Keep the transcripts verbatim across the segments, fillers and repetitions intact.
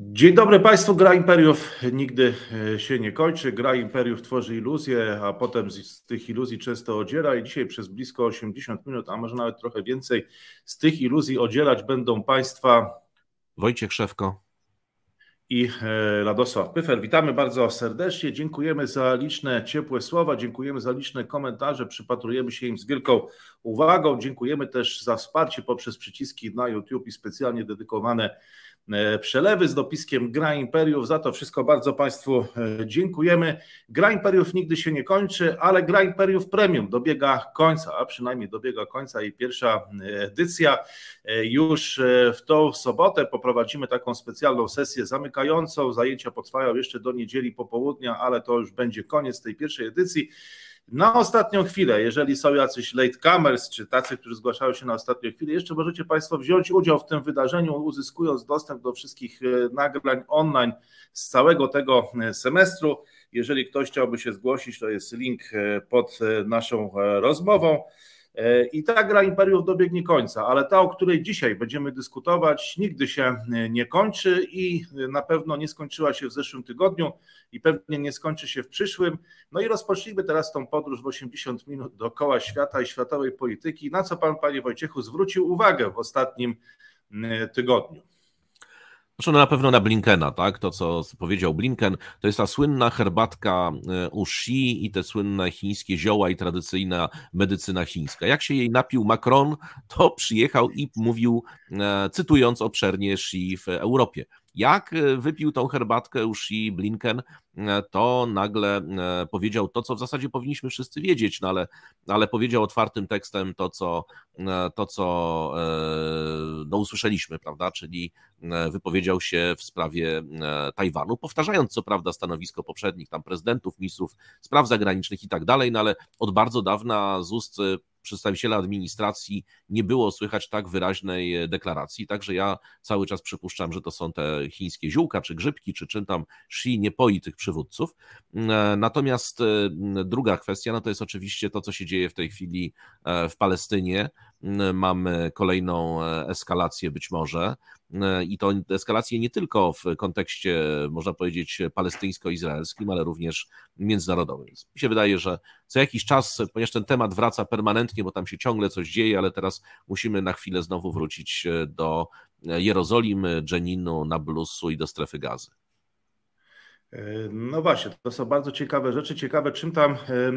Dzień dobry Państwu. Gra Imperiów nigdy się nie kończy. Gra Imperiów tworzy iluzje, a potem z tych iluzji często odziera i dzisiaj przez blisko osiemdziesiąt minut, a może nawet trochę więcej, z tych iluzji odzierać będą Państwa Wojciech Szewko i Radosław Pyfel. Witamy bardzo serdecznie. Dziękujemy za liczne ciepłe słowa, dziękujemy za liczne komentarze, przypatrujemy się im z wielką uwagą. Dziękujemy też za wsparcie poprzez przyciski na YouTube i specjalnie dedykowane przelewy z dopiskiem Gra Imperiów. Za to wszystko bardzo Państwu dziękujemy. Gra Imperiów nigdy się nie kończy, ale Gra Imperiów Premium dobiega końca, a przynajmniej dobiega końca jej pierwsza edycja. Już w tą sobotę poprowadzimy taką specjalną sesję zamykającą. Zajęcia potrwają jeszcze do niedzieli popołudnia, ale to już będzie koniec tej pierwszej edycji. Na ostatnią chwilę, jeżeli są jacyś latecomers, czy tacy, którzy zgłaszają się na ostatnią chwilę, jeszcze możecie Państwo wziąć udział w tym wydarzeniu, uzyskując dostęp do wszystkich nagrań online z całego tego semestru. Jeżeli ktoś chciałby się zgłosić, to jest link pod naszą rozmową. I ta Gra Imperiów dobiegnie końca, ale ta, o której dzisiaj będziemy dyskutować, nigdy się nie kończy i na pewno nie skończyła się w zeszłym tygodniu i pewnie nie skończy się w przyszłym. No i rozpocznijmy teraz tą podróż w osiemdziesiąt minut dookoła świata i światowej polityki. Na co Pan, Panie Wojciechu, zwrócił uwagę w ostatnim tygodniu? Znaczy no na pewno na Blinkena, tak? To, co powiedział Blinken, to jest ta słynna herbatka u Xi i te słynne chińskie zioła i tradycyjna medycyna chińska. Jak się jej napił Macron, to przyjechał i mówił, cytując obszernie Xi w Europie. Jak wypił tą herbatkę u Xi Blinken, to nagle powiedział to, co w zasadzie powinniśmy wszyscy wiedzieć, no ale, ale powiedział otwartym tekstem to, co, to, co no, usłyszeliśmy, prawda, czyli wypowiedział się w sprawie Tajwanu, powtarzając co prawda stanowisko poprzednich tam prezydentów, ministrów spraw zagranicznych i tak dalej, no ale od bardzo dawna z ust przedstawiciela administracji nie było słychać tak wyraźnej deklaracji, także ja cały czas przypuszczam, że to są te chińskie ziółka, czy grzybki, czy czym tam Xi nie poi tych przywódców. Natomiast druga kwestia, no to jest oczywiście to, co się dzieje w tej chwili w Palestynie. Mamy kolejną eskalację być może i to eskalację nie tylko w kontekście, można powiedzieć, palestyńsko-izraelskim, ale również międzynarodowym. Mi się wydaje, że co jakiś czas, ponieważ ten temat wraca permanentnie, bo tam się ciągle coś dzieje, ale teraz musimy na chwilę znowu wrócić do Jerozolimy, Dżeninu, Nablusu i do strefy Gazy. No właśnie, to są bardzo ciekawe rzeczy. Ciekawe, czym tam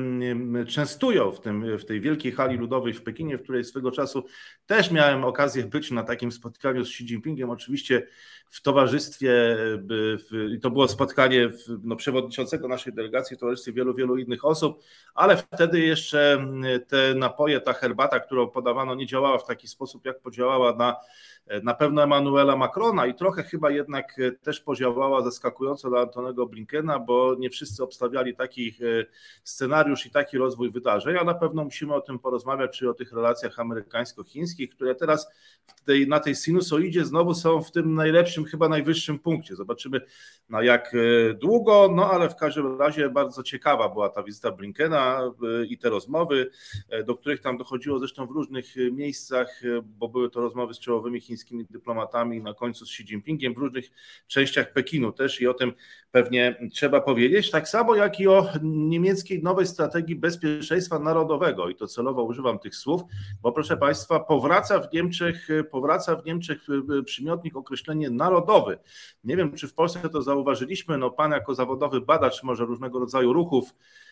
częstują w, tym, w tej wielkiej hali ludowej w Pekinie, w której swego czasu też miałem okazję być na takim spotkaniu z Xi Jinpingiem, oczywiście w towarzystwie, i to było spotkanie no, przewodniczącego naszej delegacji w towarzystwie wielu, wielu innych osób, ale wtedy jeszcze te napoje, ta herbata, którą podawano, nie działała w taki sposób, jak podziałała na na pewno Emmanuela Macrona i trochę chyba jednak też podziałała zaskakująco dla Antonego Blinkena, bo nie wszyscy obstawiali taki scenariusz i taki rozwój wydarzeń, a na pewno musimy o tym porozmawiać, czy o tych relacjach amerykańsko-chińskich, które teraz w tej, na tej sinusoidzie znowu są w tym najlepszym, chyba najwyższym punkcie. Zobaczymy na jak długo, no ale w każdym razie bardzo ciekawa była ta wizyta Blinkena i te rozmowy, do których tam dochodziło zresztą w różnych miejscach, bo były to rozmowy z czołowymi chińskimi dyplomatami, na końcu z Xi Jinpingiem w różnych częściach Pekinu też i o tym pewnie trzeba powiedzieć, tak samo jak i o niemieckiej nowej strategii bezpieczeństwa narodowego i to celowo używam tych słów, bo proszę Państwa, powraca w Niemczech, powraca w Niemczech przymiotnik, określenie narodowy. Nie wiem, czy w Polsce to zauważyliśmy, no pan jako zawodowy badacz może różnego rodzaju ruchów,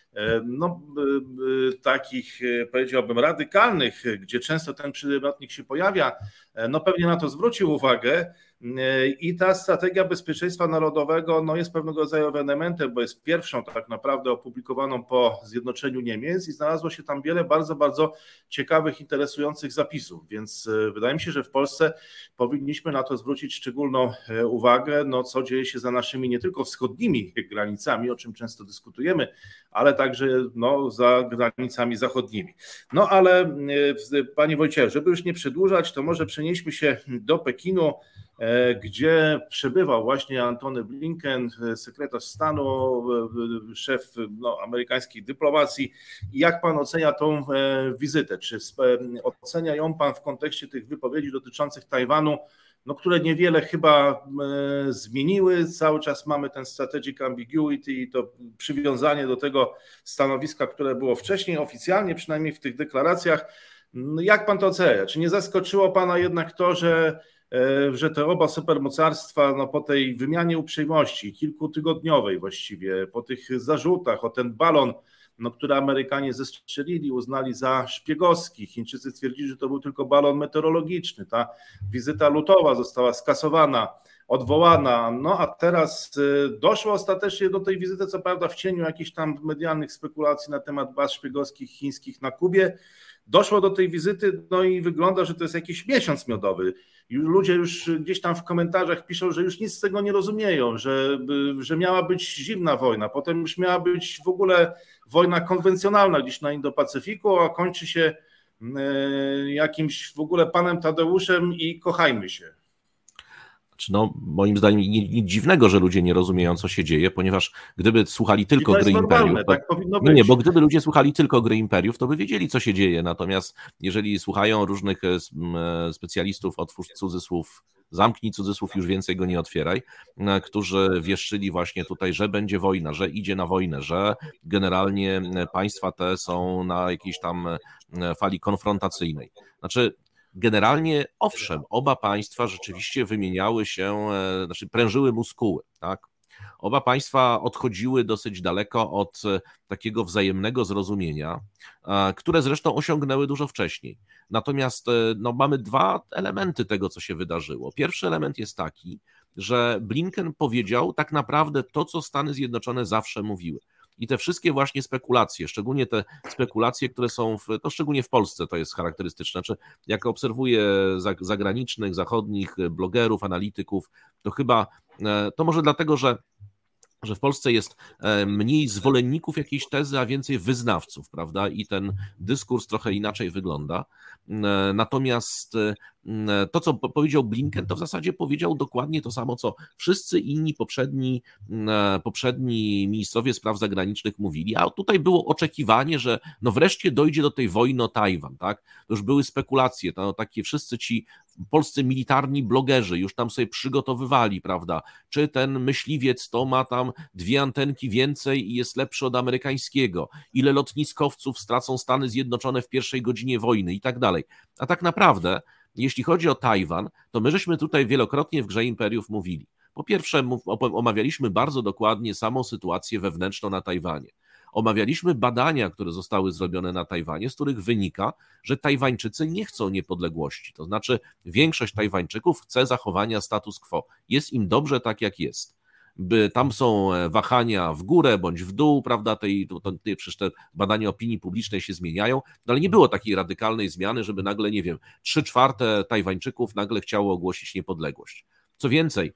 no takich powiedziałbym radykalnych, gdzie często ten przymiotnik się pojawia, no pewnie na to zwrócił uwagę i ta strategia bezpieczeństwa narodowego no jest pewnego rodzaju ewenementem, bo jest pierwszą tak naprawdę opublikowaną po zjednoczeniu Niemiec i znalazło się tam wiele bardzo, bardzo ciekawych, interesujących zapisów, więc wydaje mi się, że w Polsce powinniśmy na to zwrócić szczególną uwagę, no co dzieje się za naszymi nie tylko wschodnimi granicami, o czym często dyskutujemy, ale także no, za granicami zachodnimi. No ale Panie Wojciechu, żeby już nie przedłużać, to może przenieśmy się do Pekinu, gdzie przebywał właśnie Antony Blinken, sekretarz stanu, szef no, amerykańskiej dyplomacji. I jak pan ocenia tą wizytę? Czy ocenia ją pan w kontekście tych wypowiedzi dotyczących Tajwanu, no, które niewiele chyba e, zmieniły. Cały czas mamy ten strategic ambiguity i to przywiązanie do tego stanowiska, które było wcześniej, oficjalnie przynajmniej w tych deklaracjach. No, jak pan to ocenia? Czy nie zaskoczyło pana jednak to, że, e, że te oba supermocarstwa no, po tej wymianie uprzejmości, kilkutygodniowej właściwie, po tych zarzutach o ten balon, no, które Amerykanie zestrzelili, uznali za szpiegowski. Chińczycy stwierdzili, że to był tylko balon meteorologiczny. Ta wizyta lutowa została skasowana, odwołana, no a teraz doszło ostatecznie do tej wizyty, co prawda w cieniu jakichś tam medialnych spekulacji na temat baz szpiegowskich chińskich na Kubie. Doszło do tej wizyty, no i wygląda, że to jest jakiś miesiąc miodowy. Ludzie już gdzieś tam w komentarzach piszą, że już nic z tego nie rozumieją, że, że miała być zimna wojna, potem już miała być w ogóle wojna konwencjonalna gdzieś na Indo-Pacyfiku, a kończy się jakimś w ogóle panem Tadeuszem i kochajmy się. No, moim zdaniem nic dziwnego, że ludzie nie rozumieją, co się dzieje, ponieważ gdyby słuchali tylko gry imperiów, to... tak powinno być. Nie, nie, bo gdyby ludzie słuchali tylko gry imperiów, to by wiedzieli, co się dzieje. Natomiast jeżeli słuchają różnych specjalistów, otwórz cudzysłów, zamknij cudzysłów, już więcej go nie otwieraj, którzy wieszczyli właśnie tutaj, że będzie wojna, że idzie na wojnę, że generalnie państwa te są na jakiejś tam fali konfrontacyjnej. Znaczy, generalnie owszem, oba państwa rzeczywiście wymieniały się, znaczy prężyły muskuły, tak? Oba państwa odchodziły dosyć daleko od takiego wzajemnego zrozumienia, które zresztą osiągnęły dużo wcześniej. Natomiast no, mamy dwa elementy tego, co się wydarzyło. Pierwszy element jest taki, że Blinken powiedział tak naprawdę to, co Stany Zjednoczone zawsze mówiły. I te wszystkie właśnie spekulacje, szczególnie te spekulacje, które są, w, to szczególnie w Polsce to jest charakterystyczne, znaczy jak obserwuję zagranicznych, zachodnich blogerów, analityków, to chyba, to może dlatego, że że w Polsce jest mniej zwolenników jakiejś tezy, a więcej wyznawców, prawda? I ten dyskurs trochę inaczej wygląda. Natomiast to, co powiedział Blinken, to w zasadzie powiedział dokładnie to samo, co wszyscy inni poprzedni, poprzedni ministrowie spraw zagranicznych mówili, a tutaj było oczekiwanie, że no wreszcie dojdzie do tej wojny o Tajwan, tak? To już były spekulacje, to takie wszyscy ci polscy militarni blogerzy już tam sobie przygotowywali, prawda? Czy ten myśliwiec to ma tam dwie antenki więcej i jest lepszy od amerykańskiego? Ile lotniskowców stracą Stany Zjednoczone w pierwszej godzinie wojny i tak dalej. A tak naprawdę, jeśli chodzi o Tajwan, to my żeśmy tutaj wielokrotnie w Grze Imperiów mówili. Po pierwsze, omawialiśmy bardzo dokładnie samą sytuację wewnętrzną na Tajwanie. Omawialiśmy badania, które zostały zrobione na Tajwanie, z których wynika, że Tajwańczycy nie chcą niepodległości. To znaczy większość Tajwańczyków chce zachowania status quo. Jest im dobrze tak, jak jest. By tam są wahania w górę bądź w dół, prawda, tej, to, to, przecież te badania opinii publicznej się zmieniają, no ale nie było takiej radykalnej zmiany, żeby nagle, nie wiem, trzy czwarte Tajwańczyków nagle chciało ogłosić niepodległość. Co więcej,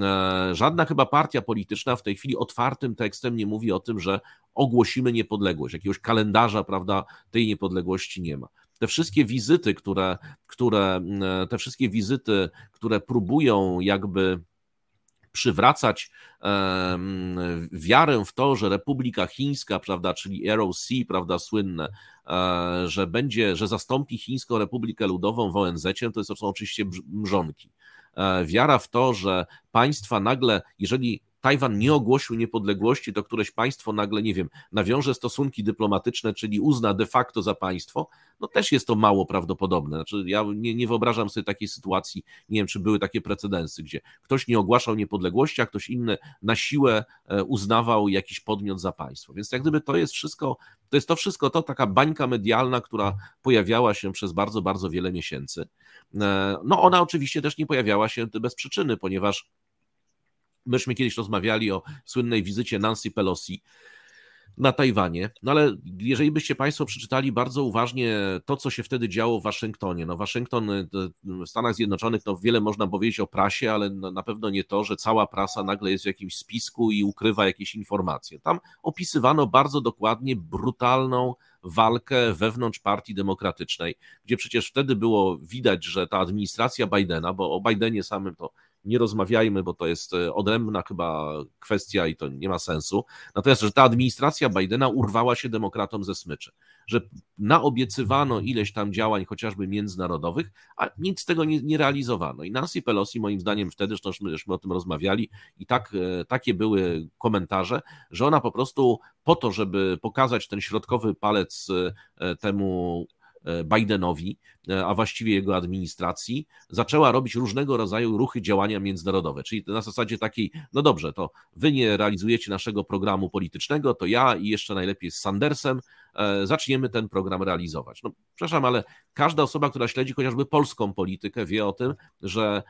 żadna chyba partia polityczna w tej chwili otwartym tekstem nie mówi o tym, że ogłosimy niepodległość. Jakiegoś kalendarza, prawda, tej niepodległości nie ma. Te wszystkie wizyty, które, które, te wszystkie wizyty, które próbują jakby przywracać um, wiarę w to, że Republika Chińska, prawda, czyli R O C, prawda, słynne, e, że będzie, że zastąpi Chińską Republikę Ludową w O N Z-cie, to, jest, to są oczywiście mrzonki. E, wiara w to, że państwa nagle, jeżeli Tajwan nie ogłosił niepodległości, to któreś państwo nagle, nie wiem, nawiąże stosunki dyplomatyczne, czyli uzna de facto za państwo, no też jest to mało prawdopodobne. Znaczy, ja nie, nie wyobrażam sobie takiej sytuacji, nie wiem, czy były takie precedensy, gdzie ktoś nie ogłaszał niepodległości, a ktoś inny na siłę uznawał jakiś podmiot za państwo. Więc jak gdyby to jest wszystko, to jest to wszystko to taka bańka medialna, która pojawiała się przez bardzo, bardzo wiele miesięcy. No ona oczywiście też nie pojawiała się bez przyczyny, ponieważ myśmy kiedyś rozmawiali o słynnej wizycie Nancy Pelosi na Tajwanie, no ale jeżeli byście Państwo przeczytali bardzo uważnie to, co się wtedy działo w Waszyngtonie, no Waszyngton w Stanach Zjednoczonych, no wiele można powiedzieć o prasie, ale na pewno nie to, że cała prasa nagle jest w jakimś spisku i ukrywa jakieś informacje. Tam opisywano bardzo dokładnie brutalną walkę wewnątrz Partii Demokratycznej, gdzie przecież wtedy było widać, że ta administracja Bidena, bo o Bidenie samym to nie rozmawiajmy, bo to jest odrębna chyba kwestia i to nie ma sensu. Natomiast, że ta administracja Bidena urwała się demokratom ze smyczy. że naobiecywano ileś tam działań chociażby międzynarodowych, a nic z tego nie, nie realizowano. I Nancy Pelosi moim zdaniem wtedy, zresztą myśmy o tym rozmawiali i tak, takie były komentarze, że ona po prostu po to, żeby pokazać ten środkowy palec temu Bidenowi, a właściwie jego administracji, zaczęła robić różnego rodzaju ruchy, działania międzynarodowe. Czyli na zasadzie takiej, no dobrze, to wy nie realizujecie naszego programu politycznego, to ja i jeszcze najlepiej z Sandersem zaczniemy ten program realizować. No, przepraszam, ale każda osoba, która śledzi chociażby polską politykę, wie o tym, że,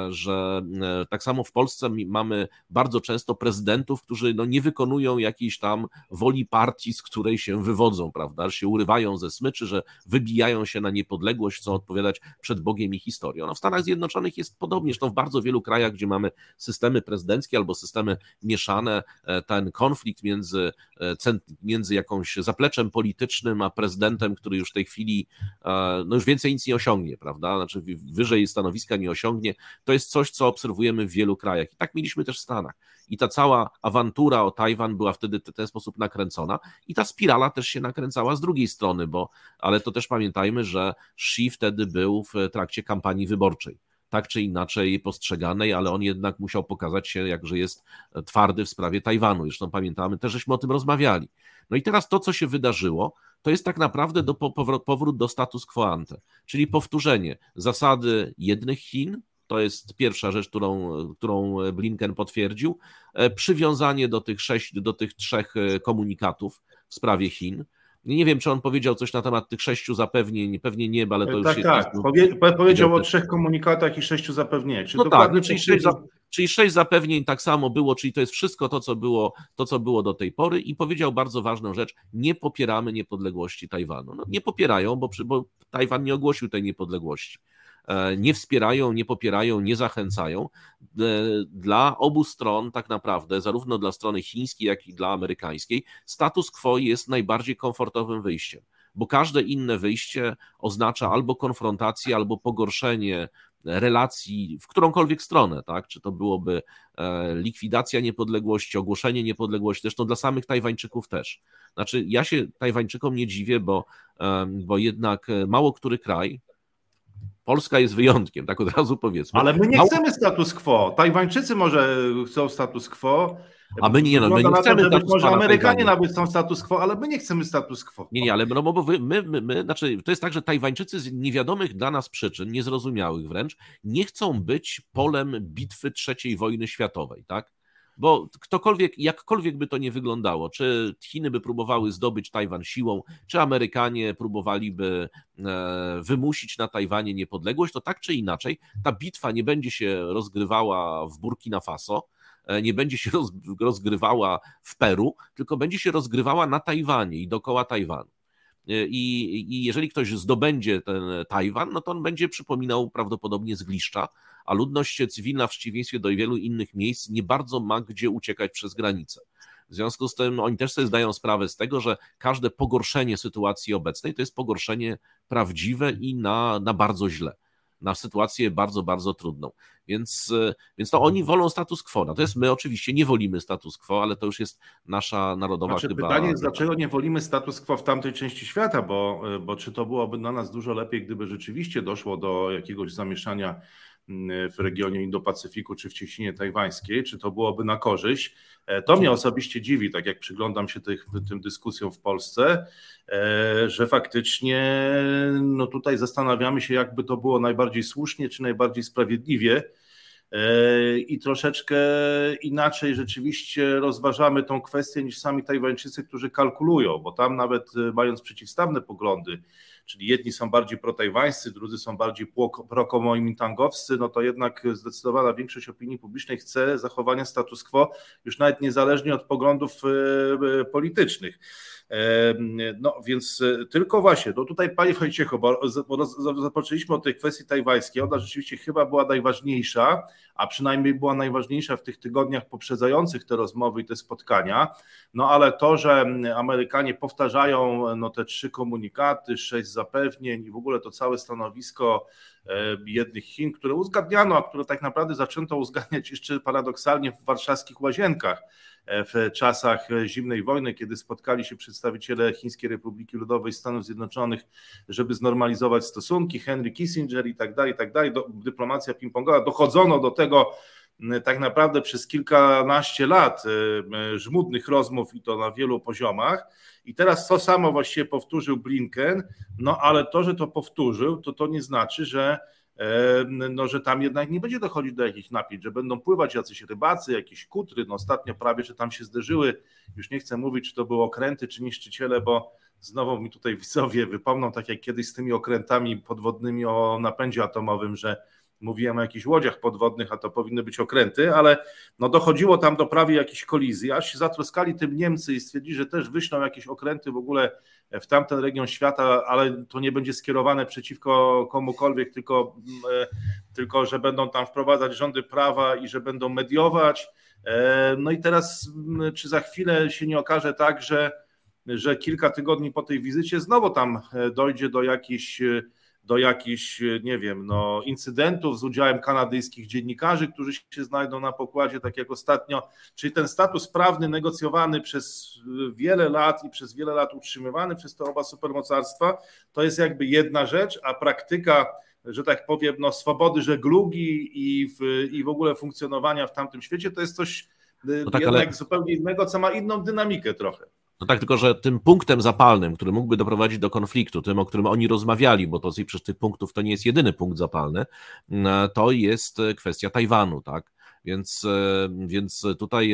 że tak samo w Polsce mamy bardzo często prezydentów, którzy no nie wykonują jakiejś tam woli partii, z której się wywodzą, prawda, że się urywają ze smyczy, że wybijają się na niepodległość, chcą odpowiadać przed Bogiem i historią. No w Stanach Zjednoczonych jest podobnie, zresztą w bardzo wielu krajach, gdzie mamy systemy prezydenckie albo systemy mieszane, ten konflikt między, między jakąś zapleczem politycznym a prezydentem, który już w tej chwili no już więcej nic nie osiągnie, prawda? Znaczy wyżej stanowiska nie osiągnie. To jest coś, co obserwujemy w wielu krajach. I tak mieliśmy też w Stanach. I ta cała awantura o Tajwan była wtedy w ten sposób nakręcona i ta spirala też się nakręcała z drugiej strony, bo, ale to też pamiętajmy, że Xi wtedy był w trakcie kampanii wyborczej. Tak czy inaczej postrzeganej, ale on jednak musiał pokazać się, jak że jest twardy w sprawie Tajwanu. Zresztą pamiętamy, też żeśmy o tym rozmawiali. No i teraz to, co się wydarzyło, to jest tak naprawdę do, powrót do status quo ante, czyli powtórzenie zasady jednych Chin. To jest pierwsza rzecz, którą, którą Blinken potwierdził. Przywiązanie do tych sześć, do tych trzech komunikatów w sprawie Chin. Nie wiem, czy on powiedział coś na temat tych sześciu zapewnień, pewnie nie, ale to już tak, jest... Tak, tak. Powie, powiedział o trzech komunikatach i sześciu zapewnieniach. No tak, no, czyli, sześć, czyli sześć zapewnień tak samo było, czyli to jest wszystko to co, było, to, co było do tej pory i powiedział bardzo ważną rzecz, nie popieramy niepodległości Tajwanu. No, nie popierają, bo, bo Tajwan nie ogłosił tej niepodległości. Nie wspierają, nie popierają, nie zachęcają. Dla obu stron tak naprawdę, zarówno dla strony chińskiej, jak i dla amerykańskiej, status quo jest najbardziej komfortowym wyjściem, bo każde inne wyjście oznacza albo konfrontację, albo pogorszenie relacji w którąkolwiek stronę, tak? Czy to byłoby likwidacja niepodległości, ogłoszenie niepodległości, zresztą dla samych Tajwańczyków też. Znaczy ja się Tajwańczykom nie dziwię, bo, bo jednak mało który kraj, Polska jest wyjątkiem, tak od razu powiedzmy. Ale my nie Mało... chcemy status quo. Tajwańczycy może chcą status quo. A my nie, no, my nie chcemy to, status quo. Może Amerykanie nawet chcą status quo, ale my nie chcemy status quo. Nie, nie, ale no, bo wy, my, my, my, znaczy to jest tak, że Tajwańczycy z niewiadomych dla nas przyczyn, niezrozumiałych wręcz, nie chcą być polem bitwy trzeciej wojny światowej, tak? Bo ktokolwiek, jakkolwiek by to nie wyglądało, czy Chiny by próbowały zdobyć Tajwan siłą, czy Amerykanie próbowaliby wymusić na Tajwanie niepodległość, to tak czy inaczej ta bitwa nie będzie się rozgrywała w Burkina Faso, nie będzie się rozgrywała w Peru, tylko będzie się rozgrywała na Tajwanie i dookoła Tajwanu. I, I jeżeli ktoś zdobędzie ten Tajwan, no to on będzie przypominał prawdopodobnie zgliszcza, a ludność cywilna w przeciwieństwie do wielu innych miejsc nie bardzo ma gdzie uciekać przez granicę. W związku z tym oni też sobie zdają sprawę z tego, że każde pogorszenie sytuacji obecnej to jest pogorszenie prawdziwe i na, na bardzo źle, na sytuację bardzo, bardzo trudną. Więc, więc to oni wolą status quo. Natomiast my oczywiście nie wolimy status quo, ale to już jest nasza narodowa znaczy, chyba... Pytanie jest, dlaczego nie wolimy status quo w tamtej części świata, bo, bo czy to byłoby dla nas dużo lepiej, gdyby rzeczywiście doszło do jakiegoś zamieszania w regionie Indo-Pacyfiku czy w cieśninie tajwańskiej, czy to byłoby na korzyść. To mnie osobiście dziwi, tak jak przyglądam się tych, tym dyskusjom w Polsce, że faktycznie no tutaj zastanawiamy się, jakby to było najbardziej słusznie, czy najbardziej sprawiedliwie i troszeczkę inaczej rzeczywiście rozważamy tą kwestię niż sami Tajwańczycy, którzy kalkulują, bo tam nawet mając przeciwstawne poglądy, czyli jedni są bardziej protajwańscy, drudzy są bardziej pro-komintangowscy, no to jednak zdecydowana większość opinii publicznej chce zachowania status quo, już nawet niezależnie od poglądów politycznych. No więc tylko właśnie, no tutaj panie Wojciechu, bo zapoczęliśmy od tej kwestii tajwańskiej, ona rzeczywiście chyba była najważniejsza, a przynajmniej była najważniejsza w tych tygodniach poprzedzających te rozmowy i te spotkania, no ale to, że Amerykanie powtarzają no, te trzy komunikaty, sześć zapewnień i w ogóle to całe stanowisko jednych Chin, które uzgadniano, a które tak naprawdę zaczęto uzgadniać jeszcze paradoksalnie w warszawskich Łazienkach w czasach zimnej wojny, kiedy spotkali się przedstawiciele Chińskiej Republiki Ludowej Stanów Zjednoczonych, żeby znormalizować stosunki, Henry Kissinger i tak dalej, i tak dalej, dyplomacja ping-pongowa. Dochodzono do tego tak naprawdę przez kilkanaście lat żmudnych rozmów i to na wielu poziomach. I teraz to samo właściwie powtórzył Blinken, no ale to, że to powtórzył, to to nie znaczy, że no, że tam jednak nie będzie dochodzić do jakichś napięć, że będą pływać jacyś rybacy, jakieś kutry, no ostatnio prawie, że tam się zderzyły, już nie chcę mówić, czy to były okręty, czy niszczyciele, bo znowu mi tutaj widzowie wypomną, tak jak kiedyś z tymi okrętami podwodnymi o napędzie atomowym, że mówiłem o jakichś łodziach podwodnych, a to powinny być okręty, ale no dochodziło tam do prawie jakichś kolizji, aż się zatroskali tym Niemcy i stwierdzili, że też wyślą jakieś okręty w ogóle w tamten region świata, ale to nie będzie skierowane przeciwko komukolwiek, tylko, tylko że będą tam wprowadzać rządy prawa i że będą mediować. No i teraz czy za chwilę się nie okaże tak, że, że kilka tygodni po tej wizycie znowu tam dojdzie do jakichś do jakichś, nie wiem, no, incydentów z udziałem kanadyjskich dziennikarzy, którzy się znajdą na pokładzie, tak jak ostatnio. Czyli ten status prawny negocjowany przez wiele lat i przez wiele lat utrzymywany przez te oba supermocarstwa, to jest jakby jedna rzecz, a praktyka, że tak powiem, no, swobody żeglugi i w, i w ogóle funkcjonowania w tamtym świecie, to jest coś no tak, jednak ale... zupełnie innego, co ma inną dynamikę trochę. No tak, tylko że tym punktem zapalnym, który mógłby doprowadzić do konfliktu, tym, o którym oni rozmawiali, bo to przecież tych punktów to nie jest jedyny punkt zapalny, to jest kwestia Tajwanu, tak? Więc, więc tutaj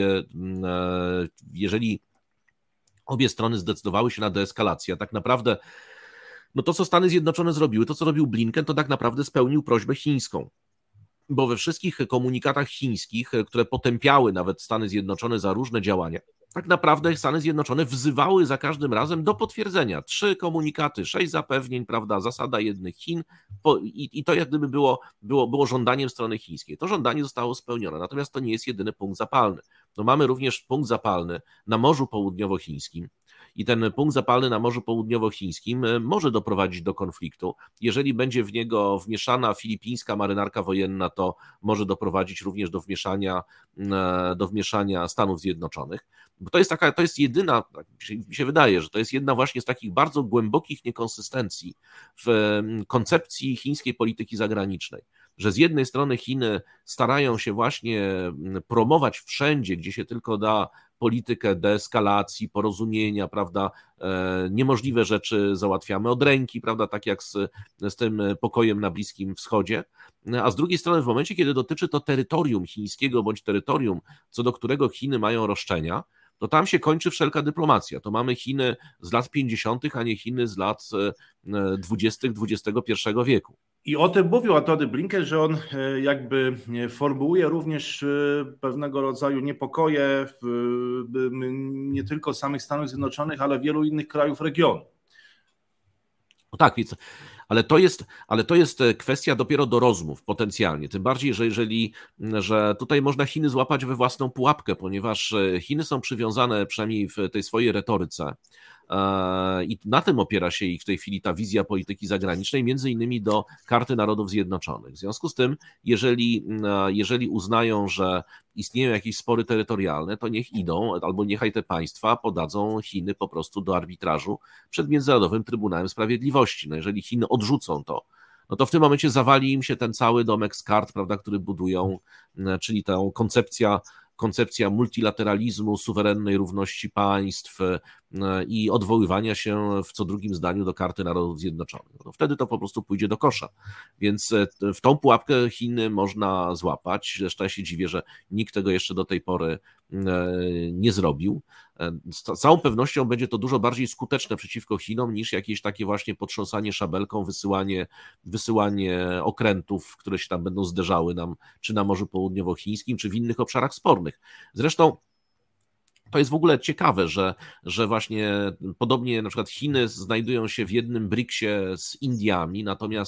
jeżeli obie strony zdecydowały się na deeskalację, tak naprawdę no to, co Stany Zjednoczone zrobiły, to, co robił Blinken, to tak naprawdę spełnił prośbę chińską. Bo we wszystkich komunikatach chińskich, które potępiały nawet Stany Zjednoczone za różne działania, tak naprawdę Stany Zjednoczone wzywały za każdym razem do potwierdzenia. Trzy komunikaty, sześć zapewnień, prawda, zasada jednych Chin po, i, i to jak gdyby było, było, było żądaniem strony chińskiej. To żądanie zostało spełnione, natomiast to nie jest jedyny punkt zapalny. No mamy również punkt zapalny na Morzu Południowochińskim i ten punkt zapalny na Morzu Południowochińskim może doprowadzić do konfliktu. Jeżeli będzie w niego wmieszana filipińska marynarka wojenna, to może doprowadzić również do wmieszania, do wmieszania Stanów Zjednoczonych. Bo to jest taka, to jest jedyna, tak mi się wydaje, że to jest jedna właśnie z takich bardzo głębokich niekonsystencji w koncepcji chińskiej polityki zagranicznej, że z jednej strony Chiny starają się właśnie promować wszędzie, gdzie się tylko da, politykę deeskalacji, porozumienia, prawda, niemożliwe rzeczy załatwiamy od ręki, prawda, tak jak z, z tym pokojem na Bliskim Wschodzie, a z drugiej strony w momencie, kiedy dotyczy to terytorium chińskiego bądź terytorium, co do którego Chiny mają roszczenia, to tam się kończy wszelka dyplomacja. To mamy Chiny z lat pięćdziesiątych, a nie Chiny z lat dwudziestych dwudziestego pierwszego wieku. I o tym mówił Antony Blinken, że on jakby formułuje również pewnego rodzaju niepokoje nie tylko samych Stanów Zjednoczonych, ale wielu innych krajów regionu. No tak, więc, ale to jest, ale to jest kwestia dopiero do rozmów potencjalnie, tym bardziej, że jeżeli, że tutaj można Chiny złapać we własną pułapkę, ponieważ Chiny są przywiązane przynajmniej w tej swojej retoryce i na tym opiera się ich w tej chwili ta wizja polityki zagranicznej, między innymi do Karty Narodów Zjednoczonych. W związku z tym, jeżeli, jeżeli uznają, że istnieją jakieś spory terytorialne, to niech idą, albo niechaj te państwa podadzą Chiny po prostu do arbitrażu przed Międzynarodowym Trybunałem Sprawiedliwości. No jeżeli Chiny odrzucą to, no to w tym momencie zawali im się ten cały domek z kart, prawda, który budują, czyli ta koncepcja koncepcja multilateralizmu, suwerennej równości państw i odwoływania się w co drugim zdaniu do Karty Narodów Zjednoczonych. No wtedy to po prostu pójdzie do kosza. Więc w tą pułapkę Chiny można złapać. Zresztą ja się dziwię, że nikt tego jeszcze do tej pory nie zrobił. Z całą pewnością będzie to dużo bardziej skuteczne przeciwko Chinom niż jakieś takie właśnie potrząsanie szabelką, wysyłanie, wysyłanie okrętów, które się tam będą zderzały nam, czy na Morzu Południowochińskim, czy w innych obszarach spornych. Zresztą to jest w ogóle ciekawe, że, że właśnie podobnie na przykład Chiny znajdują się w jednym briksie z Indiami, natomiast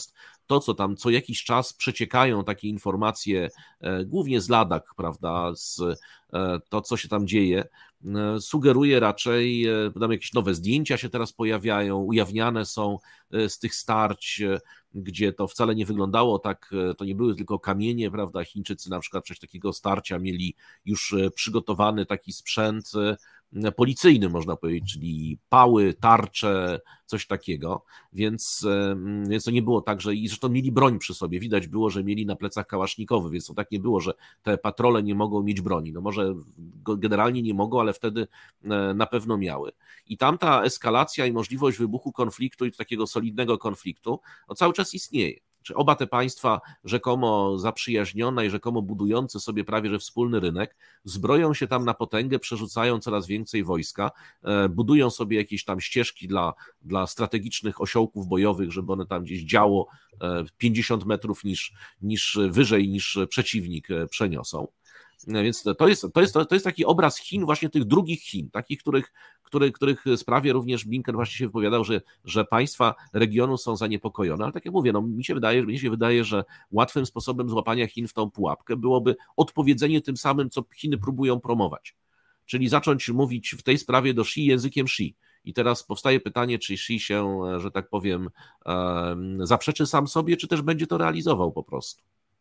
to, co tam co jakiś czas przeciekają takie informacje, głównie z Ladakh, prawda, z to, co się tam dzieje, sugeruje raczej, tam jakieś nowe zdjęcia się teraz pojawiają, ujawniane są z tych starć, gdzie to wcale nie wyglądało tak, to nie były tylko kamienie, prawda, Chińczycy na przykład w czasie takiego starcia mieli już przygotowany taki sprzęt policyjny, można powiedzieć, czyli pały, tarcze, coś takiego, więc, więc to nie było tak, że i zresztą mieli broń przy sobie, widać było, że mieli na plecach kałasznikowy, więc to tak nie było, że te patrole nie mogą mieć broni, no może generalnie nie mogą, ale wtedy na pewno miały. I tamta eskalacja i możliwość wybuchu konfliktu i takiego solidnego konfliktu, no cały czas istnieje. Czy oba te państwa rzekomo zaprzyjaźnione i rzekomo budujące sobie prawie że wspólny rynek, zbroją się tam na potęgę, przerzucają coraz więcej wojska, budują sobie jakieś tam ścieżki dla, dla strategicznych osiołków bojowych, żeby one tam gdzieś działo pięćdziesiąt metrów niż, niż wyżej niż przeciwnik przeniosą. Więc to jest, to, jest, to jest taki obraz Chin, właśnie tych drugich Chin, takich, których, których, których sprawie również Blinken właśnie się wypowiadał, że, że państwa regionu są zaniepokojone, ale tak jak mówię, no, mi się wydaje, mi się wydaje, że łatwym sposobem złapania Chin w tą pułapkę byłoby odpowiedzenie tym samym, co Chiny próbują promować, czyli zacząć mówić w tej sprawie do Xi językiem Xi. I teraz powstaje pytanie, czy Xi się, że tak powiem, zaprzeczy sam sobie, czy też będzie to realizował po prostu.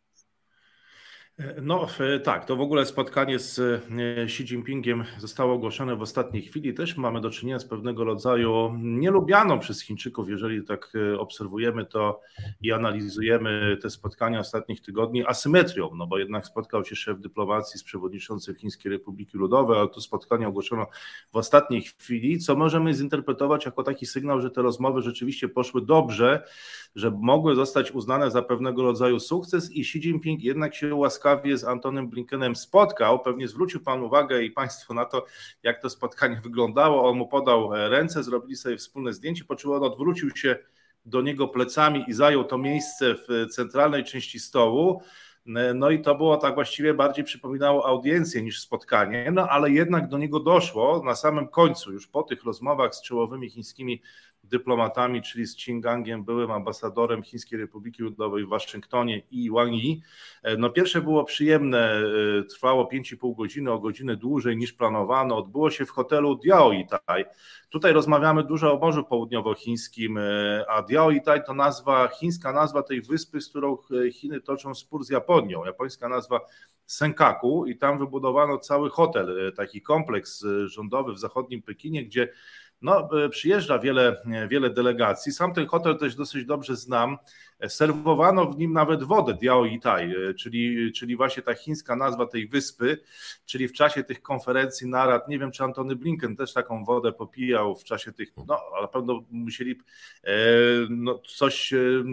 No tak, to w ogóle spotkanie z Xi Jinpingiem zostało ogłoszone w ostatniej chwili. Też mamy do czynienia z pewnego rodzaju nielubianą przez Chińczyków, jeżeli tak obserwujemy to i analizujemy te spotkania ostatnich tygodni, asymetrią, no bo jednak spotkał się szef dyplomacji z przewodniczącym Chińskiej Republiki Ludowej, ale to spotkanie ogłoszono w ostatniej chwili, co możemy zinterpretować jako taki sygnał, że te rozmowy rzeczywiście poszły dobrze, że mogły zostać uznane za pewnego rodzaju sukces i Xi Jinping jednak się łaskawie z Antonym Blinkenem spotkał. Pewnie zwrócił pan uwagę i państwo na to, jak to spotkanie wyglądało. On mu podał ręce, zrobili sobie wspólne zdjęcie, po czym on odwrócił się do niego plecami i zajął to miejsce w centralnej części stołu. No i to było tak właściwie bardziej przypominało audiencję niż spotkanie, no ale jednak do niego doszło na samym końcu, już po tych rozmowach z czołowymi chińskimi dyplomatami, czyli z Qin Gangiem, byłym ambasadorem Chińskiej Republiki Ludowej w Waszyngtonie i Wang Yi. No pierwsze było przyjemne, trwało pięć i pół godziny, o godzinę dłużej niż planowano. Odbyło się w hotelu Diaoyitay. Tutaj rozmawiamy dużo o Morzu Południowochińskim, a Diaoyitay to nazwa, chińska nazwa tej wyspy, z którą Chiny toczą spór z Japonią. Japońska nazwa Senkaku i tam wybudowano cały hotel, taki kompleks rządowy w zachodnim Pekinie, gdzie no, przyjeżdża wiele, wiele delegacji. Sam ten hotel też dosyć dobrze znam. Serwowano w nim nawet wodę Diaoyitay, czyli, czyli właśnie ta chińska nazwa tej wyspy, czyli w czasie tych konferencji, narad, nie wiem, czy Antony Blinken też taką wodę popijał w czasie tych, no na pewno musieli no, coś,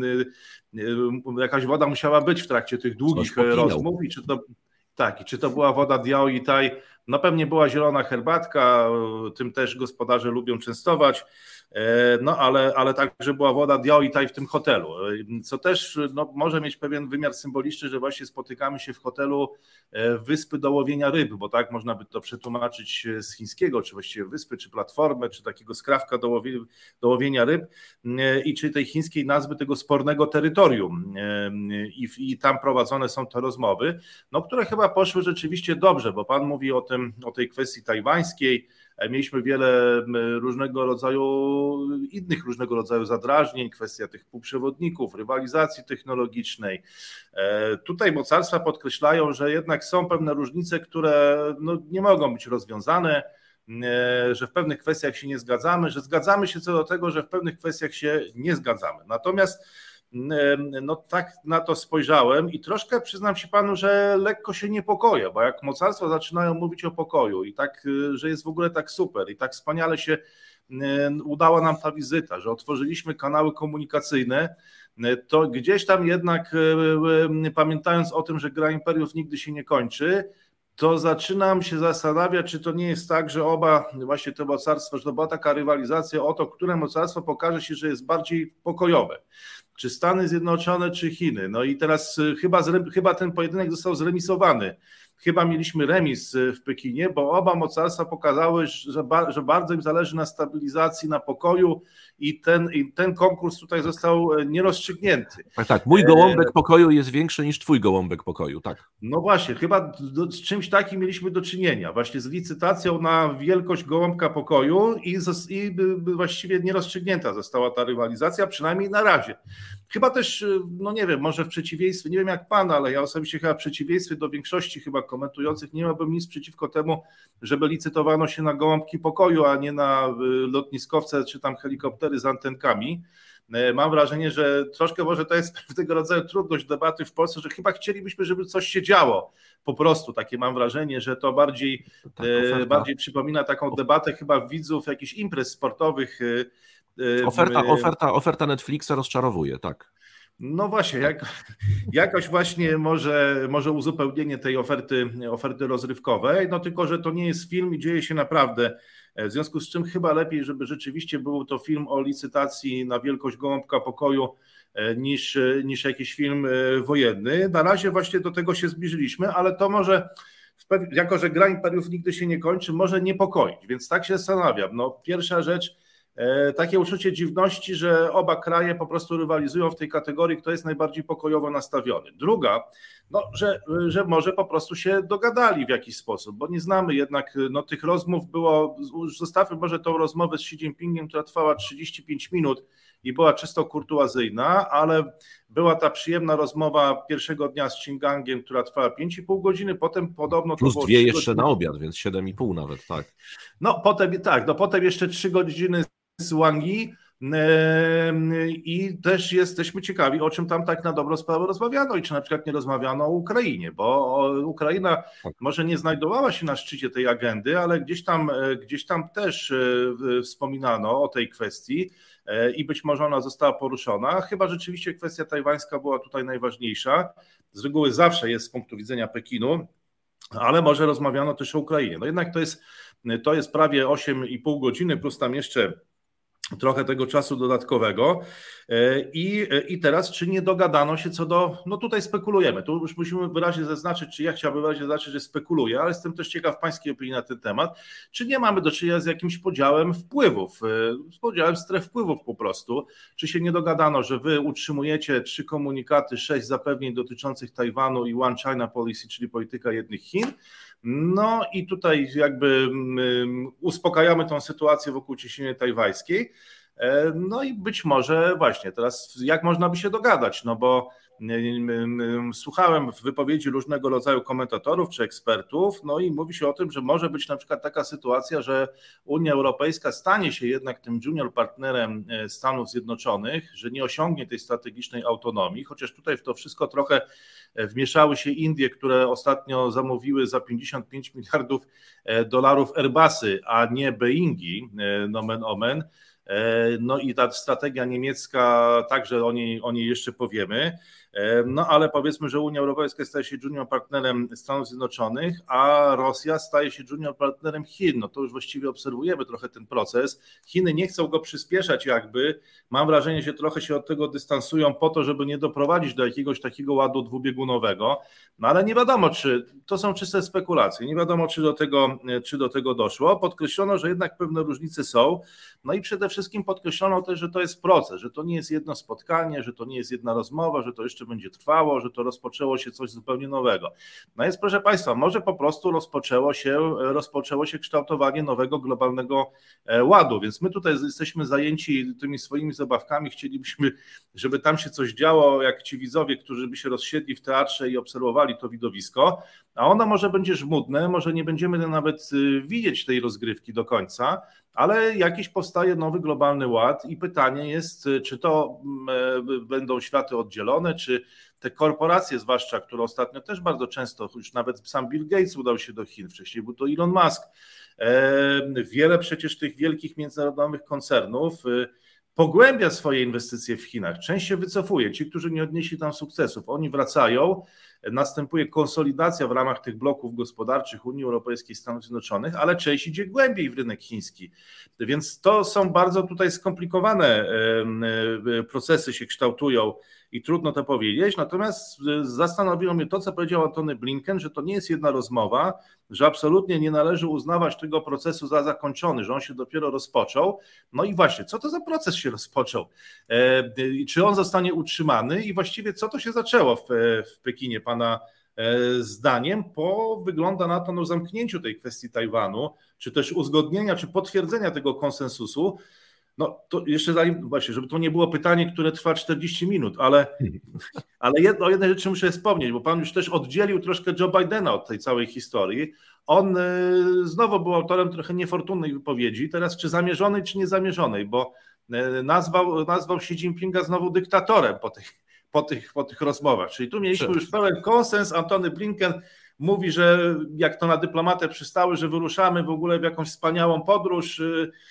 jakaś woda musiała być w trakcie tych długich rozmów i czy to tak, i czy to była woda Diaoyitay? No pewnie była zielona herbatka, tym też gospodarze lubią częstować, no ale, ale także była woda Diaoyitay w tym hotelu, co też no, może mieć pewien wymiar symboliczny, że właśnie spotykamy się w hotelu wyspy do łowienia ryb, bo tak można by to przetłumaczyć z chińskiego, czy właściwie wyspy, czy platformę, czy takiego skrawka do łowienia, do łowienia ryb i czy tej chińskiej nazwy tego spornego terytorium i, i tam prowadzone są te rozmowy, no które chyba poszły rzeczywiście dobrze, bo pan mówi o tym, o tej kwestii tajwańskiej. Mieliśmy wiele różnego rodzaju, innych różnego rodzaju zadrażnień, kwestia tych półprzewodników, rywalizacji technologicznej. Tutaj mocarstwa podkreślają, że jednak są pewne różnice, które no, nie mogą być rozwiązane, że w pewnych kwestiach się nie zgadzamy, że zgadzamy się co do tego, że w pewnych kwestiach się nie zgadzamy. Natomiast no tak na to spojrzałem i troszkę przyznam się panu, że lekko się niepokoję, bo jak mocarstwa zaczynają mówić o pokoju i tak, że jest w ogóle tak super i tak wspaniale się udała nam ta wizyta, że otworzyliśmy kanały komunikacyjne, to gdzieś tam jednak pamiętając o tym, że gra imperiów nigdy się nie kończy, to zaczynam się zastanawiać, czy to nie jest tak, że oba właśnie te mocarstwa, że to była taka rywalizacja o to, które mocarstwo pokaże się, że jest bardziej pokojowe. czy Stany Zjednoczone, czy Chiny. No i teraz chyba, chyba ten pojedynek został zremisowany. Chyba mieliśmy remis w Pekinie, bo oba mocarstwa pokazały, że, ba, że bardzo im zależy na stabilizacji, na pokoju i ten, i ten konkurs tutaj został nierozstrzygnięty. Tak, tak. Mój gołąbek pokoju jest większy niż twój gołąbek pokoju, tak. No właśnie, chyba do, z czymś takim mieliśmy do czynienia, właśnie z licytacją na wielkość gołąbka pokoju i, z, i by, by właściwie nierozstrzygnięta została ta rywalizacja, przynajmniej na razie. Chyba też, no nie wiem, może w przeciwieństwie, nie wiem jak pan, ale ja osobiście chyba w przeciwieństwie do większości chyba komentujących nie miałbym nic przeciwko temu, żeby licytowano się na gołąbki pokoju, a nie na lotniskowce czy tam helikoptery z antenkami. Mam wrażenie, że troszkę może to jest pewnego rodzaju trudność debaty w Polsce, że chyba chcielibyśmy, żeby coś się działo. Po prostu takie mam wrażenie, że to bardziej, tak, bardziej przypomina taką debatę chyba widzów jakichś imprez sportowych. Oferta, oferta, oferta Netflixa rozczarowuje, tak. No właśnie, jak, jakoś właśnie może, może uzupełnienie tej oferty, oferty rozrywkowej, no tylko, że to nie jest film i dzieje się naprawdę, w związku z czym chyba lepiej, żeby rzeczywiście był to film o licytacji na wielkość gołąbka pokoju niż, niż jakiś film wojenny. Na razie właśnie do tego się zbliżyliśmy, ale to może, jako że gra imperiów nigdy się nie kończy, może niepokoić, więc tak się zastanawiam. No, pierwsza rzecz, takie uczucie dziwności, że oba kraje po prostu rywalizują w tej kategorii, kto jest najbardziej pokojowo nastawiony. Druga, no, że, że może po prostu się dogadali w jakiś sposób, bo nie znamy jednak, no, tych rozmów było, zostawmy może tą rozmowę z Xi Jinpingiem, która trwała trzydzieści pięć minut i była czysto kurtuazyjna, ale była ta przyjemna rozmowa pierwszego dnia z Qingangiem, która trwała pięć i pół godziny, potem podobno... Plus to było dwie jeszcze godziny na obiad, więc siedem i pół nawet, tak. No potem tak, no potem jeszcze trzy godziny z Wang Yi i też jesteśmy ciekawi, o czym tam tak na dobrą sprawę rozmawiano i czy na przykład nie rozmawiano o Ukrainie, bo Ukraina może nie znajdowała się na szczycie tej agendy, ale gdzieś tam, gdzieś tam też wspominano o tej kwestii i być może ona została poruszona, chyba rzeczywiście kwestia tajwańska była tutaj najważniejsza, z reguły zawsze jest z punktu widzenia Pekinu, ale może rozmawiano też o Ukrainie. No jednak to jest, to jest prawie osiem i pół godziny plus tam jeszcze trochę tego czasu dodatkowego i, i teraz czy nie dogadano się co do, no tutaj spekulujemy, tu już musimy wyraźnie zaznaczyć, czy ja chciałbym wyraźnie zaznaczyć, że spekuluję, ale jestem też ciekaw pańskiej opinii na ten temat, czy nie mamy do czynienia z jakimś podziałem wpływów, z podziałem stref wpływów po prostu, czy się nie dogadano, że wy utrzymujecie trzy komunikaty, sześć zapewnień dotyczących Tajwanu i One China Policy, czyli polityka jednych Chin. No i tutaj jakby uspokajamy tą sytuację wokół cieśniny tajwańskiej. No i być może właśnie teraz jak można by się dogadać, no bo słuchałem w wypowiedzi różnego rodzaju komentatorów czy ekspertów, no i mówi się o tym, że może być na przykład taka sytuacja, że Unia Europejska stanie się jednak tym junior partnerem Stanów Zjednoczonych, że nie osiągnie tej strategicznej autonomii, chociaż tutaj w to wszystko trochę wmieszały się Indie, które ostatnio zamówiły za pięćdziesiąt pięć miliardów dolarów Airbusy, a nie Boeingi, nomen omen. No i ta strategia niemiecka, także o niej, o niej jeszcze powiemy, no ale powiedzmy, że Unia Europejska staje się junior partnerem Stanów Zjednoczonych, a Rosja staje się junior partnerem Chin, no to już właściwie obserwujemy trochę ten proces, Chiny nie chcą go przyspieszać jakby, mam wrażenie, że trochę się od tego dystansują po to, żeby nie doprowadzić do jakiegoś takiego ładu dwubiegunowego, no ale nie wiadomo, czy to są czyste spekulacje, nie wiadomo, czy do tego, czy do tego doszło, podkreślono, że jednak pewne różnice są, no i przede wszystkim podkreślono też, że to jest proces, że to nie jest jedno spotkanie, że to nie jest jedna rozmowa, że to jeszcze będzie trwało, że to rozpoczęło się coś zupełnie nowego. No jest, proszę Państwa, może po prostu rozpoczęło się, rozpoczęło się kształtowanie nowego globalnego ładu, więc my tutaj jesteśmy zajęci tymi swoimi zabawkami, chcielibyśmy, żeby tam się coś działo, jak ci widzowie, którzy by się rozsiedli w teatrze i obserwowali to widowisko, a ono może będzie żmudne, może nie będziemy nawet widzieć tej rozgrywki do końca, ale jakiś powstaje nowy globalny ład i pytanie jest, czy to będą światy oddzielone, czy te korporacje zwłaszcza, które ostatnio też bardzo często, już nawet sam Bill Gates udał się do Chin, wcześniej był to Elon Musk, wiele przecież tych wielkich międzynarodowych koncernów pogłębia swoje inwestycje w Chinach, część się wycofuje, ci, którzy nie odnieśli tam sukcesów, oni wracają następuje konsolidacja w ramach tych bloków gospodarczych Unii Europejskiej, Stanów Zjednoczonych, ale część idzie głębiej w rynek chiński. Więc to są bardzo tutaj skomplikowane procesy się kształtują i trudno to powiedzieć. Natomiast zastanowiło mnie to, co powiedział Antony Blinken, że to nie jest jedna rozmowa, że absolutnie nie należy uznawać tego procesu za zakończony, że on się dopiero rozpoczął. No i właśnie, co to za proces się rozpoczął? Czy on zostanie utrzymany i właściwie co to się zaczęło w, w Pekinie, pana zdaniem, po wygląda na to no, zamknięciu tej kwestii Tajwanu, czy też uzgodnienia, czy potwierdzenia tego konsensusu. No to jeszcze zanim, właśnie, żeby to nie było pytanie, które trwa czterdzieści minut, ale, ale jedno, o jednej rzeczy muszę wspomnieć, bo pan już też oddzielił troszkę Joe Bidena od tej całej historii. On y, znowu był autorem trochę niefortunnej wypowiedzi, teraz czy zamierzonej, czy niezamierzonej, bo y, nazwał, nazwał Xi Jinpinga znowu dyktatorem po tych, po tych, po tych rozmowach. Czyli tu mieliśmy już pełen konsens. Antony Blinken mówi, że jak to na dyplomatę przystały, że wyruszamy w ogóle w jakąś wspaniałą podróż,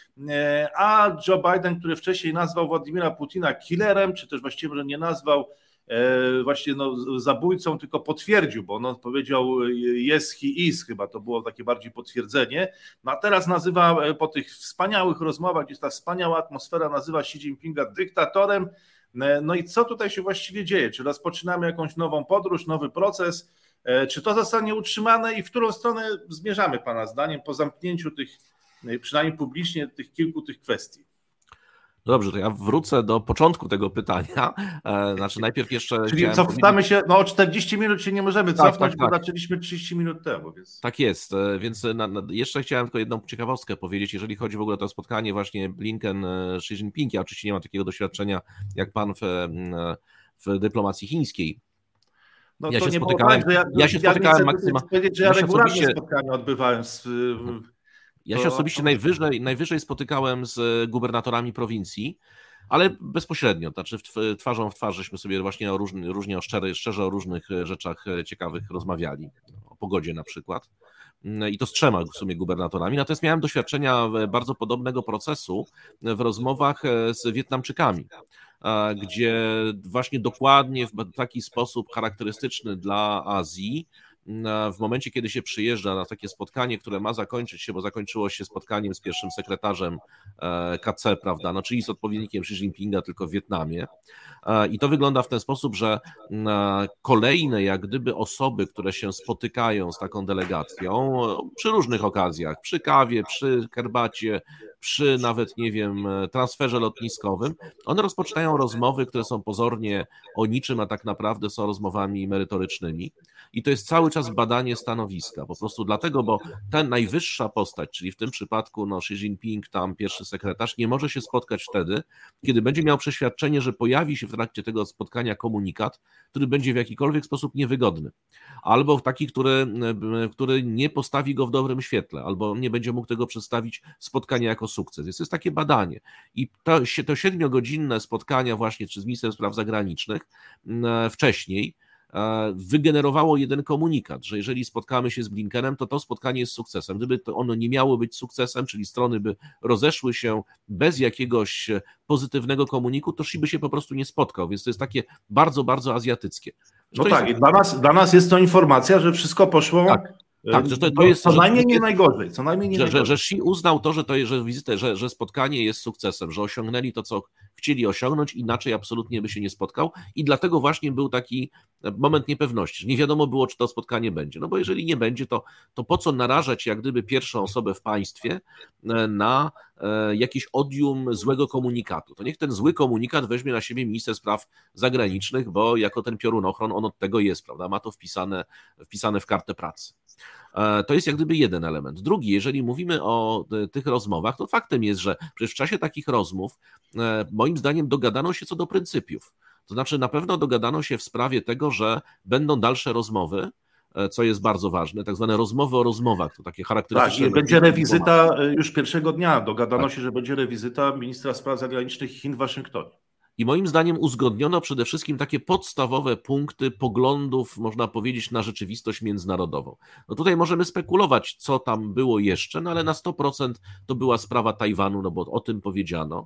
a Joe Biden, który wcześniej nazwał Władimira Putina killerem, czy też właściwie że nie nazwał właśnie no, zabójcą, tylko potwierdził, bo on powiedział yes, he is, chyba to było takie bardziej potwierdzenie, no a teraz nazywa po tych wspaniałych rozmowach, gdzie jest ta wspaniała atmosfera, nazywa Xi Jinpinga dyktatorem. No i co tutaj się właściwie dzieje? Czy rozpoczynamy jakąś nową podróż, nowy proces? Czy to zostanie utrzymane i w którą stronę zmierzamy pana zdaniem po zamknięciu tych, przynajmniej publicznie, tych kilku tych kwestii? Dobrze, to ja wrócę do początku tego pytania. Znaczy najpierw jeszcze... Czyli cofamy się, no o czterdzieści minut się nie możemy tak, cofnąć, tak, bo tak. zaczęliśmy trzydzieści minut temu. Więc... Tak jest, więc na, na, jeszcze chciałem tylko jedną ciekawostkę powiedzieć, jeżeli chodzi w ogóle o to spotkanie właśnie Blinken-Xi Jinping. Ja oczywiście nie mam takiego doświadczenia jak pan w, w dyplomacji chińskiej. No ja to się nie spotykałem, było tak, że ja, ja się spotykałem maksymalnie. powiedzieć, że ja, ja regularnie osobiście... spotkania odbywałem z... Ja się osobiście najwyżej, najwyżej spotykałem z gubernatorami prowincji, ale bezpośrednio, znaczy twarzą w twarz żeśmy sobie właśnie o różny, różnie o szczerze, szczerze o różnych rzeczach ciekawych rozmawiali, o pogodzie na przykład. I to z trzema w sumie gubernatorami. Natomiast miałem doświadczenia bardzo podobnego procesu w rozmowach z Wietnamczykami, gdzie właśnie dokładnie w taki sposób charakterystyczny dla Azji, w momencie, kiedy się przyjeżdża na takie spotkanie, które ma zakończyć się, bo zakończyło się spotkaniem z pierwszym sekretarzem K C, prawda, no czyli z odpowiednikiem Xi Jinpinga, tylko w Wietnamie. I to wygląda w ten sposób, że kolejne jak gdyby osoby, które się spotykają z taką delegacją przy różnych okazjach, przy kawie, przy herbacie, przy nawet, nie wiem, transferze lotniskowym, one rozpoczynają rozmowy, które są pozornie o niczym, a tak naprawdę są rozmowami merytorycznymi. I to jest cały czas badanie stanowiska, po prostu dlatego, bo ta najwyższa postać, czyli w tym przypadku no, Xi Jinping, tam pierwszy sekretarz, nie może się spotkać wtedy, kiedy będzie miał przeświadczenie, że pojawi się w trakcie tego spotkania komunikat, który będzie w jakikolwiek sposób niewygodny, albo taki, który, który nie postawi go w dobrym świetle, albo nie będzie mógł tego przedstawić spotkania jako sukces. Więc to jest takie badanie. I to, to siedmiogodzinne spotkania właśnie czy z ministrem spraw zagranicznych wcześniej wygenerowało jeden komunikat, że jeżeli spotkamy się z Blinkenem, to to spotkanie jest sukcesem. Gdyby to ono nie miało być sukcesem, czyli strony by rozeszły się bez jakiegoś pozytywnego komuniku, to Xi by się po prostu nie spotkał, więc to jest takie bardzo, bardzo azjatyckie. No tak, jest... i dla nas, dla nas jest to informacja, że wszystko poszło... Tak. Tak, że to, to jest co najmniej nie najgorzej. Co najmniej nie że, najgorzej. Że, że Xi uznał to, że to jest, że wizytę, że, że spotkanie jest sukcesem, że osiągnęli to, co chcieli osiągnąć, inaczej absolutnie by się nie spotkał i dlatego właśnie był taki moment niepewności, że nie wiadomo było, czy to spotkanie będzie. No bo jeżeli nie będzie, to, to po co narażać jak gdyby pierwszą osobę w państwie na jakiś odium złego komunikatu. To niech ten zły komunikat weźmie na siebie minister spraw zagranicznych, bo jako ten piorunochron on od tego jest, prawda? Ma to wpisane, wpisane w kartę pracy. To jest jak gdyby jeden element. Drugi, jeżeli mówimy o tych rozmowach, to faktem jest, że przecież w czasie takich rozmów moim zdaniem dogadano się co do pryncypiów. To znaczy na pewno dogadano się w sprawie tego, że będą dalsze rozmowy, co jest bardzo ważne, tak zwane rozmowy o rozmowach, to takie charakterystyczne. Tak, będzie rewizyta już pierwszego dnia, dogadano tak. się, że będzie rewizyta ministra spraw zagranicznych Chin w Waszyngtonie. I moim zdaniem uzgodniono przede wszystkim takie podstawowe punkty poglądów, można powiedzieć, na rzeczywistość międzynarodową. No tutaj możemy spekulować, co tam było jeszcze, no ale na sto procent to była sprawa Tajwanu, no bo o tym powiedziano.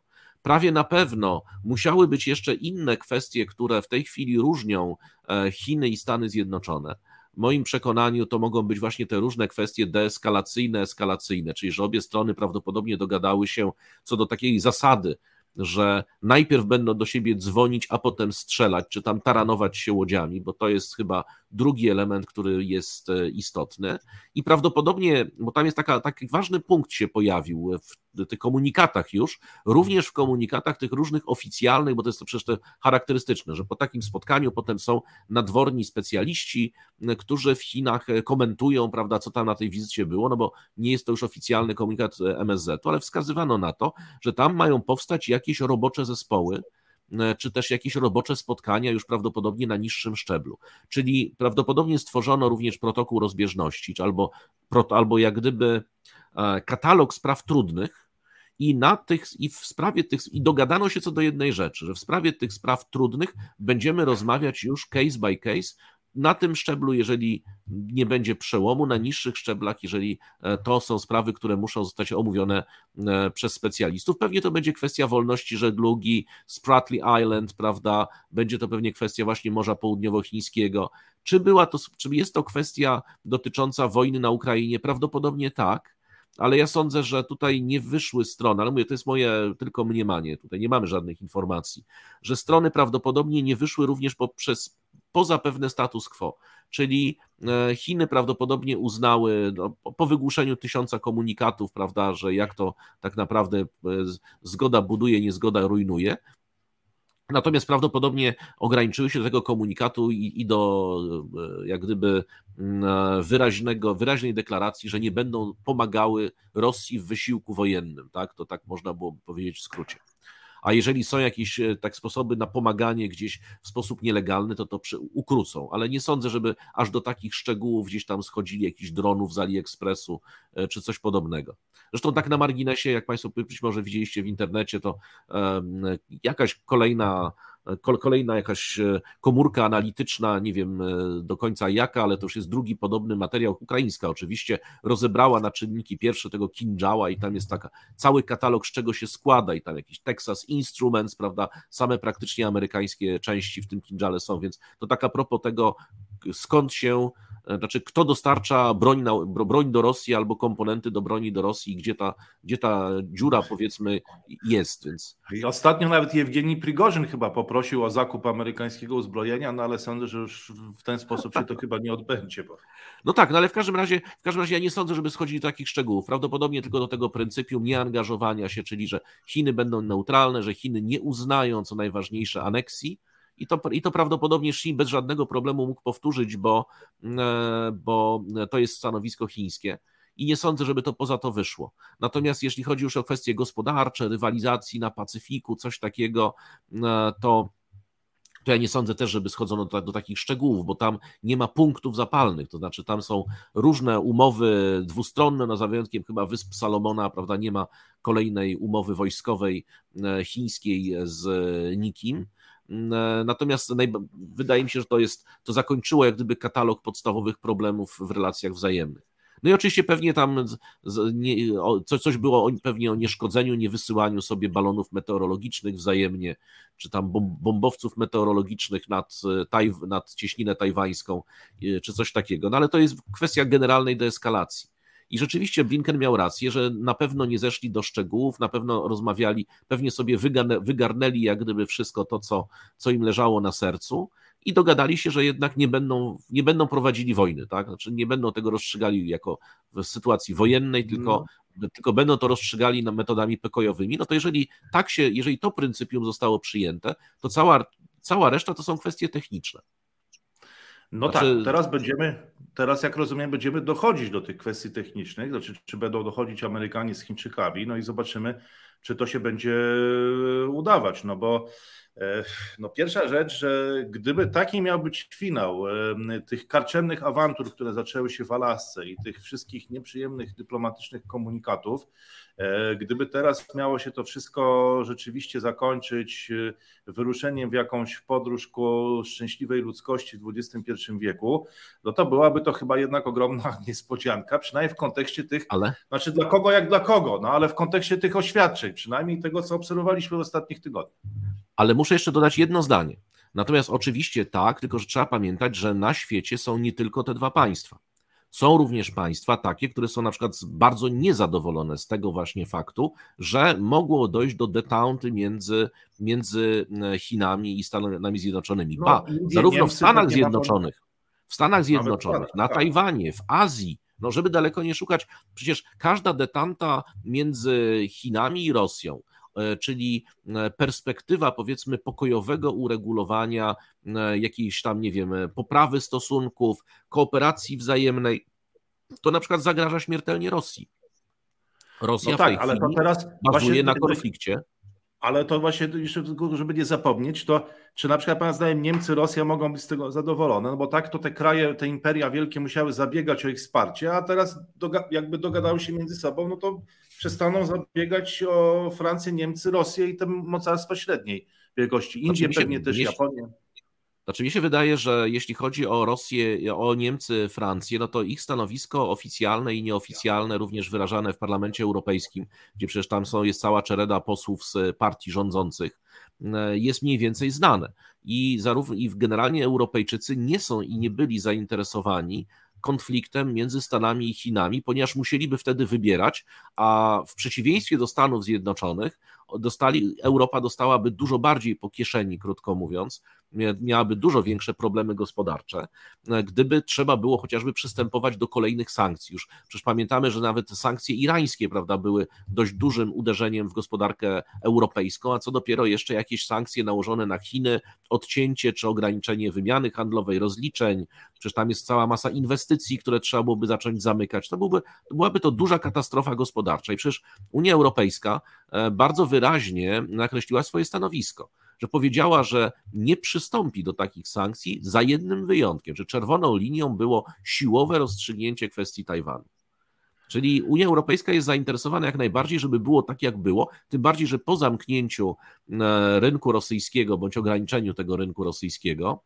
prawie na pewno musiały być jeszcze inne kwestie, które w tej chwili różnią Chiny i Stany Zjednoczone. W moim przekonaniu to mogą być właśnie te różne kwestie deeskalacyjne, eskalacyjne, czyli że obie strony prawdopodobnie dogadały się co do takiej zasady, że najpierw będą do siebie dzwonić, a potem strzelać, czy tam taranować się łodziami, bo to jest chyba drugi element, który jest istotny. I prawdopodobnie, bo tam jest taka, taki ważny punkt się pojawił w tych komunikatach już, również w komunikatach tych różnych oficjalnych, bo to jest to przecież to charakterystyczne, że po takim spotkaniu potem są nadworni specjaliści, którzy w Chinach komentują, prawda, co tam na tej wizycie było, no bo nie jest to już oficjalny komunikat M S Z, ale wskazywano na to, że tam mają powstać jakieś robocze zespoły, czy też jakieś robocze spotkania już prawdopodobnie na niższym szczeblu. Czyli prawdopodobnie stworzono również protokół rozbieżności, czy albo, albo jak gdyby katalog spraw trudnych, i na tych, i w sprawie tych, i dogadano się co do jednej rzeczy, że w sprawie tych spraw trudnych będziemy rozmawiać już case by case, na tym szczeblu, jeżeli nie będzie przełomu, na niższych szczeblach, jeżeli to są sprawy, które muszą zostać omówione przez specjalistów. Pewnie to będzie kwestia wolności żeglugi, Spratly Island, prawda, będzie to pewnie kwestia właśnie Morza Południowochińskiego. Czy była to, czy jest to kwestia dotycząca wojny na Ukrainie? Prawdopodobnie tak, ale ja sądzę, że tutaj nie wyszły strony, ale mówię, to jest moje tylko mniemanie, tutaj nie mamy żadnych informacji, że strony prawdopodobnie nie wyszły również poprzez poza pewne status quo, czyli Chiny prawdopodobnie uznały no, po wygłuszeniu tysiąca komunikatów, prawda, że jak to tak naprawdę zgoda buduje, niezgoda rujnuje. Natomiast prawdopodobnie ograniczyły się do tego komunikatu i, i do jak gdyby wyraźnego, wyraźnej deklaracji, że nie będą pomagały Rosji w wysiłku wojennym. Tak? To tak można było powiedzieć w skrócie. A jeżeli są jakieś tak sposoby na pomaganie gdzieś w sposób nielegalny, to to przy, ukrócą. Ale nie sądzę, żeby aż do takich szczegółów gdzieś tam schodzili jakichś dronów z AliExpressu czy coś podobnego. Zresztą tak na marginesie, jak Państwo być może widzieliście w internecie, to um, jakaś kolejna kolejna jakaś komórka analityczna, nie wiem do końca jaka, ale to już jest drugi podobny materiał, ukraińska oczywiście, rozebrała na czynniki pierwsze tego Kinjała i tam jest taka, cały katalog, z czego się składa i tam jakiś Texas Instruments, prawda, same praktycznie amerykańskie części w tym Kinjale są, więc to tak a propos tego, skąd się, znaczy kto dostarcza broń, na, broń do Rosji albo komponenty do broni do Rosji, gdzie ta, gdzie ta dziura powiedzmy jest. Więc... I ostatnio nawet Jewgeni Prigorzyn chyba poprosił o zakup amerykańskiego uzbrojenia, no ale sądzę, że już w ten sposób się to chyba nie odbędzie. Bo... No tak, no ale w każdym razie w każdym razie ja nie sądzę, żeby schodzili do takich szczegółów. Prawdopodobnie tylko do tego pryncypium nieangażowania się, czyli że Chiny będą neutralne, że Chiny nie uznają, co najważniejsze, aneksji. I to, I to prawdopodobnie Xi bez żadnego problemu mógł powtórzyć, bo, bo to jest stanowisko chińskie i nie sądzę, żeby to poza to wyszło. Natomiast jeśli chodzi już o kwestie gospodarcze, rywalizacji na Pacyfiku, coś takiego, to, to ja nie sądzę też, żeby schodzono do, do takich szczegółów, bo tam nie ma punktów zapalnych, to znaczy tam są różne umowy dwustronne, no za wyjątkiem chyba Wysp Salomona, prawda, nie ma kolejnej umowy wojskowej chińskiej z nikim. Natomiast wydaje mi się, że to jest, to zakończyło jak gdyby katalog podstawowych problemów w relacjach wzajemnych. No i oczywiście pewnie tam nie, coś było pewnie o nieszkodzeniu, niewysyłaniu sobie balonów meteorologicznych wzajemnie, czy tam bombowców meteorologicznych nad, Taj- nad cieśninę tajwańską, czy coś takiego. No ale to jest kwestia generalnej deeskalacji. I rzeczywiście Blinken miał rację, że na pewno nie zeszli do szczegółów, na pewno rozmawiali, pewnie sobie wygarnęli jak gdyby wszystko to, co, co im leżało na sercu i dogadali się, że jednak nie będą, nie będą prowadzili wojny, tak? Znaczy nie będą tego rozstrzygali jako w sytuacji wojennej, tylko, no. tylko będą to rozstrzygali metodami pokojowymi. No to jeżeli tak się, jeżeli to pryncypium zostało przyjęte, to cała, cała reszta to są kwestie techniczne. No znaczy... tak, teraz będziemy, teraz jak rozumiem, będziemy dochodzić do tych kwestii technicznych, znaczy czy będą dochodzić Amerykanie z Chińczykami, no i zobaczymy, czy to się będzie udawać, no bo no pierwsza rzecz, że gdyby taki miał być finał tych karczemnych awantur, które zaczęły się w Alasce i tych wszystkich nieprzyjemnych dyplomatycznych komunikatów, gdyby teraz miało się to wszystko rzeczywiście zakończyć wyruszeniem w jakąś podróż ku szczęśliwej ludzkości w dwudziestym pierwszym wieku, no to byłaby byłaby to chyba jednak ogromna niespodzianka, przynajmniej w kontekście tych, ale? znaczy dla kogo jak dla kogo, no ale w kontekście tych oświadczeń, przynajmniej tego, co obserwowaliśmy w ostatnich tygodniach. Ale muszę jeszcze dodać jedno zdanie. Natomiast oczywiście tak, tylko że trzeba pamiętać, że na świecie są nie tylko te dwa państwa. Są również państwa takie, które są na przykład bardzo niezadowolone z tego właśnie faktu, że mogło dojść do detente między, między Chinami i Stanami Zjednoczonymi. Ba, no, Indie, zarówno Niemcy, w Stanach Zjednoczonych, w Stanach Zjednoczonych, na Tajwanie, w Azji, no żeby daleko nie szukać, przecież każda detanta między Chinami i Rosją, czyli perspektywa, powiedzmy, pokojowego uregulowania jakiejś tam, nie wiem, poprawy stosunków, kooperacji wzajemnej, to na przykład zagraża śmiertelnie Rosji. Rosja no tak, w tej ale chwili to teraz bazuje na konflikcie. Ale to właśnie, żeby nie zapomnieć, to czy na przykład, pana zdaniem, Niemcy, Rosja mogą być z tego zadowolone? No bo tak to te kraje, te imperia wielkie musiały zabiegać o ich wsparcie, a teraz doga- jakby dogadały się między sobą, no to przestaną zabiegać o Francję, Niemcy, Rosję i te mocarstwa średniej wielkości. Indie znaczy, pewnie się, też, Japonię. Znaczy mi się wydaje, że jeśli chodzi o Rosję, o Niemcy, Francję, no to ich stanowisko oficjalne i nieoficjalne, również wyrażane w Parlamencie Europejskim, gdzie przecież tam są, jest cała czereda posłów z partii rządzących, jest mniej więcej znane. I, zarówno, i generalnie Europejczycy nie są i nie byli zainteresowani konfliktem między Stanami i Chinami, ponieważ musieliby wtedy wybierać, a w przeciwieństwie do Stanów Zjednoczonych dostali, Europa dostałaby dużo bardziej po kieszeni, krótko mówiąc, miałaby dużo większe problemy gospodarcze, gdyby trzeba było chociażby przystępować do kolejnych sankcji. Już przecież pamiętamy, że nawet sankcje irańskie, prawda, były dość dużym uderzeniem w gospodarkę europejską, a co dopiero jeszcze jakieś sankcje nałożone na Chiny, odcięcie czy ograniczenie wymiany handlowej, rozliczeń, przecież tam jest cała masa inwestycji, które trzeba byłoby zacząć zamykać. To, byłby, to byłaby to duża katastrofa gospodarcza i przecież Unia Europejska bardzo wyraźnie nakreśliła swoje stanowisko, że powiedziała, że nie przystąpi do takich sankcji za jednym wyjątkiem, że czerwoną linią było siłowe rozstrzygnięcie kwestii Tajwanu. Czyli Unia Europejska jest zainteresowana jak najbardziej, żeby było tak, jak było, tym bardziej, że po zamknięciu rynku rosyjskiego bądź ograniczeniu tego rynku rosyjskiego,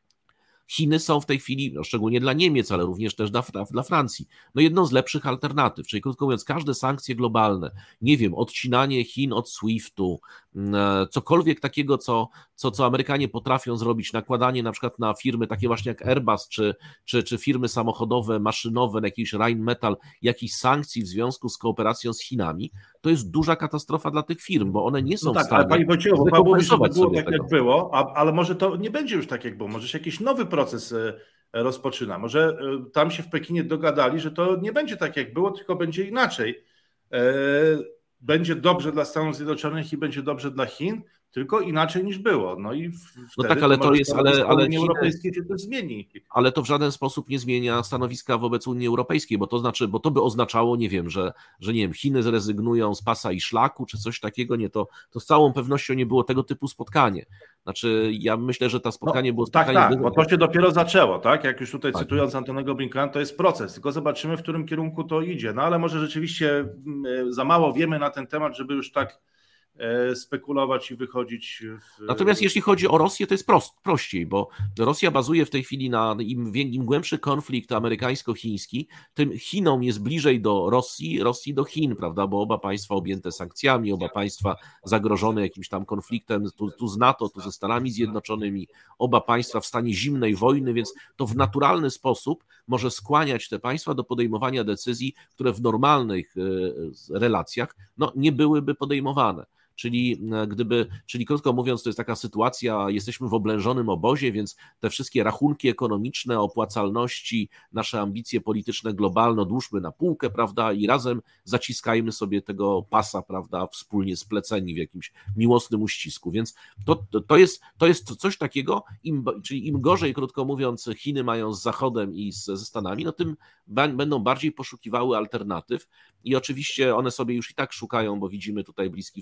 Chiny są w tej chwili, no szczególnie dla Niemiec, ale również też dla, dla Francji, no jedną z lepszych alternatyw, czyli krótko mówiąc, każde sankcje globalne, nie wiem, odcinanie Chin od swiftu, cokolwiek takiego, co, co, co Amerykanie potrafią zrobić, nakładanie na przykład na firmy takie właśnie jak Airbus, czy, czy, czy firmy samochodowe, maszynowe, na jakiś Rheinmetall, jakichś sankcji w związku z kooperacją z Chinami, to jest duża katastrofa dla tych firm, bo one nie są no tak, w stanie ale Pani Wojciechu, bo Pan mówi, że było tak, tego. jak było, a, ale może to nie będzie już tak, jak było, może się jakiś nowy proces rozpoczyna, może tam się w Pekinie dogadali, że to nie będzie tak, jak było, tylko będzie inaczej. Będzie dobrze dla Stanów Zjednoczonych i będzie dobrze dla Chin, tylko inaczej niż było. No i wtedy no tak, ale to, to jest, ale, ale Unii Europejskiej się też zmieni. Ale to w żaden sposób nie zmienia stanowiska wobec Unii Europejskiej, bo to znaczy, bo to by oznaczało, nie wiem, że, że nie wiem, Chiny zrezygnują z pasa i szlaku, czy coś takiego, nie, to, to z całą pewnością nie było tego typu spotkanie. Znaczy, ja myślę, że to spotkanie no, było spotkaniem... Tak, tak, bo to się dopiero zaczęło, tak? Jak już tutaj tak. Cytując Antonego Blinkena, to jest proces, tylko zobaczymy, w którym kierunku to idzie. No ale może rzeczywiście za mało wiemy na ten temat, żeby już tak spekulować i wychodzić. W... Natomiast jeśli chodzi o Rosję, to jest prost, prościej, bo Rosja bazuje w tej chwili na im, im głębszy konflikt amerykańsko-chiński, tym Chinom jest bliżej do Rosji, Rosji do Chin, prawda, bo oba państwa objęte sankcjami, oba państwa zagrożone jakimś tam konfliktem, tu, tu z NATO, tu ze Stanami Zjednoczonymi, oba państwa w stanie zimnej wojny, więc to w naturalny sposób może skłaniać te państwa do podejmowania decyzji, które w normalnych relacjach no, nie byłyby podejmowane. Czyli gdyby, czyli krótko mówiąc, to jest taka sytuacja, jesteśmy w oblężonym obozie, więc te wszystkie rachunki ekonomiczne, opłacalności, nasze ambicje polityczne globalne odłóżmy na półkę, prawda, i razem zaciskajmy sobie tego pasa, prawda, wspólnie spleceni w jakimś miłosnym uścisku. Więc to, to, to, jest, to jest coś takiego, im, czyli im gorzej, krótko mówiąc, Chiny mają z Zachodem i z, ze Stanami, no tym będą bardziej poszukiwały alternatyw i oczywiście one sobie już i tak szukają, bo widzimy tutaj Bliski Wschód,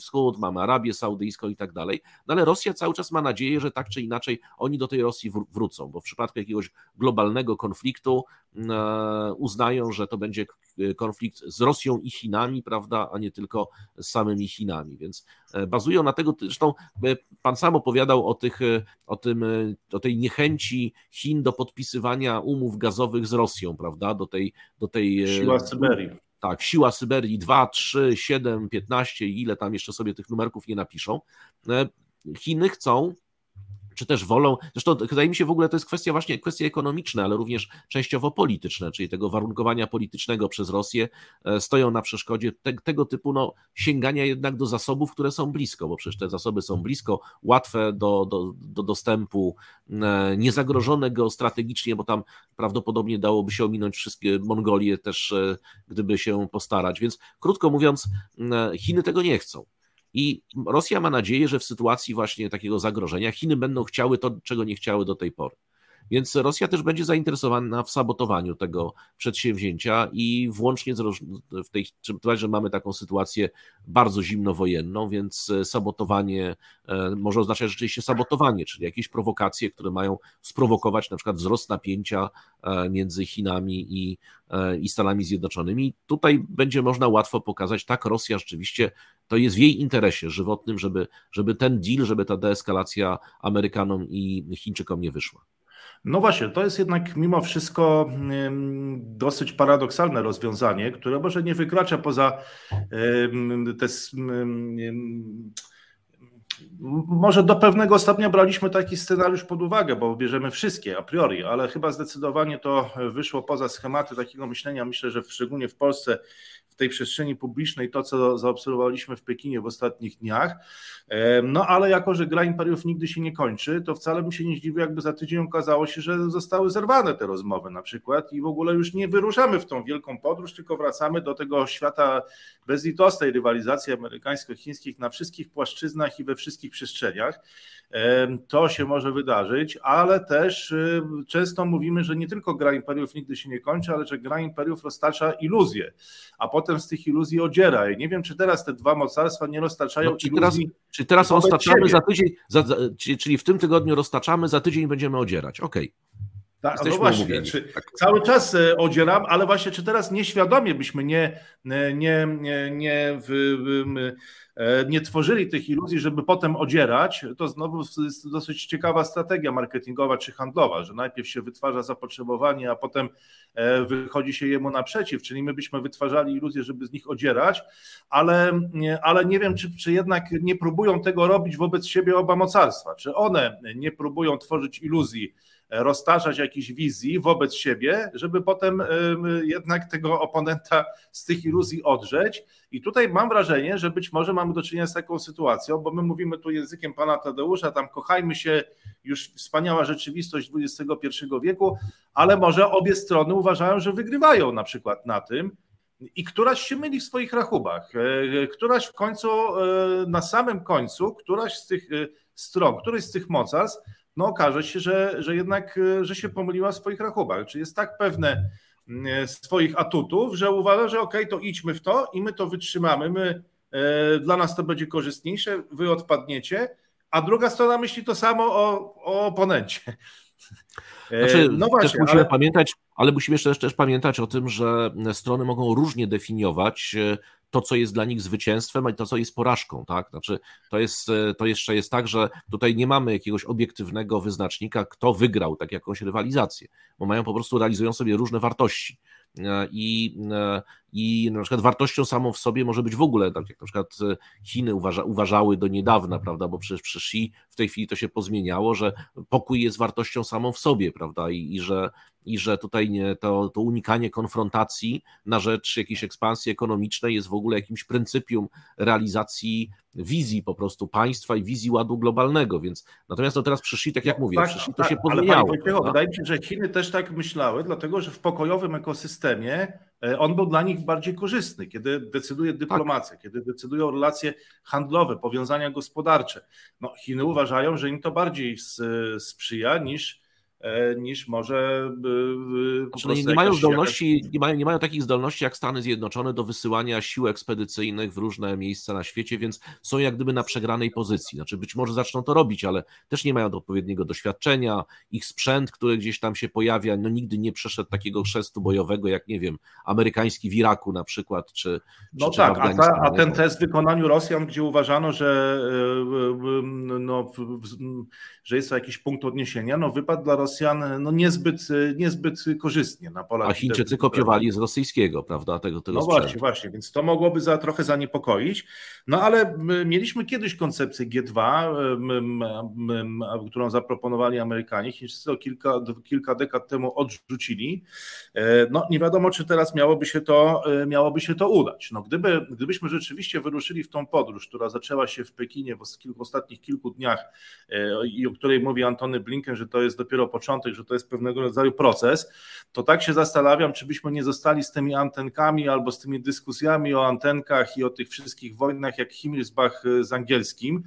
mamy Arabię Saudyjską i tak dalej, no ale Rosja cały czas ma nadzieję, że tak czy inaczej oni do tej Rosji wrócą, bo w przypadku jakiegoś globalnego konfliktu uznają, że to będzie konflikt z Rosją i Chinami, prawda, a nie tylko z samymi Chinami, więc bazują na tego, zresztą pan sam opowiadał o, tych, o, tym, o tej niechęci Chin do podpisywania umów gazowych z Rosją, prawda, do tej... Do tej Siła Syberii. Tak, siła Syberii dwa, trzy, siedem, piętnaście, ile tam jeszcze sobie tych numerków nie napiszą. Chiny chcą, czy też wolą, zresztą wydaje mi się w ogóle to jest kwestia właśnie kwestie ekonomiczne, ale również częściowo polityczne, czyli tego warunkowania politycznego przez Rosję, stoją na przeszkodzie te, tego typu no, sięgania jednak do zasobów, które są blisko, bo przecież te zasoby są blisko, łatwe do, do, do dostępu, niezagrożone geostrategicznie, bo tam prawdopodobnie dałoby się ominąć wszystkie Mongolie też, gdyby się postarać, więc krótko mówiąc, Chiny tego nie chcą. I Rosja ma nadzieję, że w sytuacji właśnie takiego zagrożenia Chiny będą chciały to, czego nie chciały do tej pory. Więc Rosja też będzie zainteresowana w sabotowaniu tego przedsięwzięcia i włącznie z, w tej, że mamy taką sytuację bardzo zimnowojenną, więc sabotowanie może oznaczać rzeczywiście sabotowanie, czyli jakieś prowokacje, które mają sprowokować na przykład wzrost napięcia między Chinami i, i Stanami Zjednoczonymi. Tutaj będzie można łatwo pokazać, tak, Rosja rzeczywiście to jest w jej interesie żywotnym, żeby, żeby ten deal, żeby ta deeskalacja Amerykanom i Chińczykom nie wyszła. No właśnie, to jest jednak mimo wszystko dosyć paradoksalne rozwiązanie, które może nie wykracza poza te, może do pewnego stopnia braliśmy taki scenariusz pod uwagę, bo bierzemy wszystkie a priori, ale chyba zdecydowanie to wyszło poza schematy takiego myślenia. Myślę, że szczególnie w Polsce, w tej przestrzeni publicznej, to co zaobserwowaliśmy w Pekinie w ostatnich dniach, no ale jako, że gra imperiów nigdy się nie kończy, to wcale bym się nie zdziwił, jakby za tydzień okazało się, że zostały zerwane te rozmowy na przykład i w ogóle już nie wyruszamy w tą wielką podróż, tylko wracamy do tego świata bezlitosnej rywalizacji amerykańsko-chińskich na wszystkich płaszczyznach i we wszystkich przestrzeniach. To się może wydarzyć, ale też często mówimy, że nie tylko gra imperiów nigdy się nie kończy, ale że gra imperiów roztacza iluzje, a potem z tych iluzji odziera. I nie wiem, czy teraz te dwa mocarstwa nie roztaczają no, czy iluzji. Teraz, czy teraz roztaczamy za tydzień, za, czyli w tym tygodniu roztaczamy, za tydzień będziemy odzierać. Okej. Okay. Tak, no właśnie, czy tak. Cały czas odzieram, ale właśnie czy teraz nieświadomie byśmy nie, nie, nie, nie, w, nie tworzyli tych iluzji, żeby potem odzierać, to znowu jest dosyć ciekawa strategia marketingowa czy handlowa, że najpierw się wytwarza zapotrzebowanie, a potem wychodzi się jemu naprzeciw, czyli my byśmy wytwarzali iluzje, żeby z nich odzierać, ale, ale nie wiem, czy, czy jednak nie próbują tego robić wobec siebie oba mocarstwa, czy one nie próbują tworzyć iluzji, roztaczać jakichś wizji wobec siebie, żeby potem jednak tego oponenta z tych iluzji odrzeć. I tutaj mam wrażenie, że być może mamy do czynienia z taką sytuacją, bo my mówimy tu językiem pana Tadeusza, tam kochajmy się, już wspaniała rzeczywistość dwudziestego pierwszego wieku, ale może obie strony uważają, że wygrywają na przykład na tym i któraś się myli w swoich rachubach. Któraś w końcu, na samym końcu, któraś z tych stron, któryś z tych mocarstw, no okaże się, że, że jednak że się pomyliła w swoich rachubach. Czy jest tak pewne swoich atutów, że uważa, że okej, okay, to idźmy w to i my to wytrzymamy, my, e, dla nas to będzie korzystniejsze, wy odpadniecie, a druga strona myśli to samo o, o oponencie. Znaczy, no właśnie, też musimy ale... pamiętać, ale musimy też, też pamiętać o tym, że strony mogą różnie definiować to, co jest dla nich zwycięstwem, a to, co jest porażką, tak? Znaczy, to jest, to jeszcze jest tak, że tutaj nie mamy jakiegoś obiektywnego wyznacznika, kto wygrał tak jakąś rywalizację, bo mają po prostu, realizują sobie różne wartości. I, I na przykład wartością samą w sobie może być w ogóle, tak jak na przykład Chiny uważa, uważały do niedawna, prawda, bo przecież przy Xi w tej chwili to się pozmieniało, że pokój jest wartością samą w sobie, prawda, i, i że i że tutaj nie, to, to unikanie konfrontacji na rzecz jakiejś ekspansji ekonomicznej jest w ogóle jakimś pryncypium realizacji wizji po prostu państwa i wizji ładu globalnego, więc natomiast to teraz przy Xi, tak jak no, mówię, tak, przy Xi to tak, się pozmieniało. Ale wydaje mi się, że Chiny też tak myślały, dlatego że w pokojowym ekosystemie on był dla nich bardziej korzystny, kiedy decyduje dyplomacja, tak. Kiedy decydują relacje handlowe, powiązania gospodarcze. No, Chiny uważają, że im to bardziej sprzyja niż niż może znaczy, nie, nie mają zdolności, jakaś... nie, mają, nie mają takich zdolności jak Stany Zjednoczone do wysyłania sił ekspedycyjnych w różne miejsca na świecie, więc są jak gdyby na przegranej pozycji. Znaczy być może zaczną to robić, ale też nie mają odpowiedniego doświadczenia. Ich sprzęt, który gdzieś tam się pojawia, no nigdy nie przeszedł takiego chrztu bojowego, jak nie wiem, amerykański w Iraku na przykład, czy, no czy tak, w a, ta, a ten test w wykonaniu Rosjan, gdzie uważano, że, no, że jest to jakiś punkt odniesienia, no wypadł dla Rosjan no niezbyt, niezbyt korzystnie na polach. A Chińczycy kopiowali z rosyjskiego, prawda, tego, tego No sprzętu. właśnie, właśnie, więc to mogłoby za trochę zaniepokoić. No ale mieliśmy kiedyś koncepcję G dwa, którą zaproponowali Amerykanie. Chińczycy to kilka, kilka dekad temu odrzucili. No nie wiadomo, czy teraz miałoby się to, miałoby się to udać. No gdyby, gdybyśmy rzeczywiście wyruszyli w tą podróż, która zaczęła się w Pekinie w, kilku, w ostatnich kilku dniach i o której mówi Antony Blinken, że to jest dopiero początek, że to jest pewnego rodzaju proces, to tak się zastanawiam, czy byśmy nie zostali z tymi antenkami albo z tymi dyskusjami o antenkach i o tych wszystkich wojnach jak Himmelsbach z angielskim,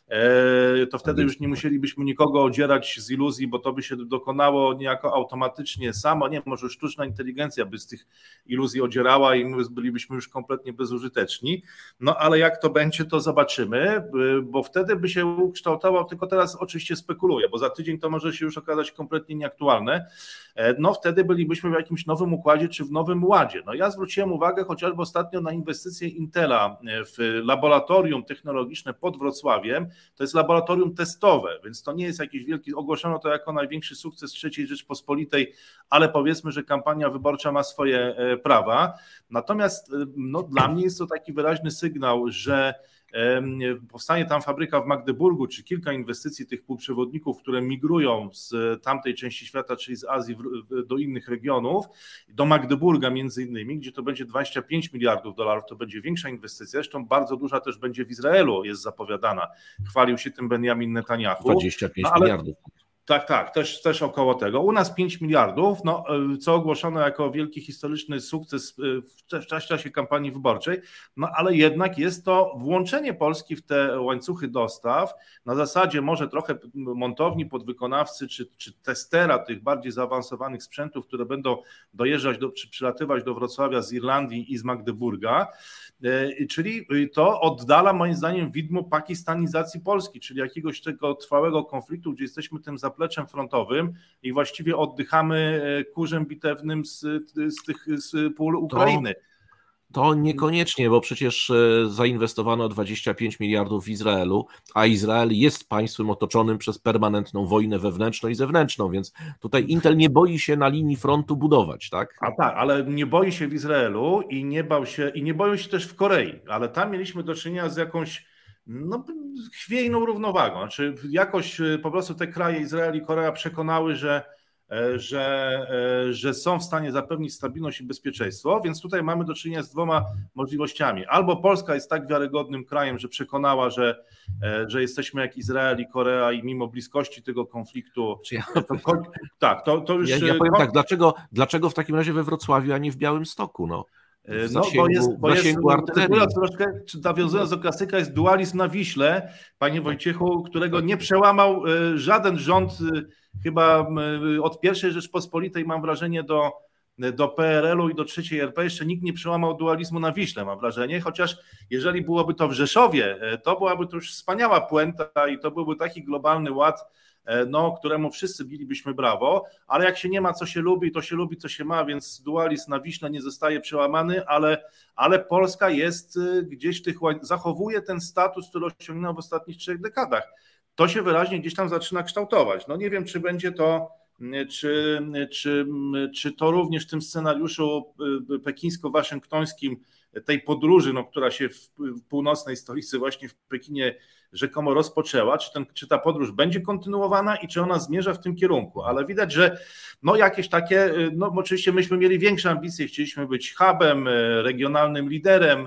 to wtedy już nie musielibyśmy nikogo odzierać z iluzji, bo to by się dokonało niejako automatycznie samo, nie, może sztuczna inteligencja by z tych iluzji odzierała i my bylibyśmy już kompletnie bezużyteczni, no ale jak to będzie, to zobaczymy, bo wtedy by się ukształtował, tylko teraz oczywiście spekuluję, bo za tydzień to może się już okazać kompletnie nieaktualne, no wtedy bylibyśmy w jakimś nowym układzie czy w nowym ładzie. No ja zwróciłem uwagę chociażby ostatnio na inwestycje Intela w laboratorium technologiczne pod Wrocławiem. To jest laboratorium testowe, więc to nie jest jakiś wielki, ogłoszono to jako największy sukces trzeciej Rzeczpospolitej, ale powiedzmy, że kampania wyborcza ma swoje prawa. Natomiast no, dla mnie jest to taki wyraźny sygnał, że powstanie tam fabryka w Magdeburgu, czy kilka inwestycji tych półprzewodników, które migrują z tamtej części świata, czyli z Azji do innych regionów, do Magdeburga między innymi, gdzie to będzie dwadzieścia pięć miliardów dolarów, to będzie większa inwestycja, zresztą bardzo duża też będzie w Izraelu, jest zapowiadana. Chwalił się tym Benjamin Netanyahu. dwadzieścia pięć no, ale... miliardów. Tak, tak, też, też około tego. U nas pięć miliardów, no, co ogłoszono jako wielki historyczny sukces w czasie kampanii wyborczej, no ale jednak jest to włączenie Polski w te łańcuchy dostaw, na zasadzie może trochę montowni, podwykonawcy czy, czy testera tych bardziej zaawansowanych sprzętów, które będą dojeżdżać do, czy przylatywać do Wrocławia z Irlandii i z Magdeburga, czyli to oddala moim zdaniem widmo pakistanizacji Polski, czyli jakiegoś tego trwałego konfliktu, gdzie jesteśmy tym zapleczem frontowym i właściwie oddychamy kurzem bitewnym z, z tych z pól Ukrainy. To, to niekoniecznie, bo przecież zainwestowano dwadzieścia pięć miliardów w Izraelu, a Izrael jest państwem otoczonym przez permanentną wojnę wewnętrzną i zewnętrzną, więc tutaj Intel nie boi się na linii frontu budować, tak? A tak, ale nie boi się w Izraelu i nie bał się, i nie boją się też w Korei, ale tam mieliśmy do czynienia z jakąś no, chwiejną równowagą. Znaczy jakoś po prostu te kraje, Izrael i Korea, przekonały, że, że, że są w stanie zapewnić stabilność i bezpieczeństwo, więc tutaj mamy do czynienia z dwoma możliwościami. Albo Polska jest tak wiarygodnym krajem, że przekonała, że, że jesteśmy jak Izrael i Korea i mimo bliskości tego konfliktu... Ja, to, tak, to, to już... Ja, ja powiem tak, dlaczego, dlaczego w takim razie we Wrocławiu, a nie w Białymstoku? No. W zasięgu, no bo jest, bo jest troszkę, czy nawiązując do klasyka, jest dualizm na Wiśle, panie Wojciechu, którego nie przełamał żaden rząd, chyba od pierwszej Rzeczpospolitej, mam wrażenie, do, do P R L u i do trzeciej R P jeszcze nikt nie przełamał dualizmu na Wiśle, mam wrażenie, chociaż jeżeli byłoby to w Rzeszowie, to byłaby to już wspaniała puenta i to byłby taki globalny ład, no, któremu wszyscy bilibyśmy brawo, ale jak się nie ma, co się lubi, to się lubi, co się ma, więc dualizm na Wiśle nie zostaje przełamany, ale, ale Polska jest gdzieś w tych, zachowuje ten status, który osiągnęła w ostatnich trzech dekadach. To się wyraźnie gdzieś tam zaczyna kształtować. No nie wiem, czy będzie to, czy, czy, czy to również w tym scenariuszu pekińsko-waszyngtońskim tej podróży, no, która się w, w północnej stolicy właśnie w Pekinie rzekomo rozpoczęła, czy, ten, czy ta podróż będzie kontynuowana i czy ona zmierza w tym kierunku, ale widać, że no jakieś takie, no oczywiście myśmy mieli większe ambicje, chcieliśmy być hubem, regionalnym liderem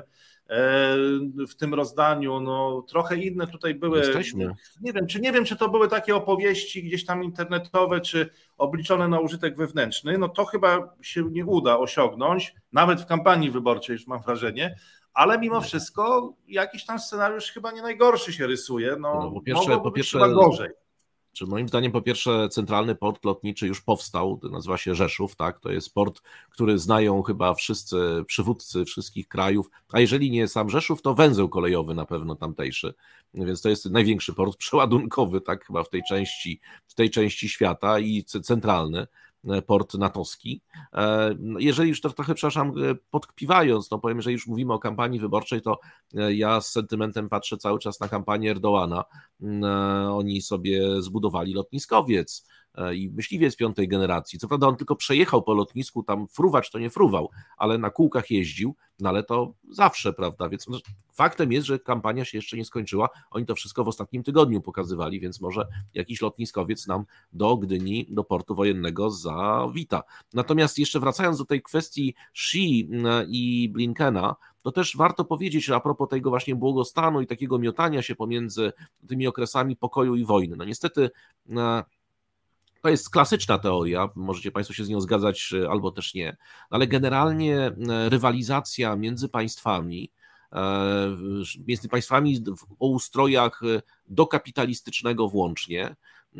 w tym rozdaniu, no trochę inne tutaj były. Jesteśmy. Nie wiem, czy nie wiem, czy to były takie opowieści gdzieś tam internetowe, czy obliczone na użytek wewnętrzny, no to chyba się nie uda osiągnąć, nawet w kampanii wyborczej już mam wrażenie, ale mimo wszystko jakiś tam scenariusz chyba nie najgorszy się rysuje, no, no po pierwsze, po pierwsze, chyba gorzej. Czy moim zdaniem po pierwsze centralny port lotniczy już powstał, nazywa się Rzeszów, tak? To jest port, który znają chyba wszyscy przywódcy wszystkich krajów, a jeżeli nie sam Rzeszów, to węzeł kolejowy na pewno tamtejszy, więc to jest największy port przeładunkowy, tak, chyba w tej części, w tej części świata i centralny port natowski. Jeżeli już to trochę, przepraszam, podkpiwając, no powiem, że już mówimy o kampanii wyborczej, to ja z sentymentem patrzę cały czas na kampanię Erdoğana. Oni sobie zbudowali lotniskowiec i myśliwiec piątej generacji. Co prawda on tylko przejechał po lotnisku, tam fruwać to nie fruwał, ale na kółkach jeździł, no ale to zawsze, prawda, więc faktem jest, że kampania się jeszcze nie skończyła, oni to wszystko w ostatnim tygodniu pokazywali, więc może jakiś lotniskowiec nam do Gdyni, do portu wojennego zawita. Natomiast jeszcze wracając do tej kwestii Xi i Blinkena, to też warto powiedzieć, że a propos tego właśnie błogostanu i takiego miotania się pomiędzy tymi okresami pokoju i wojny. No niestety to jest klasyczna teoria, możecie Państwo się z nią zgadzać albo też nie, ale generalnie rywalizacja między państwami, między państwami o ustrojach dokapitalistycznego włącznie,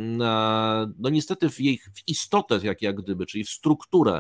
no niestety w jej w istotę, jak, jak gdyby, czyli w strukturę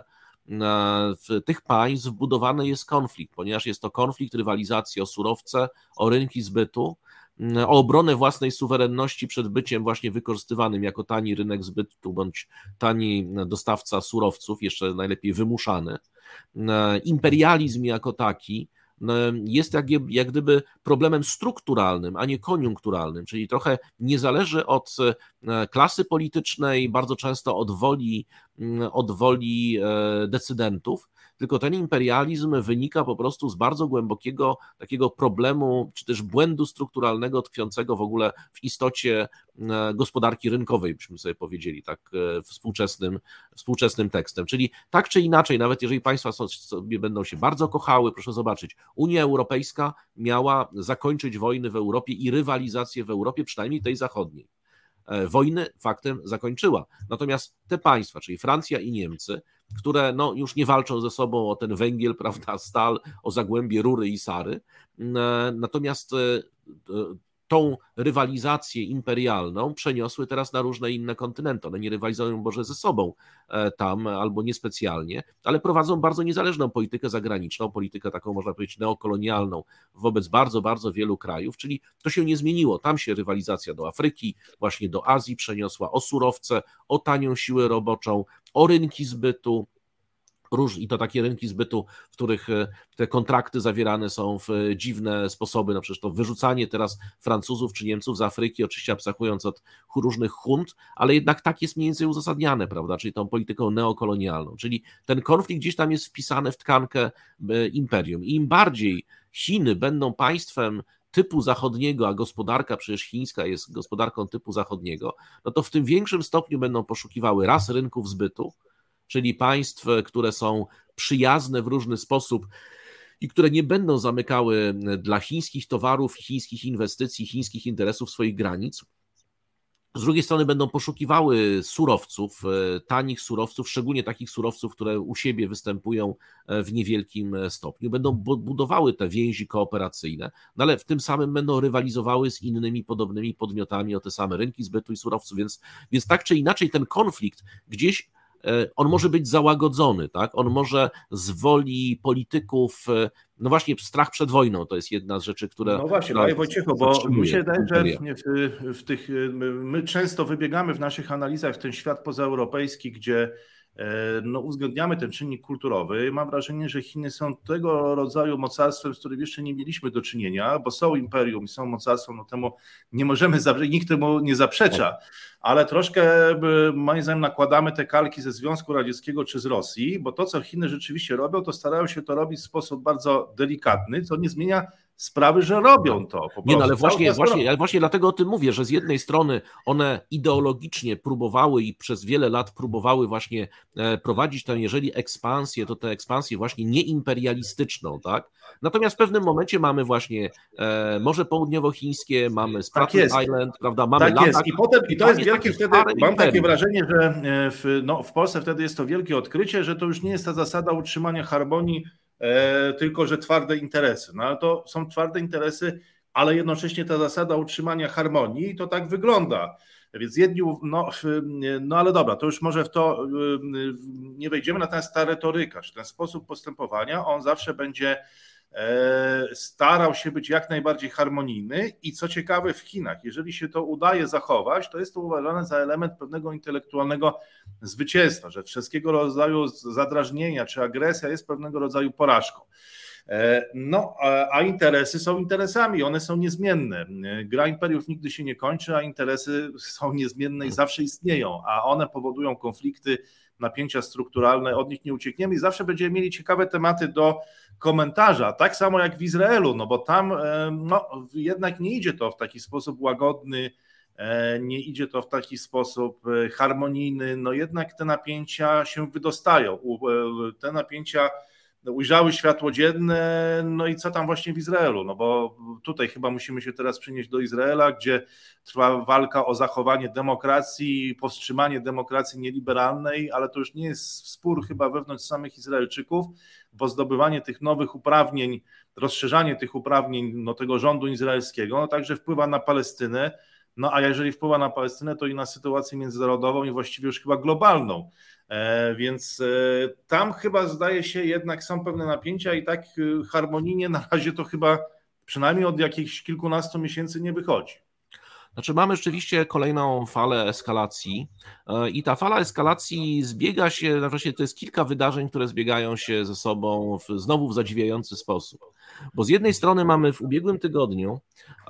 w tych państw wbudowany jest konflikt, ponieważ jest to konflikt, rywalizacja o surowce, o rynki zbytu, o obronę własnej suwerenności przed byciem właśnie wykorzystywanym jako tani rynek zbytu bądź tani dostawca surowców, jeszcze najlepiej wymuszany. Imperializm jako taki jest jak, jak gdyby problemem strukturalnym, a nie koniunkturalnym, czyli trochę nie zależy od klasy politycznej, bardzo często od woli, od woli decydentów, tylko ten imperializm wynika po prostu z bardzo głębokiego takiego problemu, czy też błędu strukturalnego tkwiącego w ogóle w istocie gospodarki rynkowej, byśmy sobie powiedzieli, tak współczesnym, współczesnym tekstem. Czyli tak czy inaczej, nawet jeżeli państwa sobie będą się bardzo kochały, proszę zobaczyć, Unia Europejska miała zakończyć wojny w Europie i rywalizację w Europie, przynajmniej tej zachodniej. Wojny faktem zakończyła. Natomiast te państwa, czyli Francja i Niemcy, które no, już nie walczą ze sobą o ten węgiel, prawda, stal, o zagłębie rury i sary, natomiast tą rywalizację imperialną przeniosły teraz na różne inne kontynenty. One nie rywalizują może ze sobą tam albo niespecjalnie, ale prowadzą bardzo niezależną politykę zagraniczną, politykę taką można powiedzieć neokolonialną wobec bardzo, bardzo wielu krajów, czyli to się nie zmieniło. Tam się rywalizacja do Afryki, właśnie do Azji przeniosła, o surowce, o tanią siłę roboczą, o rynki zbytu, Róż, i to takie rynki zbytu, w których te kontrakty zawierane są w dziwne sposoby, no przecież to wyrzucanie teraz Francuzów czy Niemców z Afryki, oczywiście abstrahując od różnych hunt, ale jednak tak jest mniej więcej uzasadniane, prawda, czyli tą polityką neokolonialną, czyli ten konflikt gdzieś tam jest wpisany w tkankę imperium i im bardziej Chiny będą państwem typu zachodniego, a gospodarka przecież chińska jest gospodarką typu zachodniego, no to w tym większym stopniu będą poszukiwały raz rynków zbytu, czyli państw, które są przyjazne w różny sposób i które nie będą zamykały dla chińskich towarów, chińskich inwestycji, chińskich interesów swoich granic. Z drugiej strony będą poszukiwały surowców, tanich surowców, szczególnie takich surowców, które u siebie występują w niewielkim stopniu. Będą budowały te więzi kooperacyjne, no ale w tym samym będą rywalizowały z innymi podobnymi podmiotami o te same rynki zbytu i surowców, więc, więc tak czy inaczej ten konflikt gdzieś on może być załagodzony, tak? On może z woli polityków, no właśnie strach przed wojną to jest jedna z rzeczy, która... No właśnie, panie Wojciechu, bo mi się wydaje, że w, w tych, my często wybiegamy w naszych analizach w ten świat pozaeuropejski, gdzie no, uwzględniamy ten czynnik kulturowy. Mam wrażenie, że Chiny są tego rodzaju mocarstwem, z którym jeszcze nie mieliśmy do czynienia, bo są imperium i są mocarstwem, no temu nie możemy, nikt temu nie zaprzecza, ale troszkę moim zdaniem nakładamy te kalki ze Związku Radzieckiego czy z Rosji, bo to, co Chiny rzeczywiście robią, to starają się to robić w sposób bardzo delikatny, co nie zmienia sprawy, że robią to. Po nie, no ale właśnie, właśnie, ale właśnie dlatego o tym mówię, że z jednej strony one ideologicznie próbowały i przez wiele lat próbowały właśnie prowadzić tę, jeżeli ekspansję, to tę ekspansję właśnie nieimperialistyczną, tak? Natomiast w pewnym momencie mamy właśnie e, Morze Południowochińskie, mamy Spratly tak Island, prawda? Mamy tak Ladakh, jest. I potem, i to jest wielkie wtedy, mam imperium. takie wrażenie, że w, no, w Polsce wtedy jest to wielkie odkrycie, że to już nie jest ta zasada utrzymania harmonii, E, tylko że twarde interesy. No ale to są twarde interesy, ale jednocześnie ta zasada utrzymania harmonii, to tak wygląda. Więc jedni, no, no ale dobra, to już może w to nie wejdziemy, natomiast ta retoryka, czy ten sposób postępowania, on zawsze będzie starał się być jak najbardziej harmonijny i co ciekawe w Chinach, jeżeli się to udaje zachować, to jest to uważane za element pewnego intelektualnego zwycięstwa, że wszelkiego rodzaju zadrażnienia czy agresja jest pewnego rodzaju porażką. No, a interesy są interesami, one są niezmienne. Gra imperiów nigdy się nie kończy, a interesy są niezmienne i zawsze istnieją, a one powodują konflikty, napięcia strukturalne, od nich nie uciekniemy i zawsze będziemy mieli ciekawe tematy do komentarza, tak samo jak w Izraelu, no bo tam no, jednak nie idzie to w taki sposób łagodny, nie idzie to w taki sposób harmonijny, no jednak te napięcia się wydostają, te napięcia ujrzały światło dzienne, no i co tam właśnie w Izraelu, no bo tutaj chyba musimy się teraz przenieść do Izraela, gdzie trwa walka o zachowanie demokracji, powstrzymanie demokracji nieliberalnej, ale to już nie jest spór chyba wewnątrz samych Izraelczyków, bo zdobywanie tych nowych uprawnień, rozszerzanie tych uprawnień no, tego rządu izraelskiego, no także wpływa na Palestynę, no a jeżeli wpływa na Palestynę, to i na sytuację międzynarodową i właściwie już chyba globalną. Więc tam chyba zdaje się jednak są pewne napięcia i tak harmonijnie na razie to chyba przynajmniej od jakichś kilkunastu miesięcy nie wychodzi. Znaczy mamy rzeczywiście kolejną falę eskalacji i ta fala eskalacji zbiega się, właściwie to jest kilka wydarzeń, które zbiegają się ze sobą w, znowu w zadziwiający sposób. Bo z jednej strony mamy w ubiegłym tygodniu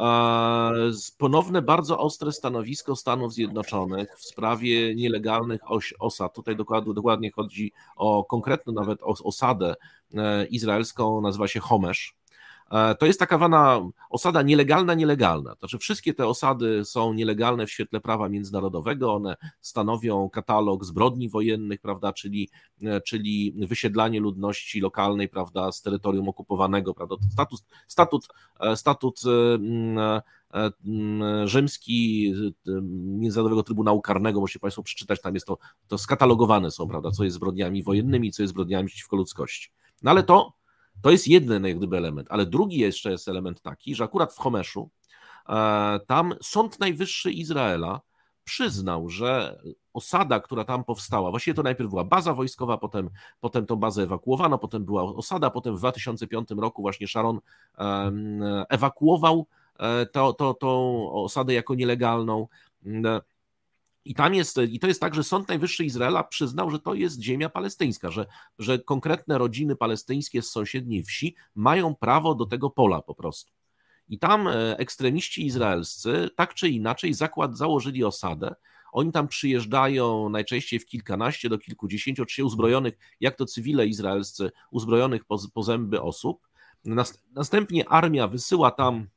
ponowne bardzo ostre stanowisko Stanów Zjednoczonych w sprawie nielegalnych osad. Tutaj dokładnie, dokładnie chodzi o konkretną nawet osadę izraelską, nazywa się Homesz. To jest taka wana osada nielegalna, nielegalna. To znaczy wszystkie te osady są nielegalne w świetle prawa międzynarodowego, one stanowią katalog zbrodni wojennych, prawda, czyli, czyli wysiedlanie ludności lokalnej, prawda, z terytorium okupowanego, prawda, statut, statut, statut rzymski Międzynarodowego Trybunału Karnego, możecie Państwo przeczytać, tam jest to, to skatalogowane są, prawda, co jest zbrodniami wojennymi, co jest zbrodniami przeciwko ludzkości. No ale to To jest jeden jak gdyby element, ale drugi jeszcze jest element taki, że akurat w Homeszu e, tam Sąd Najwyższy Izraela przyznał, że osada, która tam powstała, właściwie to najpierw była baza wojskowa, potem, potem tą bazę ewakuowano, potem była osada, potem w dwa tysiące piątym roku właśnie Sharon e, ewakuował e, to, to, tą osadę jako nielegalną. E, I tam jest, i to jest tak, że Sąd Najwyższy Izraela przyznał, że to jest ziemia palestyńska, że, że konkretne rodziny palestyńskie z sąsiedniej wsi mają prawo do tego pola po prostu. I tam ekstremiści izraelscy tak czy inaczej zakład założyli osadę. Oni tam przyjeżdżają najczęściej w kilkanaście do kilkudziesięciu, oczywiście uzbrojonych, jak to cywile izraelscy, uzbrojonych po, po zęby osób. Następnie armia wysyła tam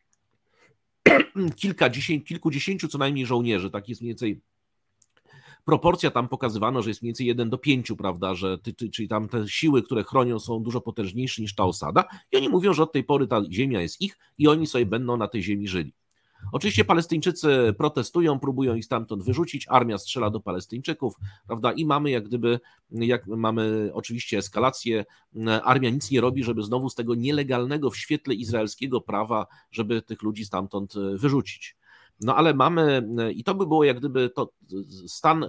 kilkadziesięciu, kilkudziesięciu co najmniej żołnierzy, tak jest mniej więcej proporcja tam pokazywano, że jest mniej więcej jeden do pięciu, prawda, że ty, ty, czyli tam te siły, które chronią są dużo potężniejsze niż ta osada i oni mówią, że od tej pory ta ziemia jest ich i oni sobie będą na tej ziemi żyli. Oczywiście Palestyńczycy protestują, próbują ich stamtąd wyrzucić, armia strzela do Palestyńczyków, prawda, i mamy jak gdyby, jak mamy oczywiście eskalację, armia nic nie robi, żeby znowu z tego nielegalnego w świetle izraelskiego prawa, żeby tych ludzi stamtąd wyrzucić. No ale mamy, i to by było jak gdyby to stan,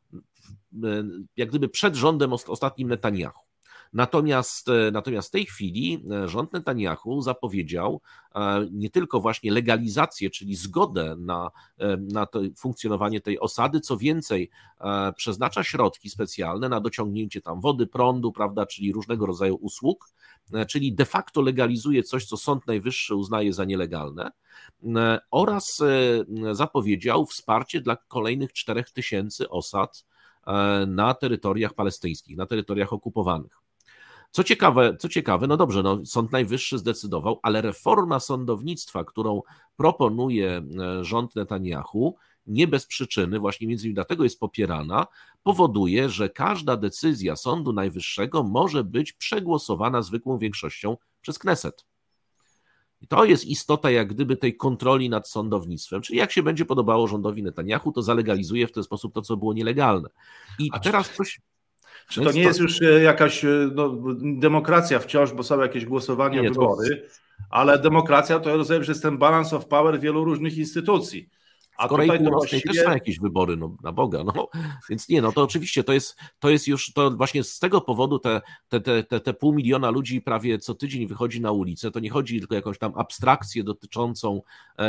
jak gdyby przed rządem ostatnim Netanjahu. Natomiast, natomiast w tej chwili rząd Netanjahu zapowiedział nie tylko właśnie legalizację, czyli zgodę na, na to funkcjonowanie tej osady, co więcej, przeznacza środki specjalne na dociągnięcie tam wody, prądu, prawda, czyli różnego rodzaju usług, czyli de facto legalizuje coś, co Sąd Najwyższy uznaje za nielegalne, oraz zapowiedział wsparcie dla kolejnych czterech tysięcy osad na terytoriach palestyńskich, na terytoriach okupowanych. Co ciekawe, co ciekawe, no dobrze, no Sąd Najwyższy zdecydował, ale reforma sądownictwa, którą proponuje rząd Netanjahu, nie bez przyczyny, właśnie między innymi dlatego jest popierana, powoduje, że każda decyzja Sądu Najwyższego może być przegłosowana zwykłą większością przez Kneset. I to jest istota jak gdyby tej kontroli nad sądownictwem, czyli jak się będzie podobało rządowi Netanjahu, to zalegalizuje w ten sposób to, co było nielegalne. I A teraz coś... Czy to nie jest już jakaś no, demokracja wciąż, bo są jakieś głosowania, nie, wybory, to... ale demokracja to rozumiem, że jest ten balance of power wielu różnych instytucji. W Korei Północnej właściwie... też są jakieś wybory, no na Boga, no. Więc nie, no to oczywiście to jest, to jest już, to właśnie z tego powodu te, te, te, te, te pół miliona ludzi prawie co tydzień wychodzi na ulicę, to nie chodzi tylko o jakąś tam abstrakcję dotyczącą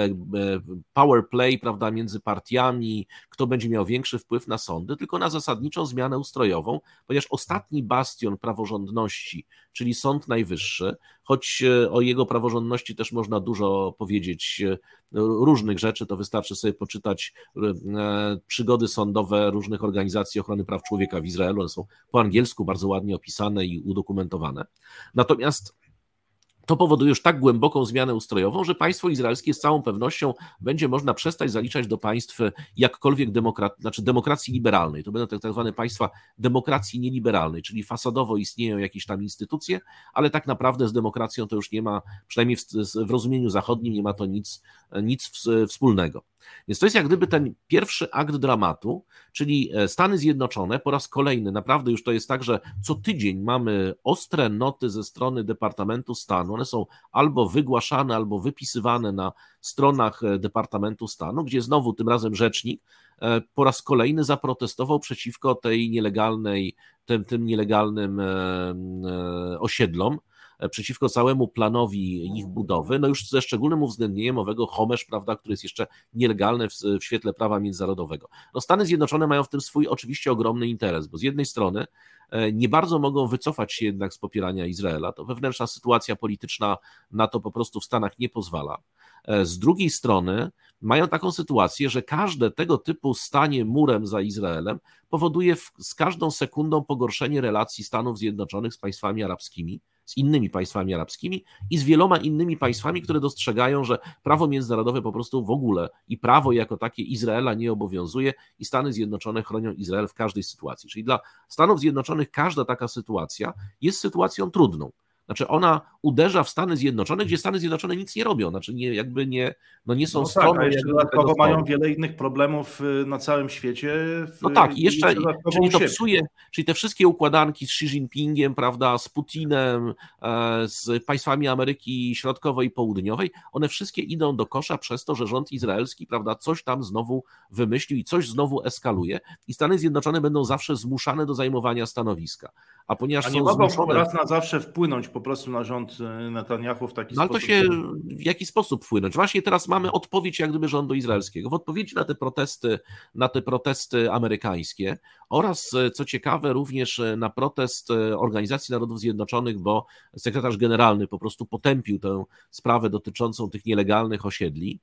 power play, prawda, między partiami, kto będzie miał większy wpływ na sądy, tylko na zasadniczą zmianę ustrojową, ponieważ ostatni bastion praworządności, czyli Sąd Najwyższy, choć o jego praworządności też można dużo powiedzieć, różnych rzeczy, to wystarczy sobie poczytać przygody sądowe różnych organizacji ochrony praw człowieka w Izraelu, one są po angielsku bardzo ładnie opisane i udokumentowane. Natomiast to powoduje już tak głęboką zmianę ustrojową, że państwo izraelskie z całą pewnością będzie można przestać zaliczać do państw jakkolwiek demokra- znaczy demokracji liberalnej. To będą tak zwane państwa demokracji nieliberalnej, czyli fasadowo istnieją jakieś tam instytucje, ale tak naprawdę z demokracją to już nie ma, przynajmniej w, w rozumieniu zachodnim, nie ma to nic, nic wspólnego. Więc to jest jak gdyby ten pierwszy akt dramatu, czyli Stany Zjednoczone po raz kolejny, naprawdę już to jest tak, że co tydzień mamy ostre noty ze strony Departamentu Stanu, one są albo wygłaszane, albo wypisywane na stronach Departamentu Stanu, gdzie znowu tym razem rzecznik po raz kolejny zaprotestował przeciwko tej nielegalnej, tym, tym nielegalnym osiedlom, przeciwko całemu planowi ich budowy, no już ze szczególnym uwzględnieniem owego Homesz, prawda, który jest jeszcze nielegalny w, w świetle prawa międzynarodowego. No Stany Zjednoczone mają w tym swój oczywiście ogromny interes, bo z jednej strony nie bardzo mogą wycofać się jednak z popierania Izraela, to wewnętrzna sytuacja polityczna na to po prostu w Stanach nie pozwala. Z drugiej strony mają taką sytuację, że każde tego typu stanie murem za Izraelem powoduje w, z każdą sekundą pogorszenie relacji Stanów Zjednoczonych z państwami arabskimi, z innymi państwami arabskimi i z wieloma innymi państwami, które dostrzegają, że prawo międzynarodowe po prostu w ogóle i prawo jako takie Izraela nie obowiązuje i Stany Zjednoczone chronią Izrael w każdej sytuacji. Czyli dla Stanów Zjednoczonych każda taka sytuacja jest sytuacją trudną. Znaczy ona uderza w Stany Zjednoczone, gdzie Stany Zjednoczone nic nie robią, znaczy nie, jakby nie, no nie są no stroną. Tak, a jeszcze dodatkowo mają wiele innych problemów na całym świecie. W, no tak, i jeszcze, czyli to siebie. psuje, czyli te wszystkie układanki z Xi Jinpingiem, prawda, z Putinem, z państwami Ameryki Środkowej i Południowej, one wszystkie idą do kosza przez to, że rząd izraelski, prawda, coś tam znowu wymyślił i coś znowu eskaluje i Stany Zjednoczone będą zawsze zmuszane do zajmowania stanowiska. A ponieważ A nie są mogą zmuszone... raz na zawsze wpłynąć po prostu na rząd Netanyahu w taki no, sposób. Ale to się w jaki sposób wpłynąć? Właśnie teraz mamy odpowiedź jak gdyby rządu izraelskiego. W odpowiedzi na te protesty, na te protesty amerykańskie oraz, co ciekawe, również na protest Organizacji Narodów Zjednoczonych, bo sekretarz generalny po prostu potępił tę sprawę dotyczącą tych nielegalnych osiedli.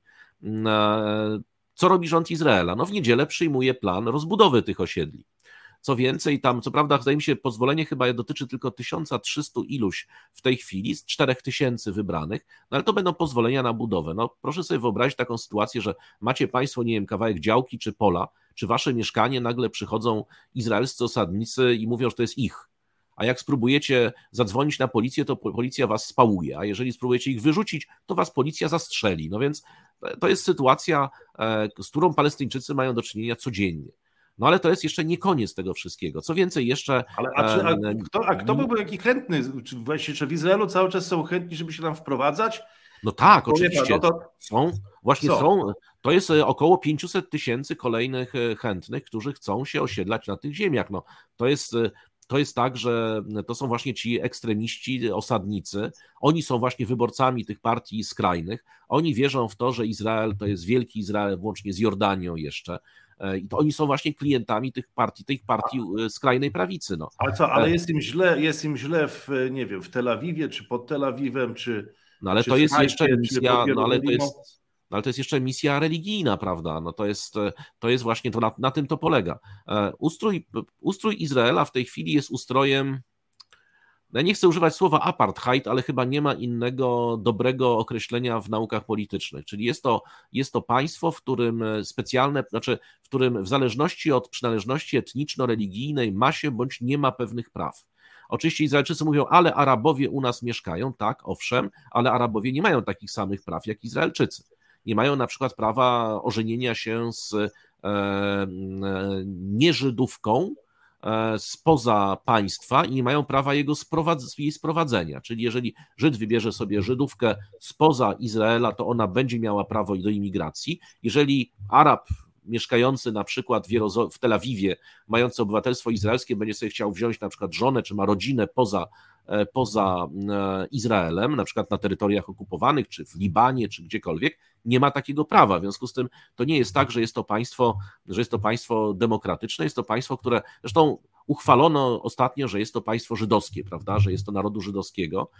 Co robi rząd Izraela? No w niedzielę przyjmuje plan rozbudowy tych osiedli. Co więcej, tam, co prawda, zdaje mi się, pozwolenie chyba dotyczy tylko tysiąc trzysta iluś w tej chwili, z czterech tysięcy wybranych, no ale to będą pozwolenia na budowę. No proszę sobie wyobrazić taką sytuację, że macie państwo, nie wiem, kawałek działki czy pola, czy wasze mieszkanie, nagle przychodzą izraelscy osadnicy i mówią, że to jest ich. A jak spróbujecie zadzwonić na policję, to policja was spałuje, a jeżeli spróbujecie ich wyrzucić, to was policja zastrzeli. No więc to jest sytuacja, z którą Palestyńczycy mają do czynienia codziennie. No ale to jest jeszcze nie koniec tego wszystkiego. Co więcej, jeszcze... Ale, a, czy, a, kto, a kto byłby taki chętny? Czy, właśnie, czy w Izraelu cały czas są chętni, żeby się tam wprowadzać? No tak, Bo oczywiście. No to... Są, właśnie są. są. To jest około pięćset tysięcy kolejnych chętnych, którzy chcą się osiedlać na tych ziemiach. No, to jest... To jest tak, że to są właśnie ci ekstremiści, osadnicy. Oni są właśnie wyborcami tych partii skrajnych. Oni wierzą w to, że Izrael to jest wielki Izrael, włącznie z Jordanią jeszcze. I to oni są właśnie klientami tych partii, tej partii skrajnej prawicy. No. Ale co, ale jest im źle, jest im źle w, nie wiem, w Tel Awiwie, czy pod Tel Awiwem, czy No ale czy to jest Hajfie, jeszcze misja, no ale to jest... No ale to jest jeszcze misja religijna, prawda? No to jest, to jest właśnie, to na, na tym to polega. Ustrój, ustrój Izraela w tej chwili jest ustrojem, ja nie chcę używać słowa apartheid, ale chyba nie ma innego dobrego określenia w naukach politycznych. Czyli jest to, jest to państwo, w którym specjalne, znaczy w którym w zależności od przynależności etniczno-religijnej ma się bądź nie ma pewnych praw. Oczywiście Izraelczycy mówią, ale Arabowie u nas mieszkają, tak, owszem, ale Arabowie nie mają takich samych praw jak Izraelczycy. Nie mają na przykład prawa ożenienia się z e, e, nieżydówką, spoza państwa i nie mają prawa jego sprowadz- jej sprowadzenia. Czyli jeżeli Żyd wybierze sobie Żydówkę spoza Izraela, to ona będzie miała prawo do imigracji. Jeżeli Arab mieszkający na przykład w, Jerozo- w Tel Awiwie, mający obywatelstwo izraelskie, będzie sobie chciał wziąć na przykład żonę, czy ma rodzinę poza, poza Izraelem, na przykład na terytoriach okupowanych, czy w Libanie, czy gdziekolwiek, nie ma takiego prawa. W związku z tym to nie jest tak, że jest to państwo, że jest to państwo demokratyczne, jest to państwo, które zresztą uchwalono ostatnio, że jest to państwo żydowskie, prawda, że jest to narodu żydowskiego.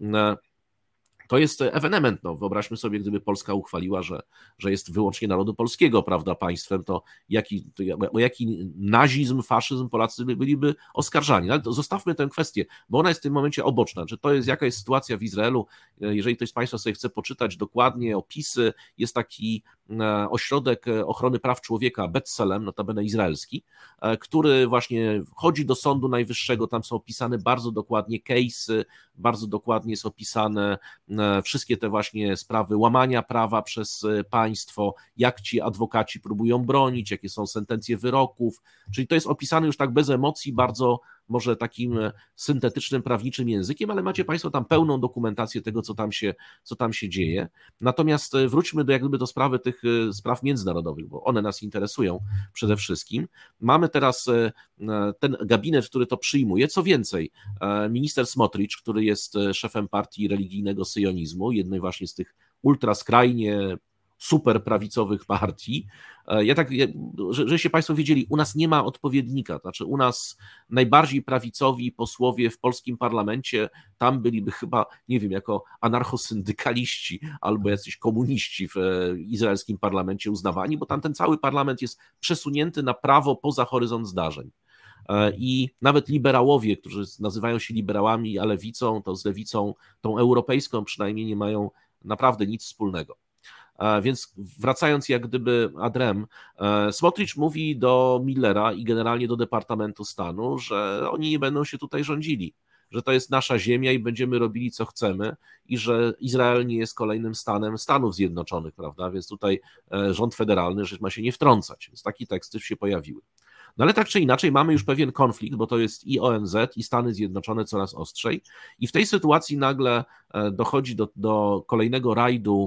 To jest ewenement. No, wyobraźmy sobie, gdyby Polska uchwaliła, że, że jest wyłącznie narodu polskiego, prawda, państwem, to, jaki, to o jaki nazizm, faszyzm Polacy byliby oskarżani. Ale to zostawmy tę kwestię, bo ona jest w tym momencie oboczna. Czy to jest, jaka jest sytuacja w Izraelu? Jeżeli ktoś z Państwa sobie chce poczytać dokładnie opisy, jest taki ośrodek ochrony praw człowieka B'Tselem, notabene izraelski, który właśnie chodzi do Sądu Najwyższego, tam są opisane bardzo dokładnie case'y, bardzo dokładnie jest opisane wszystkie te właśnie sprawy łamania prawa przez państwo, jak ci adwokaci próbują bronić, jakie są sentencje wyroków, czyli to jest opisane już tak bez emocji, bardzo może takim syntetycznym, prawniczym językiem, ale macie Państwo tam pełną dokumentację tego, co tam się, co tam się dzieje. Natomiast wróćmy do jak gdyby do sprawy tych spraw międzynarodowych, bo one nas interesują przede wszystkim. Mamy teraz ten gabinet, który to przyjmuje. Co więcej, minister Smotrich, który jest szefem partii religijnego syjonizmu, jednej właśnie z tych ultraskrajnie super prawicowych partii. Ja tak, żebyście Państwo wiedzieli, u nas nie ma odpowiednika, znaczy u nas najbardziej prawicowi posłowie w polskim parlamencie, tam byliby chyba, nie wiem, jako anarchosyndykaliści albo jacyś komuniści w izraelskim parlamencie uznawani, bo tam ten cały parlament jest przesunięty na prawo poza horyzont zdarzeń. I nawet liberałowie, którzy nazywają się liberałami, a lewicą, to z lewicą, tą europejską przynajmniej nie mają naprawdę nic wspólnego. Więc wracając jak gdyby ad rem, Smotrich mówi do Millera i generalnie do Departamentu Stanu, że oni nie będą się tutaj rządzili, że to jest nasza ziemia i będziemy robili co chcemy i że Izrael nie jest kolejnym stanem Stanów Zjednoczonych, prawda, więc tutaj rząd federalny rzecz ma się nie wtrącać, więc takie teksty się pojawiły. No ale tak czy inaczej mamy już pewien konflikt, bo to jest i O N Z, i Stany Zjednoczone coraz ostrzej i w tej sytuacji nagle dochodzi do, do kolejnego rajdu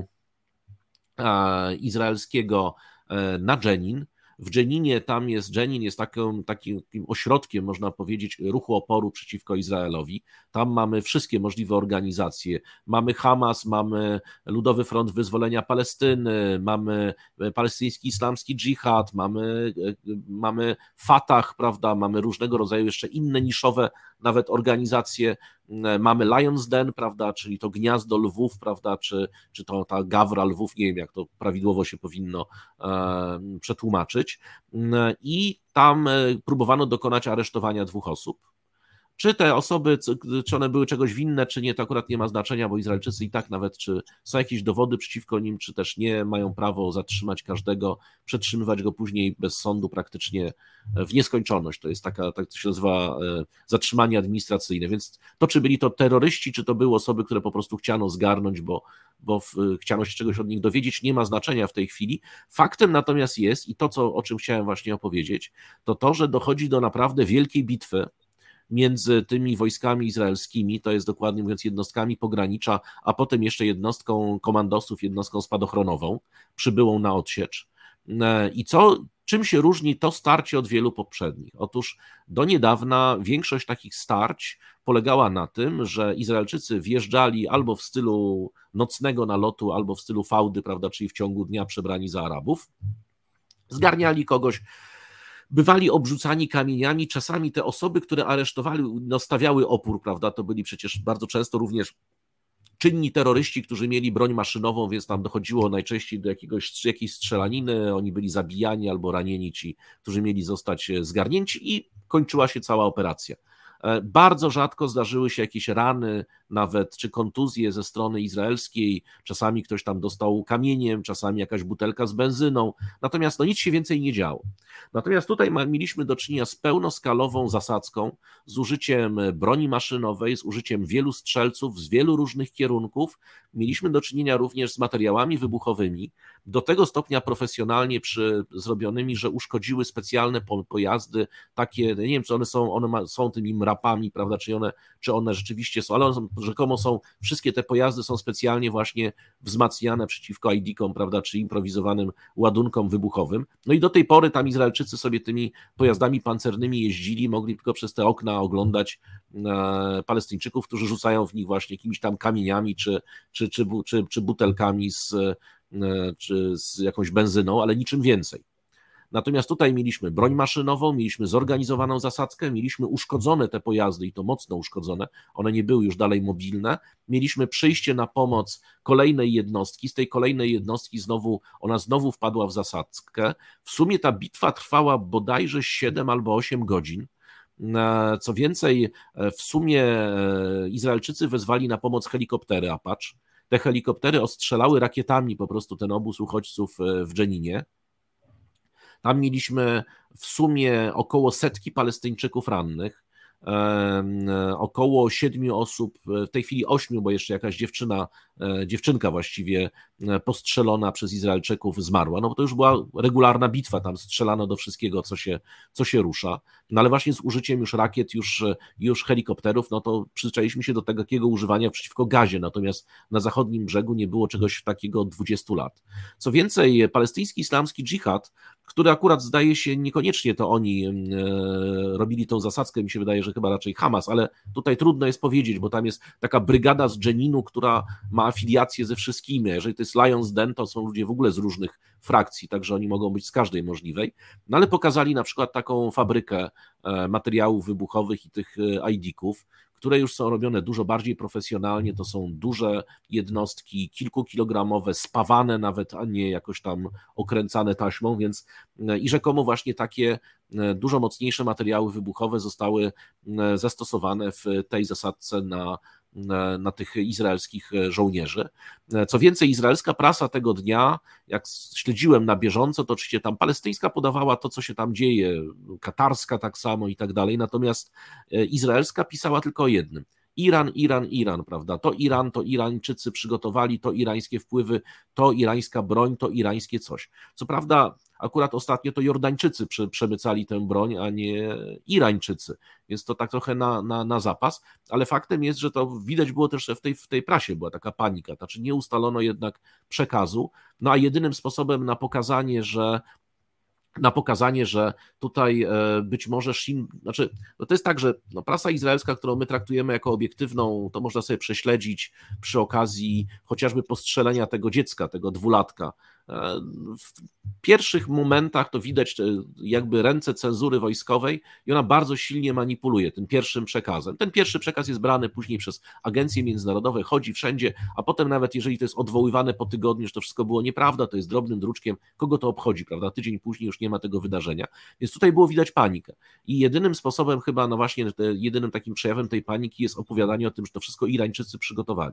izraelskiego na Dżenin. W Dżeninie tam jest, Dżenin jest takim, takim ośrodkiem, można powiedzieć, ruchu oporu przeciwko Izraelowi. Tam mamy wszystkie możliwe organizacje. Mamy Hamas, mamy Ludowy Front Wyzwolenia Palestyny, mamy Palestyński Islamski Dżihad, mamy, mamy Fatah, prawda, mamy różnego rodzaju jeszcze inne niszowe nawet organizacje. Mamy Lions Den, prawda, czyli to gniazdo lwów, prawda, czy, czy to ta gawra lwów, nie wiem jak to prawidłowo się powinno e, przetłumaczyć. I tam próbowano dokonać aresztowania dwóch osób. Czy te osoby, czy one były czegoś winne, czy nie, to akurat nie ma znaczenia, bo Izraelczycy i tak nawet, czy są jakieś dowody przeciwko nim, czy też nie, mają prawo zatrzymać każdego, przetrzymywać go później bez sądu praktycznie w nieskończoność. To jest taka, tak to się nazywa, zatrzymanie administracyjne. Więc to, czy byli to terroryści, czy to były osoby, które po prostu chciano zgarnąć, bo, bo chciano się czegoś od nich dowiedzieć, nie ma znaczenia w tej chwili. Faktem natomiast jest, i to, co, o czym chciałem właśnie opowiedzieć, to to, że dochodzi do naprawdę wielkiej bitwy między tymi wojskami izraelskimi, to jest dokładnie mówiąc jednostkami pogranicza, a potem jeszcze jednostką komandosów, jednostką spadochronową, przybyłą na odsiecz. I co, czym się różni to starcie od wielu poprzednich? Otóż do niedawna większość takich starć polegała na tym, że Izraelczycy wjeżdżali albo w stylu nocnego nalotu, albo w stylu fałdy, prawda, czyli w ciągu dnia przebrani za Arabów, zgarniali kogoś, bywali obrzucani kamieniami, czasami te osoby, które aresztowali, no, stawiały opór, prawda, to byli przecież bardzo często również czynni terroryści, którzy mieli broń maszynową, więc tam dochodziło najczęściej do jakiegoś, jakiejś strzelaniny, oni byli zabijani albo ranieni ci, którzy mieli zostać zgarnięci i kończyła się cała operacja. Bardzo rzadko zdarzyły się jakieś rany nawet, czy kontuzje ze strony izraelskiej, czasami ktoś tam dostał kamieniem, czasami jakaś butelka z benzyną, natomiast no nic się więcej nie działo. Natomiast tutaj mieliśmy do czynienia z pełnoskalową zasadzką, z użyciem broni maszynowej, z użyciem wielu strzelców z wielu różnych kierunków. Mieliśmy do czynienia również z materiałami wybuchowymi, do tego stopnia profesjonalnie przy, zrobionymi, że uszkodziły specjalne pojazdy, takie, nie wiem, czy one są, one ma, są tymi mrapami, prawda, czy one, czy one rzeczywiście są, ale one są, rzekomo są, wszystkie te pojazdy są specjalnie właśnie wzmacniane przeciwko ajdikom, prawda, czy improwizowanym ładunkom wybuchowym. No i do tej pory tam Izraelczycy sobie tymi pojazdami pancernymi jeździli, mogli tylko przez te okna oglądać e, Palestyńczyków, którzy rzucają w nich właśnie jakimiś tam kamieniami, czy, czy, czy, czy, czy butelkami z, e, czy z jakąś benzyną, ale niczym więcej. Natomiast tutaj mieliśmy broń maszynową, mieliśmy zorganizowaną zasadzkę, mieliśmy uszkodzone te pojazdy i to mocno uszkodzone, one nie były już dalej mobilne, mieliśmy przyjście na pomoc kolejnej jednostki, z tej kolejnej jednostki znowu, ona znowu wpadła w zasadzkę. W sumie ta bitwa trwała bodajże siedem albo osiem godzin. Co więcej, w sumie Izraelczycy wezwali na pomoc helikoptery Apache. Te helikoptery ostrzelały rakietami po prostu ten obóz uchodźców w Dżeninie. Tam mieliśmy w sumie około setki Palestyńczyków rannych, około siedmiu osób, w tej chwili ośmiu, bo jeszcze jakaś dziewczyna, dziewczynka właściwie postrzelona przez Izraelczyków zmarła, no bo to już była regularna bitwa, tam strzelano do wszystkiego, co się, co się rusza, no ale właśnie z użyciem już rakiet, już, już helikopterów, no to przyzwyczailiśmy się do takiego używania przeciwko gazie, natomiast na zachodnim brzegu nie było czegoś takiego od dwudziestu lat. Co więcej, palestyński islamski dżihad, który akurat zdaje się niekoniecznie to oni robili tą zasadzkę, mi się wydaje, że chyba raczej Hamas, ale tutaj trudno jest powiedzieć, bo tam jest taka brygada z Dżeninu, która ma afiliację ze wszystkimi. Jeżeli to jest Lions Den, to są ludzie w ogóle z różnych frakcji, także oni mogą być z każdej możliwej. No ale pokazali na przykład taką fabrykę materiałów wybuchowych i tych ajdików, które już są robione dużo bardziej profesjonalnie, to są duże jednostki, kilkukilogramowe, spawane nawet, a nie jakoś tam okręcane taśmą, więc i rzekomo właśnie takie dużo mocniejsze materiały wybuchowe zostały zastosowane w tej zasadce na, na, na tych izraelskich żołnierzy. Co więcej, izraelska prasa tego dnia, jak śledziłem na bieżąco, to oczywiście tam palestyńska podawała to, co się tam dzieje, katarska tak samo i tak dalej, natomiast izraelska pisała tylko o jednym. Iran, Iran, Iran, prawda? To Iran, to Irańczycy przygotowali, to irańskie wpływy, to irańska broń, to irańskie coś. Co prawda akurat ostatnio to Jordańczycy przemycali tę broń, a nie Irańczycy, więc to tak trochę na, na, na zapas, ale faktem jest, że to widać było też, że w tej, w tej prasie była taka panika, znaczy nie ustalono jednak przekazu, no a jedynym sposobem na pokazanie, że na pokazanie, że tutaj być może Shin, znaczy no to jest tak, że no prasa izraelska, którą my traktujemy jako obiektywną, to można sobie prześledzić przy okazji chociażby postrzelenia tego dziecka, tego dwulatka. W pierwszych momentach to widać jakby ręce cenzury wojskowej i ona bardzo silnie manipuluje tym pierwszym przekazem. Ten pierwszy przekaz jest brany później przez agencje międzynarodowe, chodzi wszędzie, a potem nawet jeżeli to jest odwoływane po tygodniu, że to wszystko było nieprawda, to jest drobnym druczkiem, kogo to obchodzi, prawda? Tydzień później już nie ma tego wydarzenia. Więc tutaj było widać panikę. I jedynym sposobem chyba, no właśnie jedynym takim przejawem tej paniki jest opowiadanie o tym, że to wszystko Irańczycy przygotowali.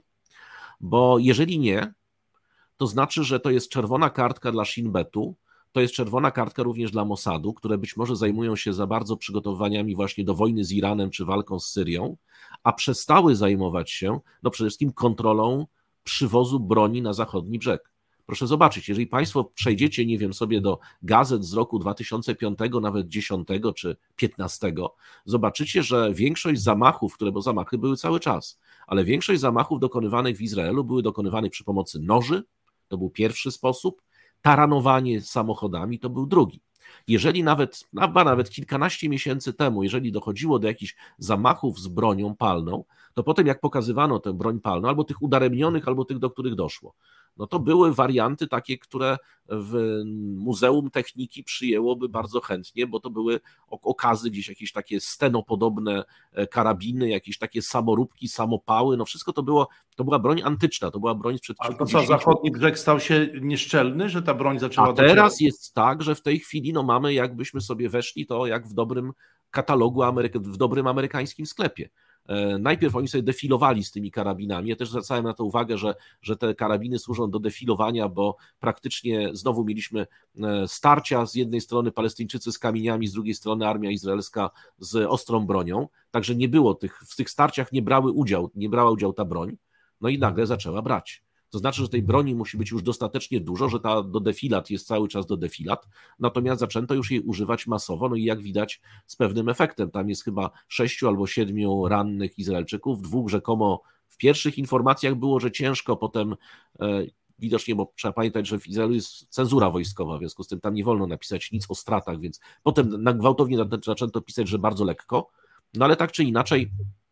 Bo jeżeli nie, to znaczy, że to jest czerwona kartka dla Shin Betu, to jest czerwona kartka również dla Mossadu, które być może zajmują się za bardzo przygotowaniami właśnie do wojny z Iranem czy walką z Syrią, a przestały zajmować się no przede wszystkim kontrolą przywozu broni na zachodni brzeg. Proszę zobaczyć, jeżeli Państwo przejdziecie, nie wiem, sobie do gazet z roku dwa tysiące piątego, nawet dziesiątego czy piętnastego, zobaczycie, że większość zamachów, które, bo zamachy były cały czas, ale większość zamachów dokonywanych w Izraelu były dokonywane przy pomocy noży, to był pierwszy sposób, taranowanie samochodami to był drugi. Jeżeli nawet, nawet kilkanaście miesięcy temu, jeżeli dochodziło do jakichś zamachów z bronią palną, to potem jak pokazywano tę broń palną, albo tych udaremnionych, albo tych, do których doszło, no to były warianty takie, które w Muzeum Techniki przyjęłoby bardzo chętnie, bo to były okazy gdzieś jakieś takie stenopodobne karabiny, jakieś takie samoróbki, samopały, no wszystko to było, to była broń antyczna, to była broń sprzed kilkudziesięciu. Ale to co, zachodni brzeg stał się nieszczelny, że ta broń zaczęła... A teraz docierać? Jest tak, że w tej chwili no mamy, jakbyśmy sobie weszli, to jak w dobrym katalogu Amery- w dobrym amerykańskim sklepie. Najpierw oni sobie defilowali z tymi karabinami. Ja też zwracałem na to uwagę, że, że te karabiny służą do defilowania, bo praktycznie znowu mieliśmy starcia, z jednej strony Palestyńczycy z kamieniami, z drugiej strony armia izraelska z ostrą bronią, także nie było tych, w tych starciach nie brały udział, nie brała udział ta broń, no i nagle zaczęła brać. To znaczy, że tej broni musi być już dostatecznie dużo, że ta do defilat jest cały czas do defilat, natomiast zaczęto już jej używać masowo, no i jak widać z pewnym efektem. Tam jest chyba sześciu albo siedmiu rannych Izraelczyków, dwóch rzekomo w pierwszych informacjach było, że ciężko, potem e, widocznie, bo trzeba pamiętać, że w Izraelu jest cenzura wojskowa, w związku z tym tam nie wolno napisać nic o stratach, więc potem na gwałtownie zaczęto pisać, że bardzo lekko, no ale tak czy inaczej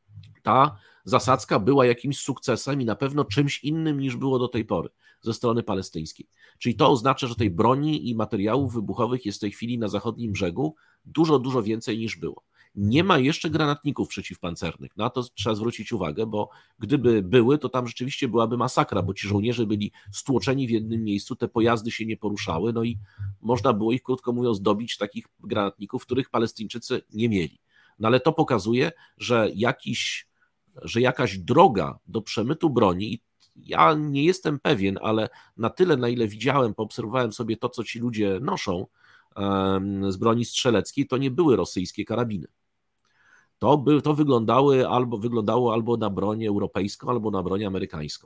ta zasadzka była jakimś sukcesem i na pewno czymś innym niż było do tej pory ze strony palestyńskiej. Czyli to oznacza, że tej broni i materiałów wybuchowych jest w tej chwili na zachodnim brzegu dużo, dużo więcej niż było. Nie ma jeszcze granatników przeciwpancernych. Na to trzeba zwrócić uwagę, bo gdyby były, to tam rzeczywiście byłaby masakra, bo ci żołnierze byli stłoczeni w jednym miejscu, te pojazdy się nie poruszały, no i można było ich, krótko mówiąc, dobić takich granatników, których Palestyńczycy nie mieli. No ale to pokazuje, że jakiś że jakaś droga do przemytu broni, ja nie jestem pewien, ale na tyle, na ile widziałem, poobserwowałem sobie to, co ci ludzie noszą z broni strzeleckiej, to nie były rosyjskie karabiny. To, by, to wyglądały albo, wyglądało albo na broń europejską, albo na broń amerykańską.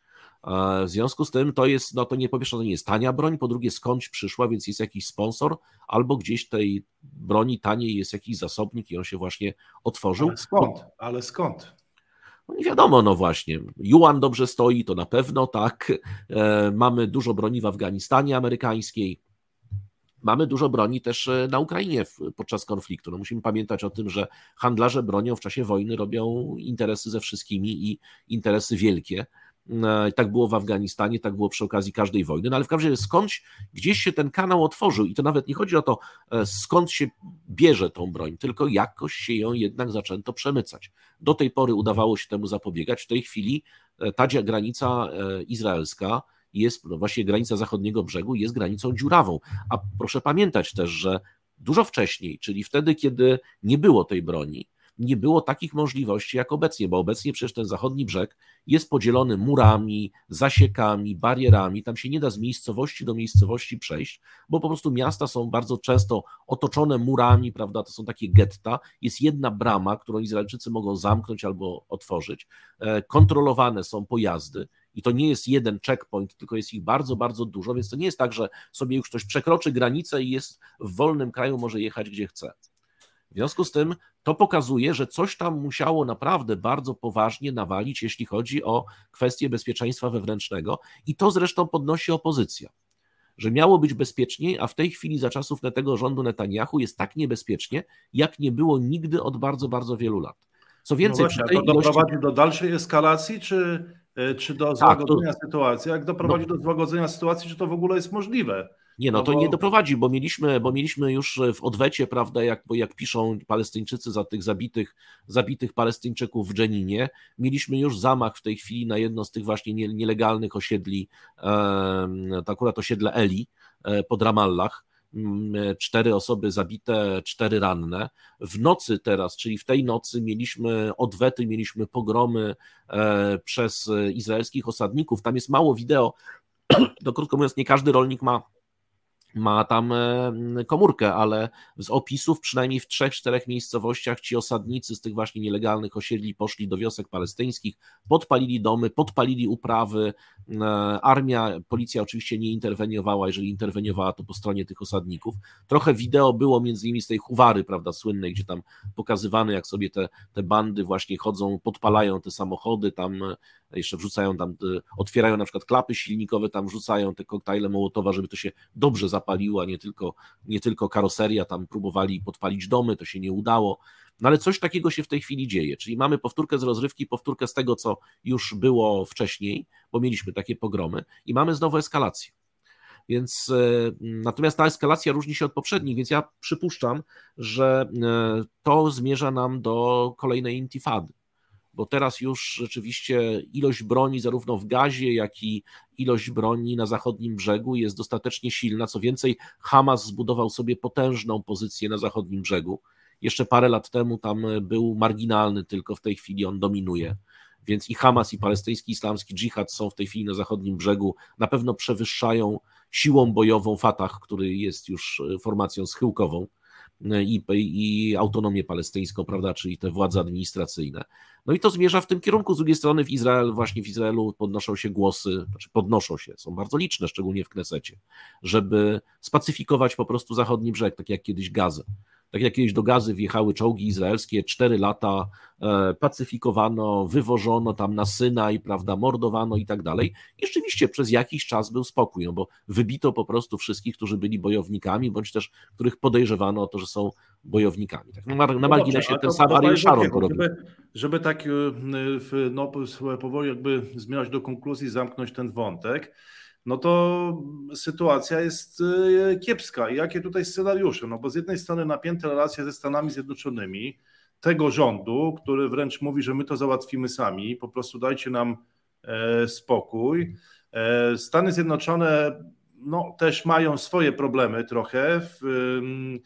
W związku z tym to jest, no to nie powiesz, że to nie jest tania broń, po drugie skądś przyszła, więc jest jakiś sponsor, albo gdzieś tej broni taniej jest jakiś zasobnik i on się właśnie otworzył. Ale skąd? Ale skąd? No nie wiadomo, no właśnie. Juan dobrze stoi, to na pewno, tak. E, mamy dużo broni w Afganistanie amerykańskiej. Mamy dużo broni też na Ukrainie podczas konfliktu. No musimy pamiętać o tym, że handlarze bronią w czasie wojny robią interesy ze wszystkimi i interesy wielkie. Tak było w Afganistanie, tak było przy okazji każdej wojny, no ale w każdym razie skądś gdzieś się ten kanał otworzył i to nawet nie chodzi o to, skąd się bierze tą broń, tylko jakoś się ją jednak zaczęto przemycać. Do tej pory udawało się temu zapobiegać, w tej chwili ta granica izraelska jest, no właśnie granica zachodniego brzegu jest granicą dziurawą, a proszę pamiętać też, że dużo wcześniej, czyli wtedy, kiedy nie było tej broni, nie było takich możliwości jak obecnie, bo obecnie przecież ten zachodni brzeg jest podzielony murami, zasiekami, barierami, tam się nie da z miejscowości do miejscowości przejść, bo po prostu miasta są bardzo często otoczone murami, prawda, to są takie getta, jest jedna brama, którą Izraelczycy mogą zamknąć albo otworzyć, kontrolowane są pojazdy i to nie jest jeden checkpoint, tylko jest ich bardzo, bardzo dużo, więc to nie jest tak, że sobie już ktoś przekroczy granicę i jest w wolnym kraju, może jechać gdzie chce. W związku z tym to pokazuje, że coś tam musiało naprawdę bardzo poważnie nawalić, jeśli chodzi o kwestię bezpieczeństwa wewnętrznego i to zresztą podnosi opozycja, że miało być bezpieczniej, a w tej chwili za czasów tego rządu Netanyahu jest tak niebezpiecznie, jak nie było nigdy od bardzo, bardzo wielu lat. Co więcej, no właśnie, przy tej to doprowadzi ilości... do dalszej eskalacji, czy, czy do tak, złagodzenia to... sytuacji? Jak doprowadzi no. do złagodzenia sytuacji, czy to w ogóle jest możliwe? Nie, no, no to bo... nie doprowadzi, bo mieliśmy, bo mieliśmy już w odwecie, prawda, jak, bo jak piszą Palestyńczycy za tych zabitych, zabitych Palestyńczyków w Dżeninie, mieliśmy już zamach w tej chwili na jedno z tych właśnie nielegalnych osiedli, to akurat osiedle Eli pod Ramallach. Cztery osoby zabite, cztery ranne. W nocy teraz, czyli w tej nocy mieliśmy odwety, mieliśmy pogromy przez izraelskich osadników. Tam jest mało wideo, to krótko mówiąc, nie każdy rolnik ma, ma tam komórkę, ale z opisów przynajmniej w trzech, czterech miejscowościach ci osadnicy z tych właśnie nielegalnych osiedli poszli do wiosek palestyńskich, podpalili domy, podpalili uprawy. Armia, policja oczywiście nie interweniowała, jeżeli interweniowała, to po stronie tych osadników. Trochę wideo było między innymi z tej Huwary, prawda, słynnej, gdzie tam pokazywane, jak sobie te, te bandy właśnie chodzą, podpalają te samochody, tam jeszcze wrzucają tam, otwierają na przykład klapy silnikowe, tam wrzucają te koktajle Mołotowa, żeby to się dobrze zapaliło, a nie tylko, nie tylko karoseria, tam próbowali podpalić domy, to się nie udało. No ale coś takiego się w tej chwili dzieje, czyli mamy powtórkę z rozrywki, powtórkę z tego, co już było wcześniej, bo mieliśmy takie pogromy i mamy znowu eskalację. Więc natomiast ta eskalacja różni się od poprzednich, więc ja przypuszczam, że to zmierza nam do kolejnej intifady, bo teraz już rzeczywiście ilość broni zarówno w Gazie, jak i ilość broni na zachodnim brzegu jest dostatecznie silna. Co więcej, Hamas zbudował sobie potężną pozycję na zachodnim brzegu. jeszcze parę lat temu tam był marginalny, tylko w tej chwili on dominuje. Więc i Hamas, i palestyński islamski dżihad są w tej chwili na zachodnim brzegu, na pewno przewyższają siłą bojową Fatah, który jest już formacją schyłkową, i, i autonomię palestyńską, prawda, czyli te władze administracyjne. No i to zmierza w tym kierunku. Z drugiej strony w Izrael, właśnie w Izraelu podnoszą się głosy, znaczy podnoszą się, są bardzo liczne, szczególnie w Knesecie, żeby spacyfikować po prostu zachodni brzeg, tak jak kiedyś Gazę. Tak jak kiedyś do Gazy wjechały czołgi izraelskie, cztery lata e, pacyfikowano, wywożono tam na Synaj, prawda, mordowano i tak dalej. I rzeczywiście przez jakiś czas był spokój, no bo wybito po prostu wszystkich, którzy byli bojownikami, bądź też których podejrzewano o to, że są bojownikami. Tak, na, na marginesie no ten sam Ariel Sharon to robił. Żeby, żeby tak no, powoli jakby zmierzać do konkluzji, zamknąć ten wątek, no to sytuacja jest kiepska. I jakie tutaj scenariusze? No bo z jednej strony napięte relacje ze Stanami Zjednoczonymi, tego rządu, który wręcz mówi, że my to załatwimy sami, po prostu dajcie nam spokój. Stany Zjednoczone no, też mają swoje problemy trochę w,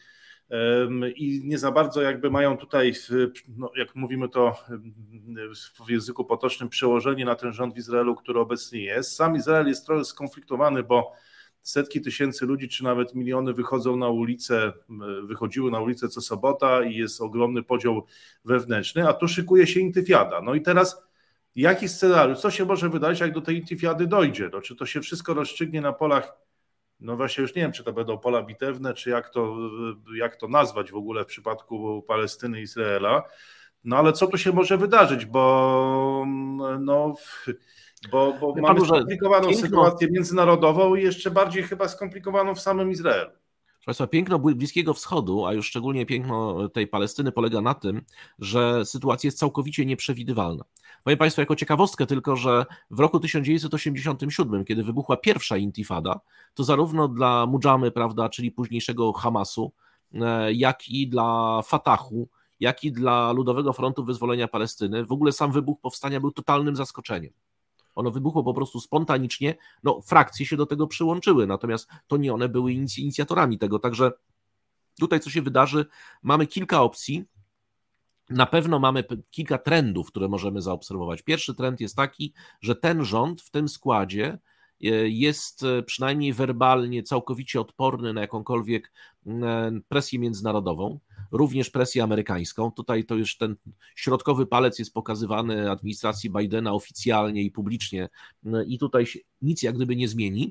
i nie za bardzo jakby mają tutaj, no, jak mówimy to w języku potocznym, przełożenie na ten rząd w Izraelu, który obecnie jest. Sam Izrael jest trochę skonfliktowany, bo setki tysięcy ludzi, czy nawet miliony wychodzą na ulicę, wychodziły na ulicę co sobota i jest ogromny podział wewnętrzny, a tu szykuje się intyfiada. No i teraz jaki scenariusz, co się może wydarzyć, jak do tej intyfiady dojdzie? No, czy to się wszystko rozstrzygnie na polach, no właśnie już nie wiem, czy to będą pola bitewne, czy jak to, jak to nazwać w ogóle w przypadku Palestyny i Izraela, no ale co tu się może wydarzyć, bo no... Bo, bo ja mamy panu, skomplikowaną piękno... sytuację międzynarodową i jeszcze bardziej chyba skomplikowaną w samym Izraelu. Proszę Państwa, piękno Bliskiego Wschodu, a już szczególnie piękno tej Palestyny polega na tym, że sytuacja jest całkowicie nieprzewidywalna. Powiem Państwu jako ciekawostkę tylko, że w roku tysiąc dziewięćset osiemdziesiątym siódmym, kiedy wybuchła pierwsza intifada, to zarówno dla Mudżamy, prawda, czyli późniejszego Hamasu, jak i dla Fatahu, jak i dla Ludowego Frontu Wyzwolenia Palestyny, w ogóle sam wybuch powstania był totalnym zaskoczeniem. Ono wybuchło po prostu spontanicznie, no frakcje się do tego przyłączyły, natomiast to nie one były inicjatorami tego, także tutaj co się wydarzy, mamy kilka opcji, na pewno mamy kilka trendów, które możemy zaobserwować. Pierwszy trend jest taki, że ten rząd w tym składzie jest przynajmniej werbalnie całkowicie odporny na jakąkolwiek presję międzynarodową, również presję amerykańską. Tutaj to już ten środkowy palec jest pokazywany administracji Bidena oficjalnie i publicznie i tutaj się nic jak gdyby nie zmieni.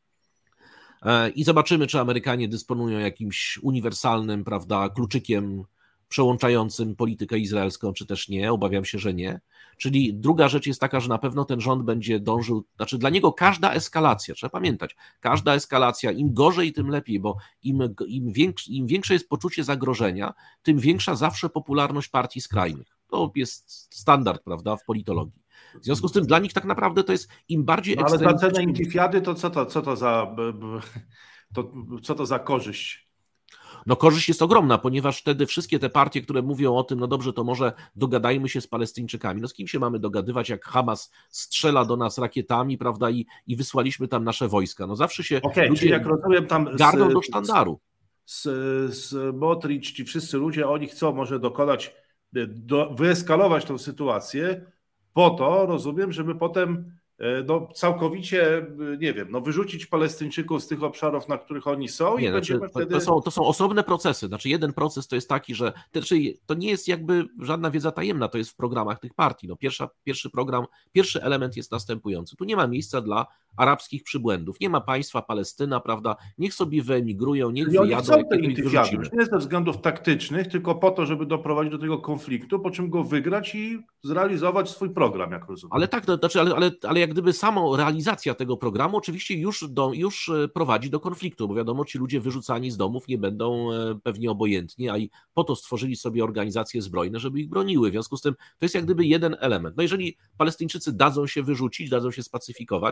I zobaczymy, czy Amerykanie dysponują jakimś uniwersalnym, prawda, kluczykiem przełączającym politykę izraelską, czy też nie. Obawiam się, że nie. Czyli druga rzecz jest taka, że na pewno ten rząd będzie dążył, znaczy dla niego każda eskalacja, trzeba pamiętać, każda eskalacja, im gorzej, tym lepiej, bo im, im, większe, im większe jest poczucie zagrożenia, tym większa zawsze popularność partii skrajnych. To jest standard, prawda, w politologii. W związku z tym dla nich tak naprawdę to jest im bardziej no, ale za cenę intifady to co to, co to za to, co to za korzyść? No korzyść jest ogromna, ponieważ wtedy wszystkie te partie, które mówią o tym, no dobrze, to może dogadajmy się z Palestyńczykami. No z kim się mamy dogadywać, jak Hamas strzela do nas rakietami, prawda, i, i wysłaliśmy tam nasze wojska. No zawsze się okay, ludzie jak rozumiem, tam garną do sztandaru. Z, z Motrich, ci wszyscy ludzie, oni chcą może dokonać, do, wyeskalować tą sytuację po to, rozumiem, żeby potem no, całkowicie, nie wiem, no, wyrzucić Palestyńczyków z tych obszarów, na których oni są nie, i znaczy, będziemy wtedy... To są, to są osobne procesy. Znaczy jeden proces to jest taki, że czyli to nie jest jakby żadna wiedza tajemna, to jest w programach tych partii. No, pierwsza, pierwszy program, pierwszy element jest następujący. Tu nie ma miejsca dla arabskich przybłędów. Nie ma państwa Palestyna, prawda? Niech sobie wyemigrują, niech I oni wyjadą, chcą jak ich wyrzucimy. Nie ze względów taktycznych, tylko po to, żeby doprowadzić do tego konfliktu, po czym go wygrać i zrealizować swój program, jak rozumiem. Ale tak, to znaczy, ale, ale, ale jak gdyby samo realizacja tego programu oczywiście już, do, już prowadzi do konfliktu, bo wiadomo, ci ludzie wyrzucani z domów nie będą pewnie obojętni, a i po to stworzyli sobie organizacje zbrojne, żeby ich broniły. W związku z tym to jest jak gdyby jeden element. No jeżeli Palestyńczycy dadzą się wyrzucić, dadzą się spacyfikować, no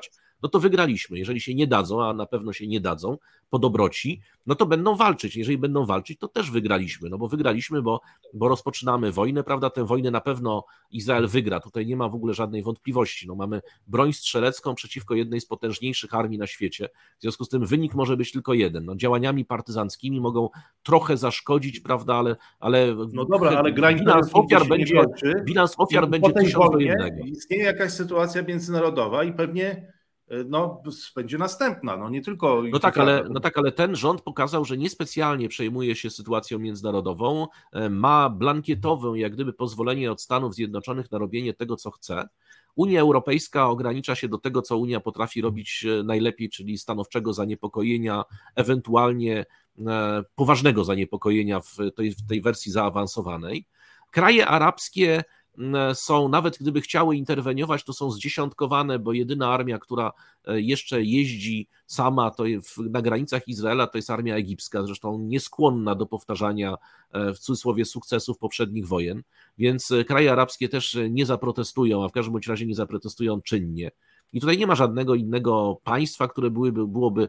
to wygraliśmy. Jeżeli się nie dadzą, a na pewno się nie dadzą po dobroci, no to będą walczyć. Jeżeli będą walczyć, to też wygraliśmy, no bo wygraliśmy, bo, bo rozpoczynamy wojnę, prawda? Tę wojnę na pewno Izrael wygra. Tutaj nie ma w ogóle żadnej wątpliwości. No, mamy broń strzelecką przeciwko jednej z potężniejszych armii na świecie. W związku z tym wynik może być tylko jeden. No, działaniami partyzanckimi mogą trochę zaszkodzić, prawda, ale, ale, no dobra, ale bilans ofiar będzie, bilans ofiar będzie tysiąc do jednego. Istnieje jakaś sytuacja międzynarodowa i pewnie no, będzie następna, no nie tylko... No tak, ale, no tak, ale ten rząd pokazał, że niespecjalnie przejmuje się sytuacją międzynarodową, ma blankietowe, jak gdyby pozwolenie od Stanów Zjednoczonych na robienie tego, co chce. Unia Europejska ogranicza się do tego, co Unia potrafi robić najlepiej, czyli stanowczego zaniepokojenia, ewentualnie poważnego zaniepokojenia w tej, w tej wersji zaawansowanej. Kraje arabskie są, nawet gdyby chciały interweniować, to są zdziesiątkowane, bo jedyna armia, która jeszcze jeździ sama to na granicach Izraela, to jest armia egipska, zresztą nieskłonna do powtarzania w cudzysłowie sukcesów poprzednich wojen, więc kraje arabskie też nie zaprotestują, a w każdym bądź razie nie zaprotestują czynnie. I tutaj nie ma żadnego innego państwa, które byłyby, byłoby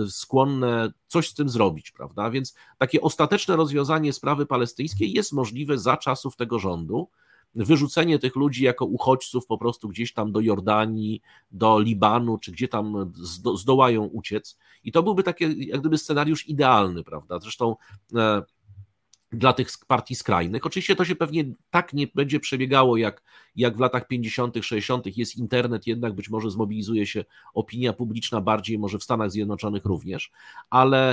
skłonne coś z tym zrobić, prawda? Więc takie ostateczne rozwiązanie sprawy palestyńskiej jest możliwe za czasów tego rządu. Wyrzucenie tych ludzi jako uchodźców po prostu gdzieś tam do Jordanii, do Libanu, czy gdzie tam zdo, zdołają uciec. I to byłby taki jak gdyby scenariusz idealny, prawda? Zresztą e, dla tych partii skrajnych. Oczywiście to się pewnie tak nie będzie przebiegało jak, jak w latach pięćdziesiątych, sześćdziesiątych. Jest internet, jednak być może zmobilizuje się opinia publiczna bardziej, może w Stanach Zjednoczonych również, ale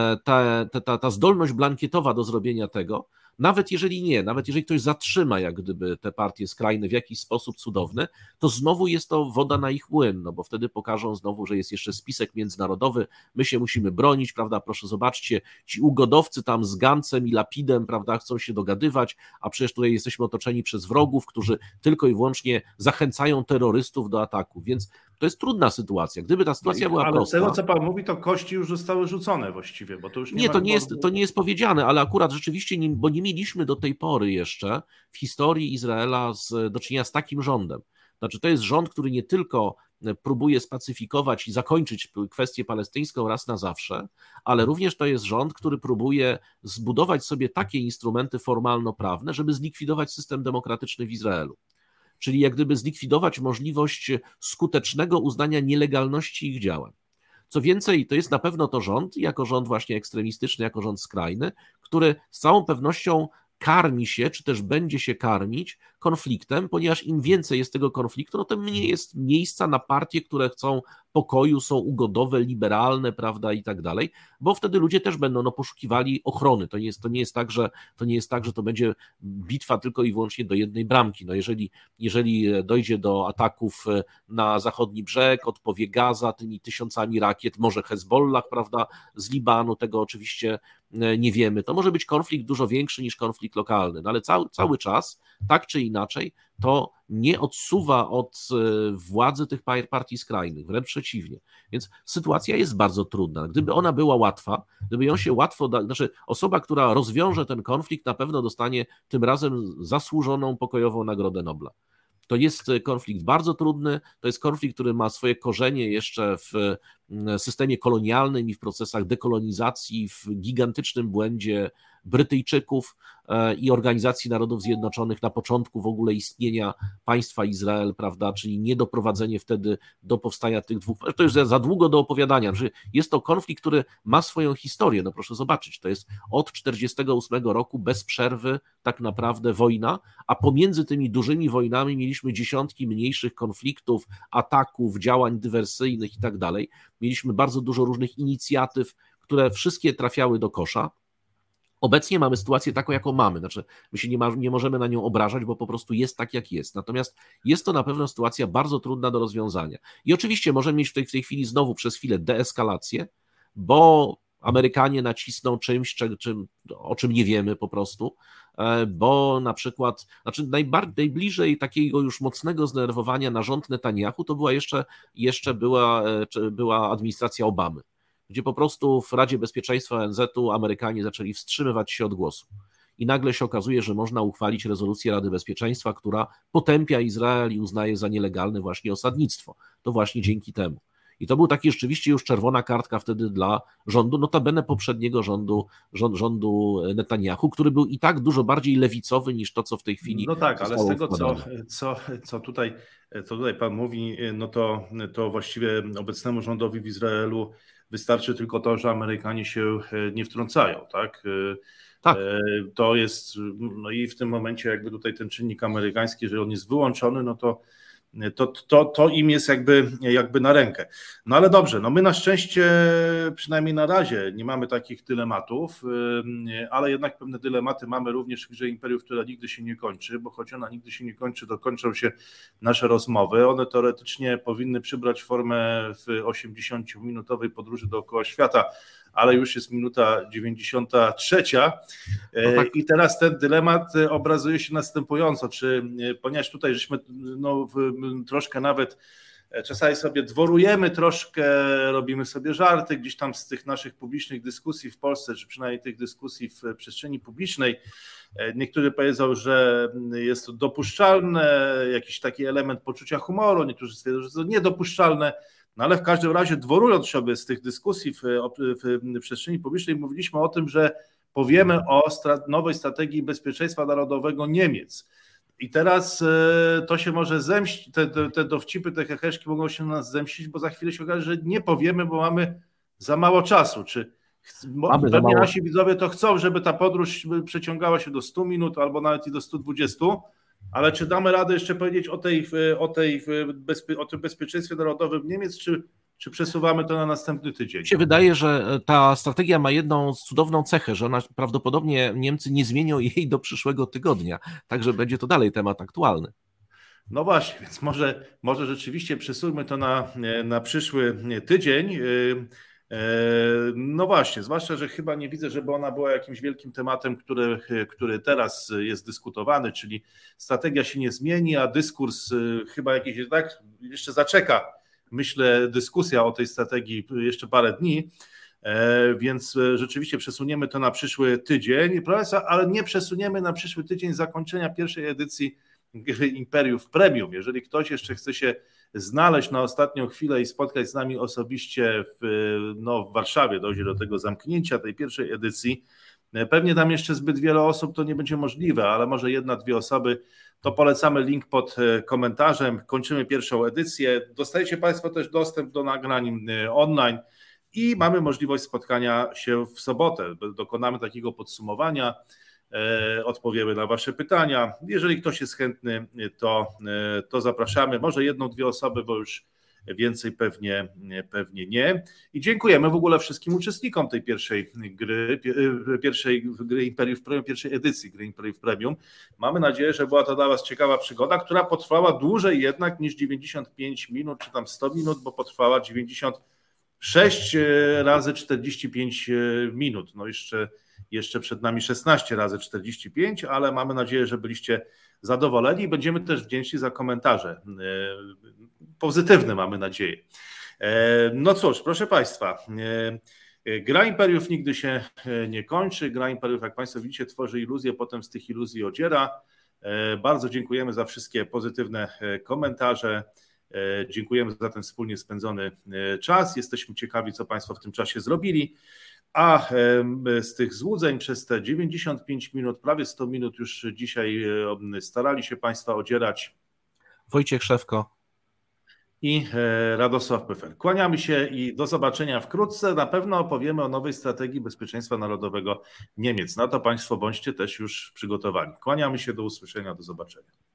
ta, ta, ta zdolność blankietowa do zrobienia tego, nawet jeżeli nie, nawet jeżeli ktoś zatrzyma jak gdyby te partie skrajne w jakiś sposób cudowny, to znowu jest to woda na ich młyn, no bo wtedy pokażą znowu, że jest jeszcze spisek międzynarodowy, my się musimy bronić, prawda, proszę zobaczcie, ci ugodowcy tam z Gancem i Lapidem, prawda, chcą się dogadywać, a przecież tutaj jesteśmy otoczeni przez wrogów, którzy tylko i wyłącznie zachęcają terrorystów do ataku, więc to jest trudna sytuacja. Gdyby ta sytuacja była ale prosta... Ale z tego, co pan mówi, to kości już zostały rzucone właściwie, bo to już nie Nie, ma to nie, jest, to nie jest powiedziane, ale akurat rzeczywiście, nie, bo nie mieliśmy do tej pory jeszcze w historii Izraela z, do czynienia z takim rządem. Znaczy, to jest rząd, który nie tylko próbuje spacyfikować i zakończyć kwestię palestyńską raz na zawsze, ale również to jest rząd, który próbuje zbudować sobie takie instrumenty formalno-prawne, żeby zlikwidować system demokratyczny w Izraelu. Czyli jak gdyby zlikwidować możliwość skutecznego uznania nielegalności ich działań. Co więcej, to jest na pewno to rząd, jako rząd właśnie ekstremistyczny, jako rząd skrajny, który z całą pewnością karmi się, czy też będzie się karmić konfliktem, ponieważ im więcej jest tego konfliktu, no tym mniej jest miejsca na partie, które chcą pokoju, są ugodowe, liberalne, prawda, i tak dalej, bo wtedy ludzie też będą no, poszukiwali ochrony. To nie jest, to nie jest tak, że to nie jest tak, że to będzie bitwa tylko i wyłącznie do jednej bramki. No jeżeli, jeżeli dojdzie do ataków na zachodni brzeg, odpowie Gaza tymi tysiącami rakiet, może Hezbollah, prawda, z Libanu, tego oczywiście nie wiemy. To może być konflikt dużo większy niż konflikt lokalny, no ale cały, cały czas, tak czy inaczej, to nie odsuwa od władzy tych partii skrajnych, wręcz przeciwnie. Więc sytuacja jest bardzo trudna. Gdyby ona była łatwa, gdyby ją się łatwo, da, znaczy osoba, która rozwiąże ten konflikt, na pewno dostanie tym razem zasłużoną pokojową Nagrodę Nobla. To jest konflikt bardzo trudny, to jest konflikt, który ma swoje korzenie jeszcze w systemie kolonialnym i w procesach dekolonizacji, w gigantycznym błędzie Brytyjczyków i Organizacji Narodów Zjednoczonych na początku w ogóle istnienia państwa Izrael, prawda, czyli niedoprowadzenie wtedy do powstania tych dwóch, to już za długo do opowiadania, że jest to konflikt, który ma swoją historię, no proszę zobaczyć, to jest od czterdziestego ósmego roku bez przerwy tak naprawdę wojna, a pomiędzy tymi dużymi wojnami mieliśmy dziesiątki mniejszych konfliktów, ataków, działań dywersyjnych i tak dalej. Mieliśmy bardzo dużo różnych inicjatyw, które wszystkie trafiały do kosza. Obecnie mamy sytuację taką, jaką mamy. Znaczy, my się nie, ma, nie możemy na nią obrażać, bo po prostu jest tak, jak jest. Natomiast jest to na pewno sytuacja bardzo trudna do rozwiązania. I oczywiście możemy mieć w tej, w tej chwili znowu przez chwilę deeskalację, bo Amerykanie nacisną czymś, czy, czym, o czym nie wiemy po prostu, bo na przykład, znaczy najbardziej, najbliżej takiego już mocnego zdenerwowania na rząd Netanyahu to była jeszcze, jeszcze była, była administracja Obamy, gdzie po prostu w Radzie Bezpieczeństwa O N Z-u Amerykanie zaczęli wstrzymywać się od głosu. I nagle się okazuje, że można uchwalić rezolucję Rady Bezpieczeństwa, która potępia Izrael i uznaje za nielegalne właśnie osadnictwo. To właśnie dzięki temu. I to był taki rzeczywiście już czerwona kartka wtedy dla rządu, notabene poprzedniego rządu, rząd, rządu Netanyahu, który był i tak dużo bardziej lewicowy niż to, co w tej chwili No tak, ale z tego, co, wkładane. co, co, tutaj, co tutaj pan mówi, no to, to właściwie obecnemu rządowi w Izraelu wystarczy tylko to, że Amerykanie się nie wtrącają, tak? Tak. To jest, no i w tym momencie jakby tutaj ten czynnik amerykański, jeżeli on jest wyłączony, no to To, to, to im jest jakby, jakby na rękę. No ale dobrze, no my na szczęście przynajmniej na razie nie mamy takich dylematów, ale jednak pewne dylematy mamy również w grze imperiów, która nigdy się nie kończy, bo choć ona nigdy się nie kończy, to kończą się nasze rozmowy. One teoretycznie powinny przybrać formę w osiemdziesięciominutowej podróży dookoła świata, ale już jest minuta dziewięćdziesiąta trzecia no tak. I teraz ten dylemat obrazuje się następująco, czy ponieważ tutaj żeśmy no, troszkę nawet czasami sobie dworujemy, troszkę robimy sobie żarty gdzieś tam z tych naszych publicznych dyskusji w Polsce, czy przynajmniej tych dyskusji w przestrzeni publicznej. Niektórzy powiedzą, że jest to dopuszczalne, jakiś taki element poczucia humoru, niektórzy stwierdzą, że jest to niedopuszczalne. No ale w każdym razie, dworując sobie z tych dyskusji w, w przestrzeni publicznej, mówiliśmy o tym, że powiemy o stra- nowej strategii bezpieczeństwa narodowego Niemiec. I teraz y, to się może zemścić, te, te, te dowcipy, te heheszki mogą się na nas zemścić, bo za chwilę się okaże, że nie powiemy, bo mamy za mało czasu. Czy mamy pewnie mało... nasi widzowie to chcą, żeby ta podróż przeciągała się do stu minut albo nawet i do stu dwudziestu. Ale czy damy radę jeszcze powiedzieć o, tej, o, tej, o tym bezpieczeństwie narodowym Niemiec, czy, czy przesuwamy to na następny tydzień? Mi się wydaje, że ta strategia ma jedną cudowną cechę, że ona prawdopodobnie Niemcy nie zmienią jej do przyszłego tygodnia, także będzie to dalej temat aktualny. No właśnie, więc może, może rzeczywiście przesuńmy to na, na przyszły tydzień. No właśnie, zwłaszcza, że chyba nie widzę, żeby ona była jakimś wielkim tematem, który, który teraz jest dyskutowany, czyli strategia się nie zmieni, a dyskurs chyba jakiś tak jeszcze zaczeka, myślę, dyskusja o tej strategii jeszcze parę dni, więc rzeczywiście przesuniemy to na przyszły tydzień, ale nie przesuniemy na przyszły tydzień zakończenia pierwszej edycji Gry Imperiów Premium. Jeżeli ktoś jeszcze chce się znaleźć na ostatnią chwilę i spotkać z nami osobiście w, no, w Warszawie, dojdzie do tego zamknięcia tej pierwszej edycji, pewnie tam jeszcze zbyt wiele osób to nie będzie możliwe, ale może jedna, dwie osoby, to polecamy link pod komentarzem, kończymy pierwszą edycję, dostajecie Państwo też dostęp do nagrań online i mamy możliwość spotkania się w sobotę, dokonamy takiego podsumowania, odpowiemy na Wasze pytania. Jeżeli ktoś jest chętny, to, to zapraszamy. Może jedną, dwie osoby, bo już więcej pewnie, pewnie nie. I dziękujemy w ogóle wszystkim uczestnikom tej pierwszej gry, pierwszej gry Imperiów Premium, pierwszej edycji Gry Imperiów Premium. Mamy nadzieję, że była to dla Was ciekawa przygoda, która potrwała dłużej jednak niż dziewięćdziesiąt pięć minut, czy tam sto minut, bo potrwała dziewięćdziesiąt sześć razy czterdzieści pięć minut. No jeszcze Jeszcze przed nami szesnaście razy czterdzieści pięć, ale mamy nadzieję, że byliście zadowoleni i będziemy też wdzięczni za komentarze. Pozytywne mamy nadzieję. No cóż, proszę Państwa, Gra Imperiów nigdy się nie kończy. Gra Imperiów, jak Państwo widzicie, tworzy iluzję, potem z tych iluzji odziera. Bardzo dziękujemy za wszystkie pozytywne komentarze. Dziękujemy za ten wspólnie spędzony czas. Jesteśmy ciekawi, co Państwo w tym czasie zrobili. A z tych złudzeń przez te dziewięćdziesiąt pięć minut, prawie sto minut już dzisiaj starali się Państwa odzierać Wojciech Szewko i Radosław Pyfel. Kłaniamy się i do zobaczenia wkrótce. Na pewno opowiemy o nowej strategii bezpieczeństwa narodowego Niemiec. Na to Państwo bądźcie też już przygotowani. Kłaniamy się, do usłyszenia, do zobaczenia.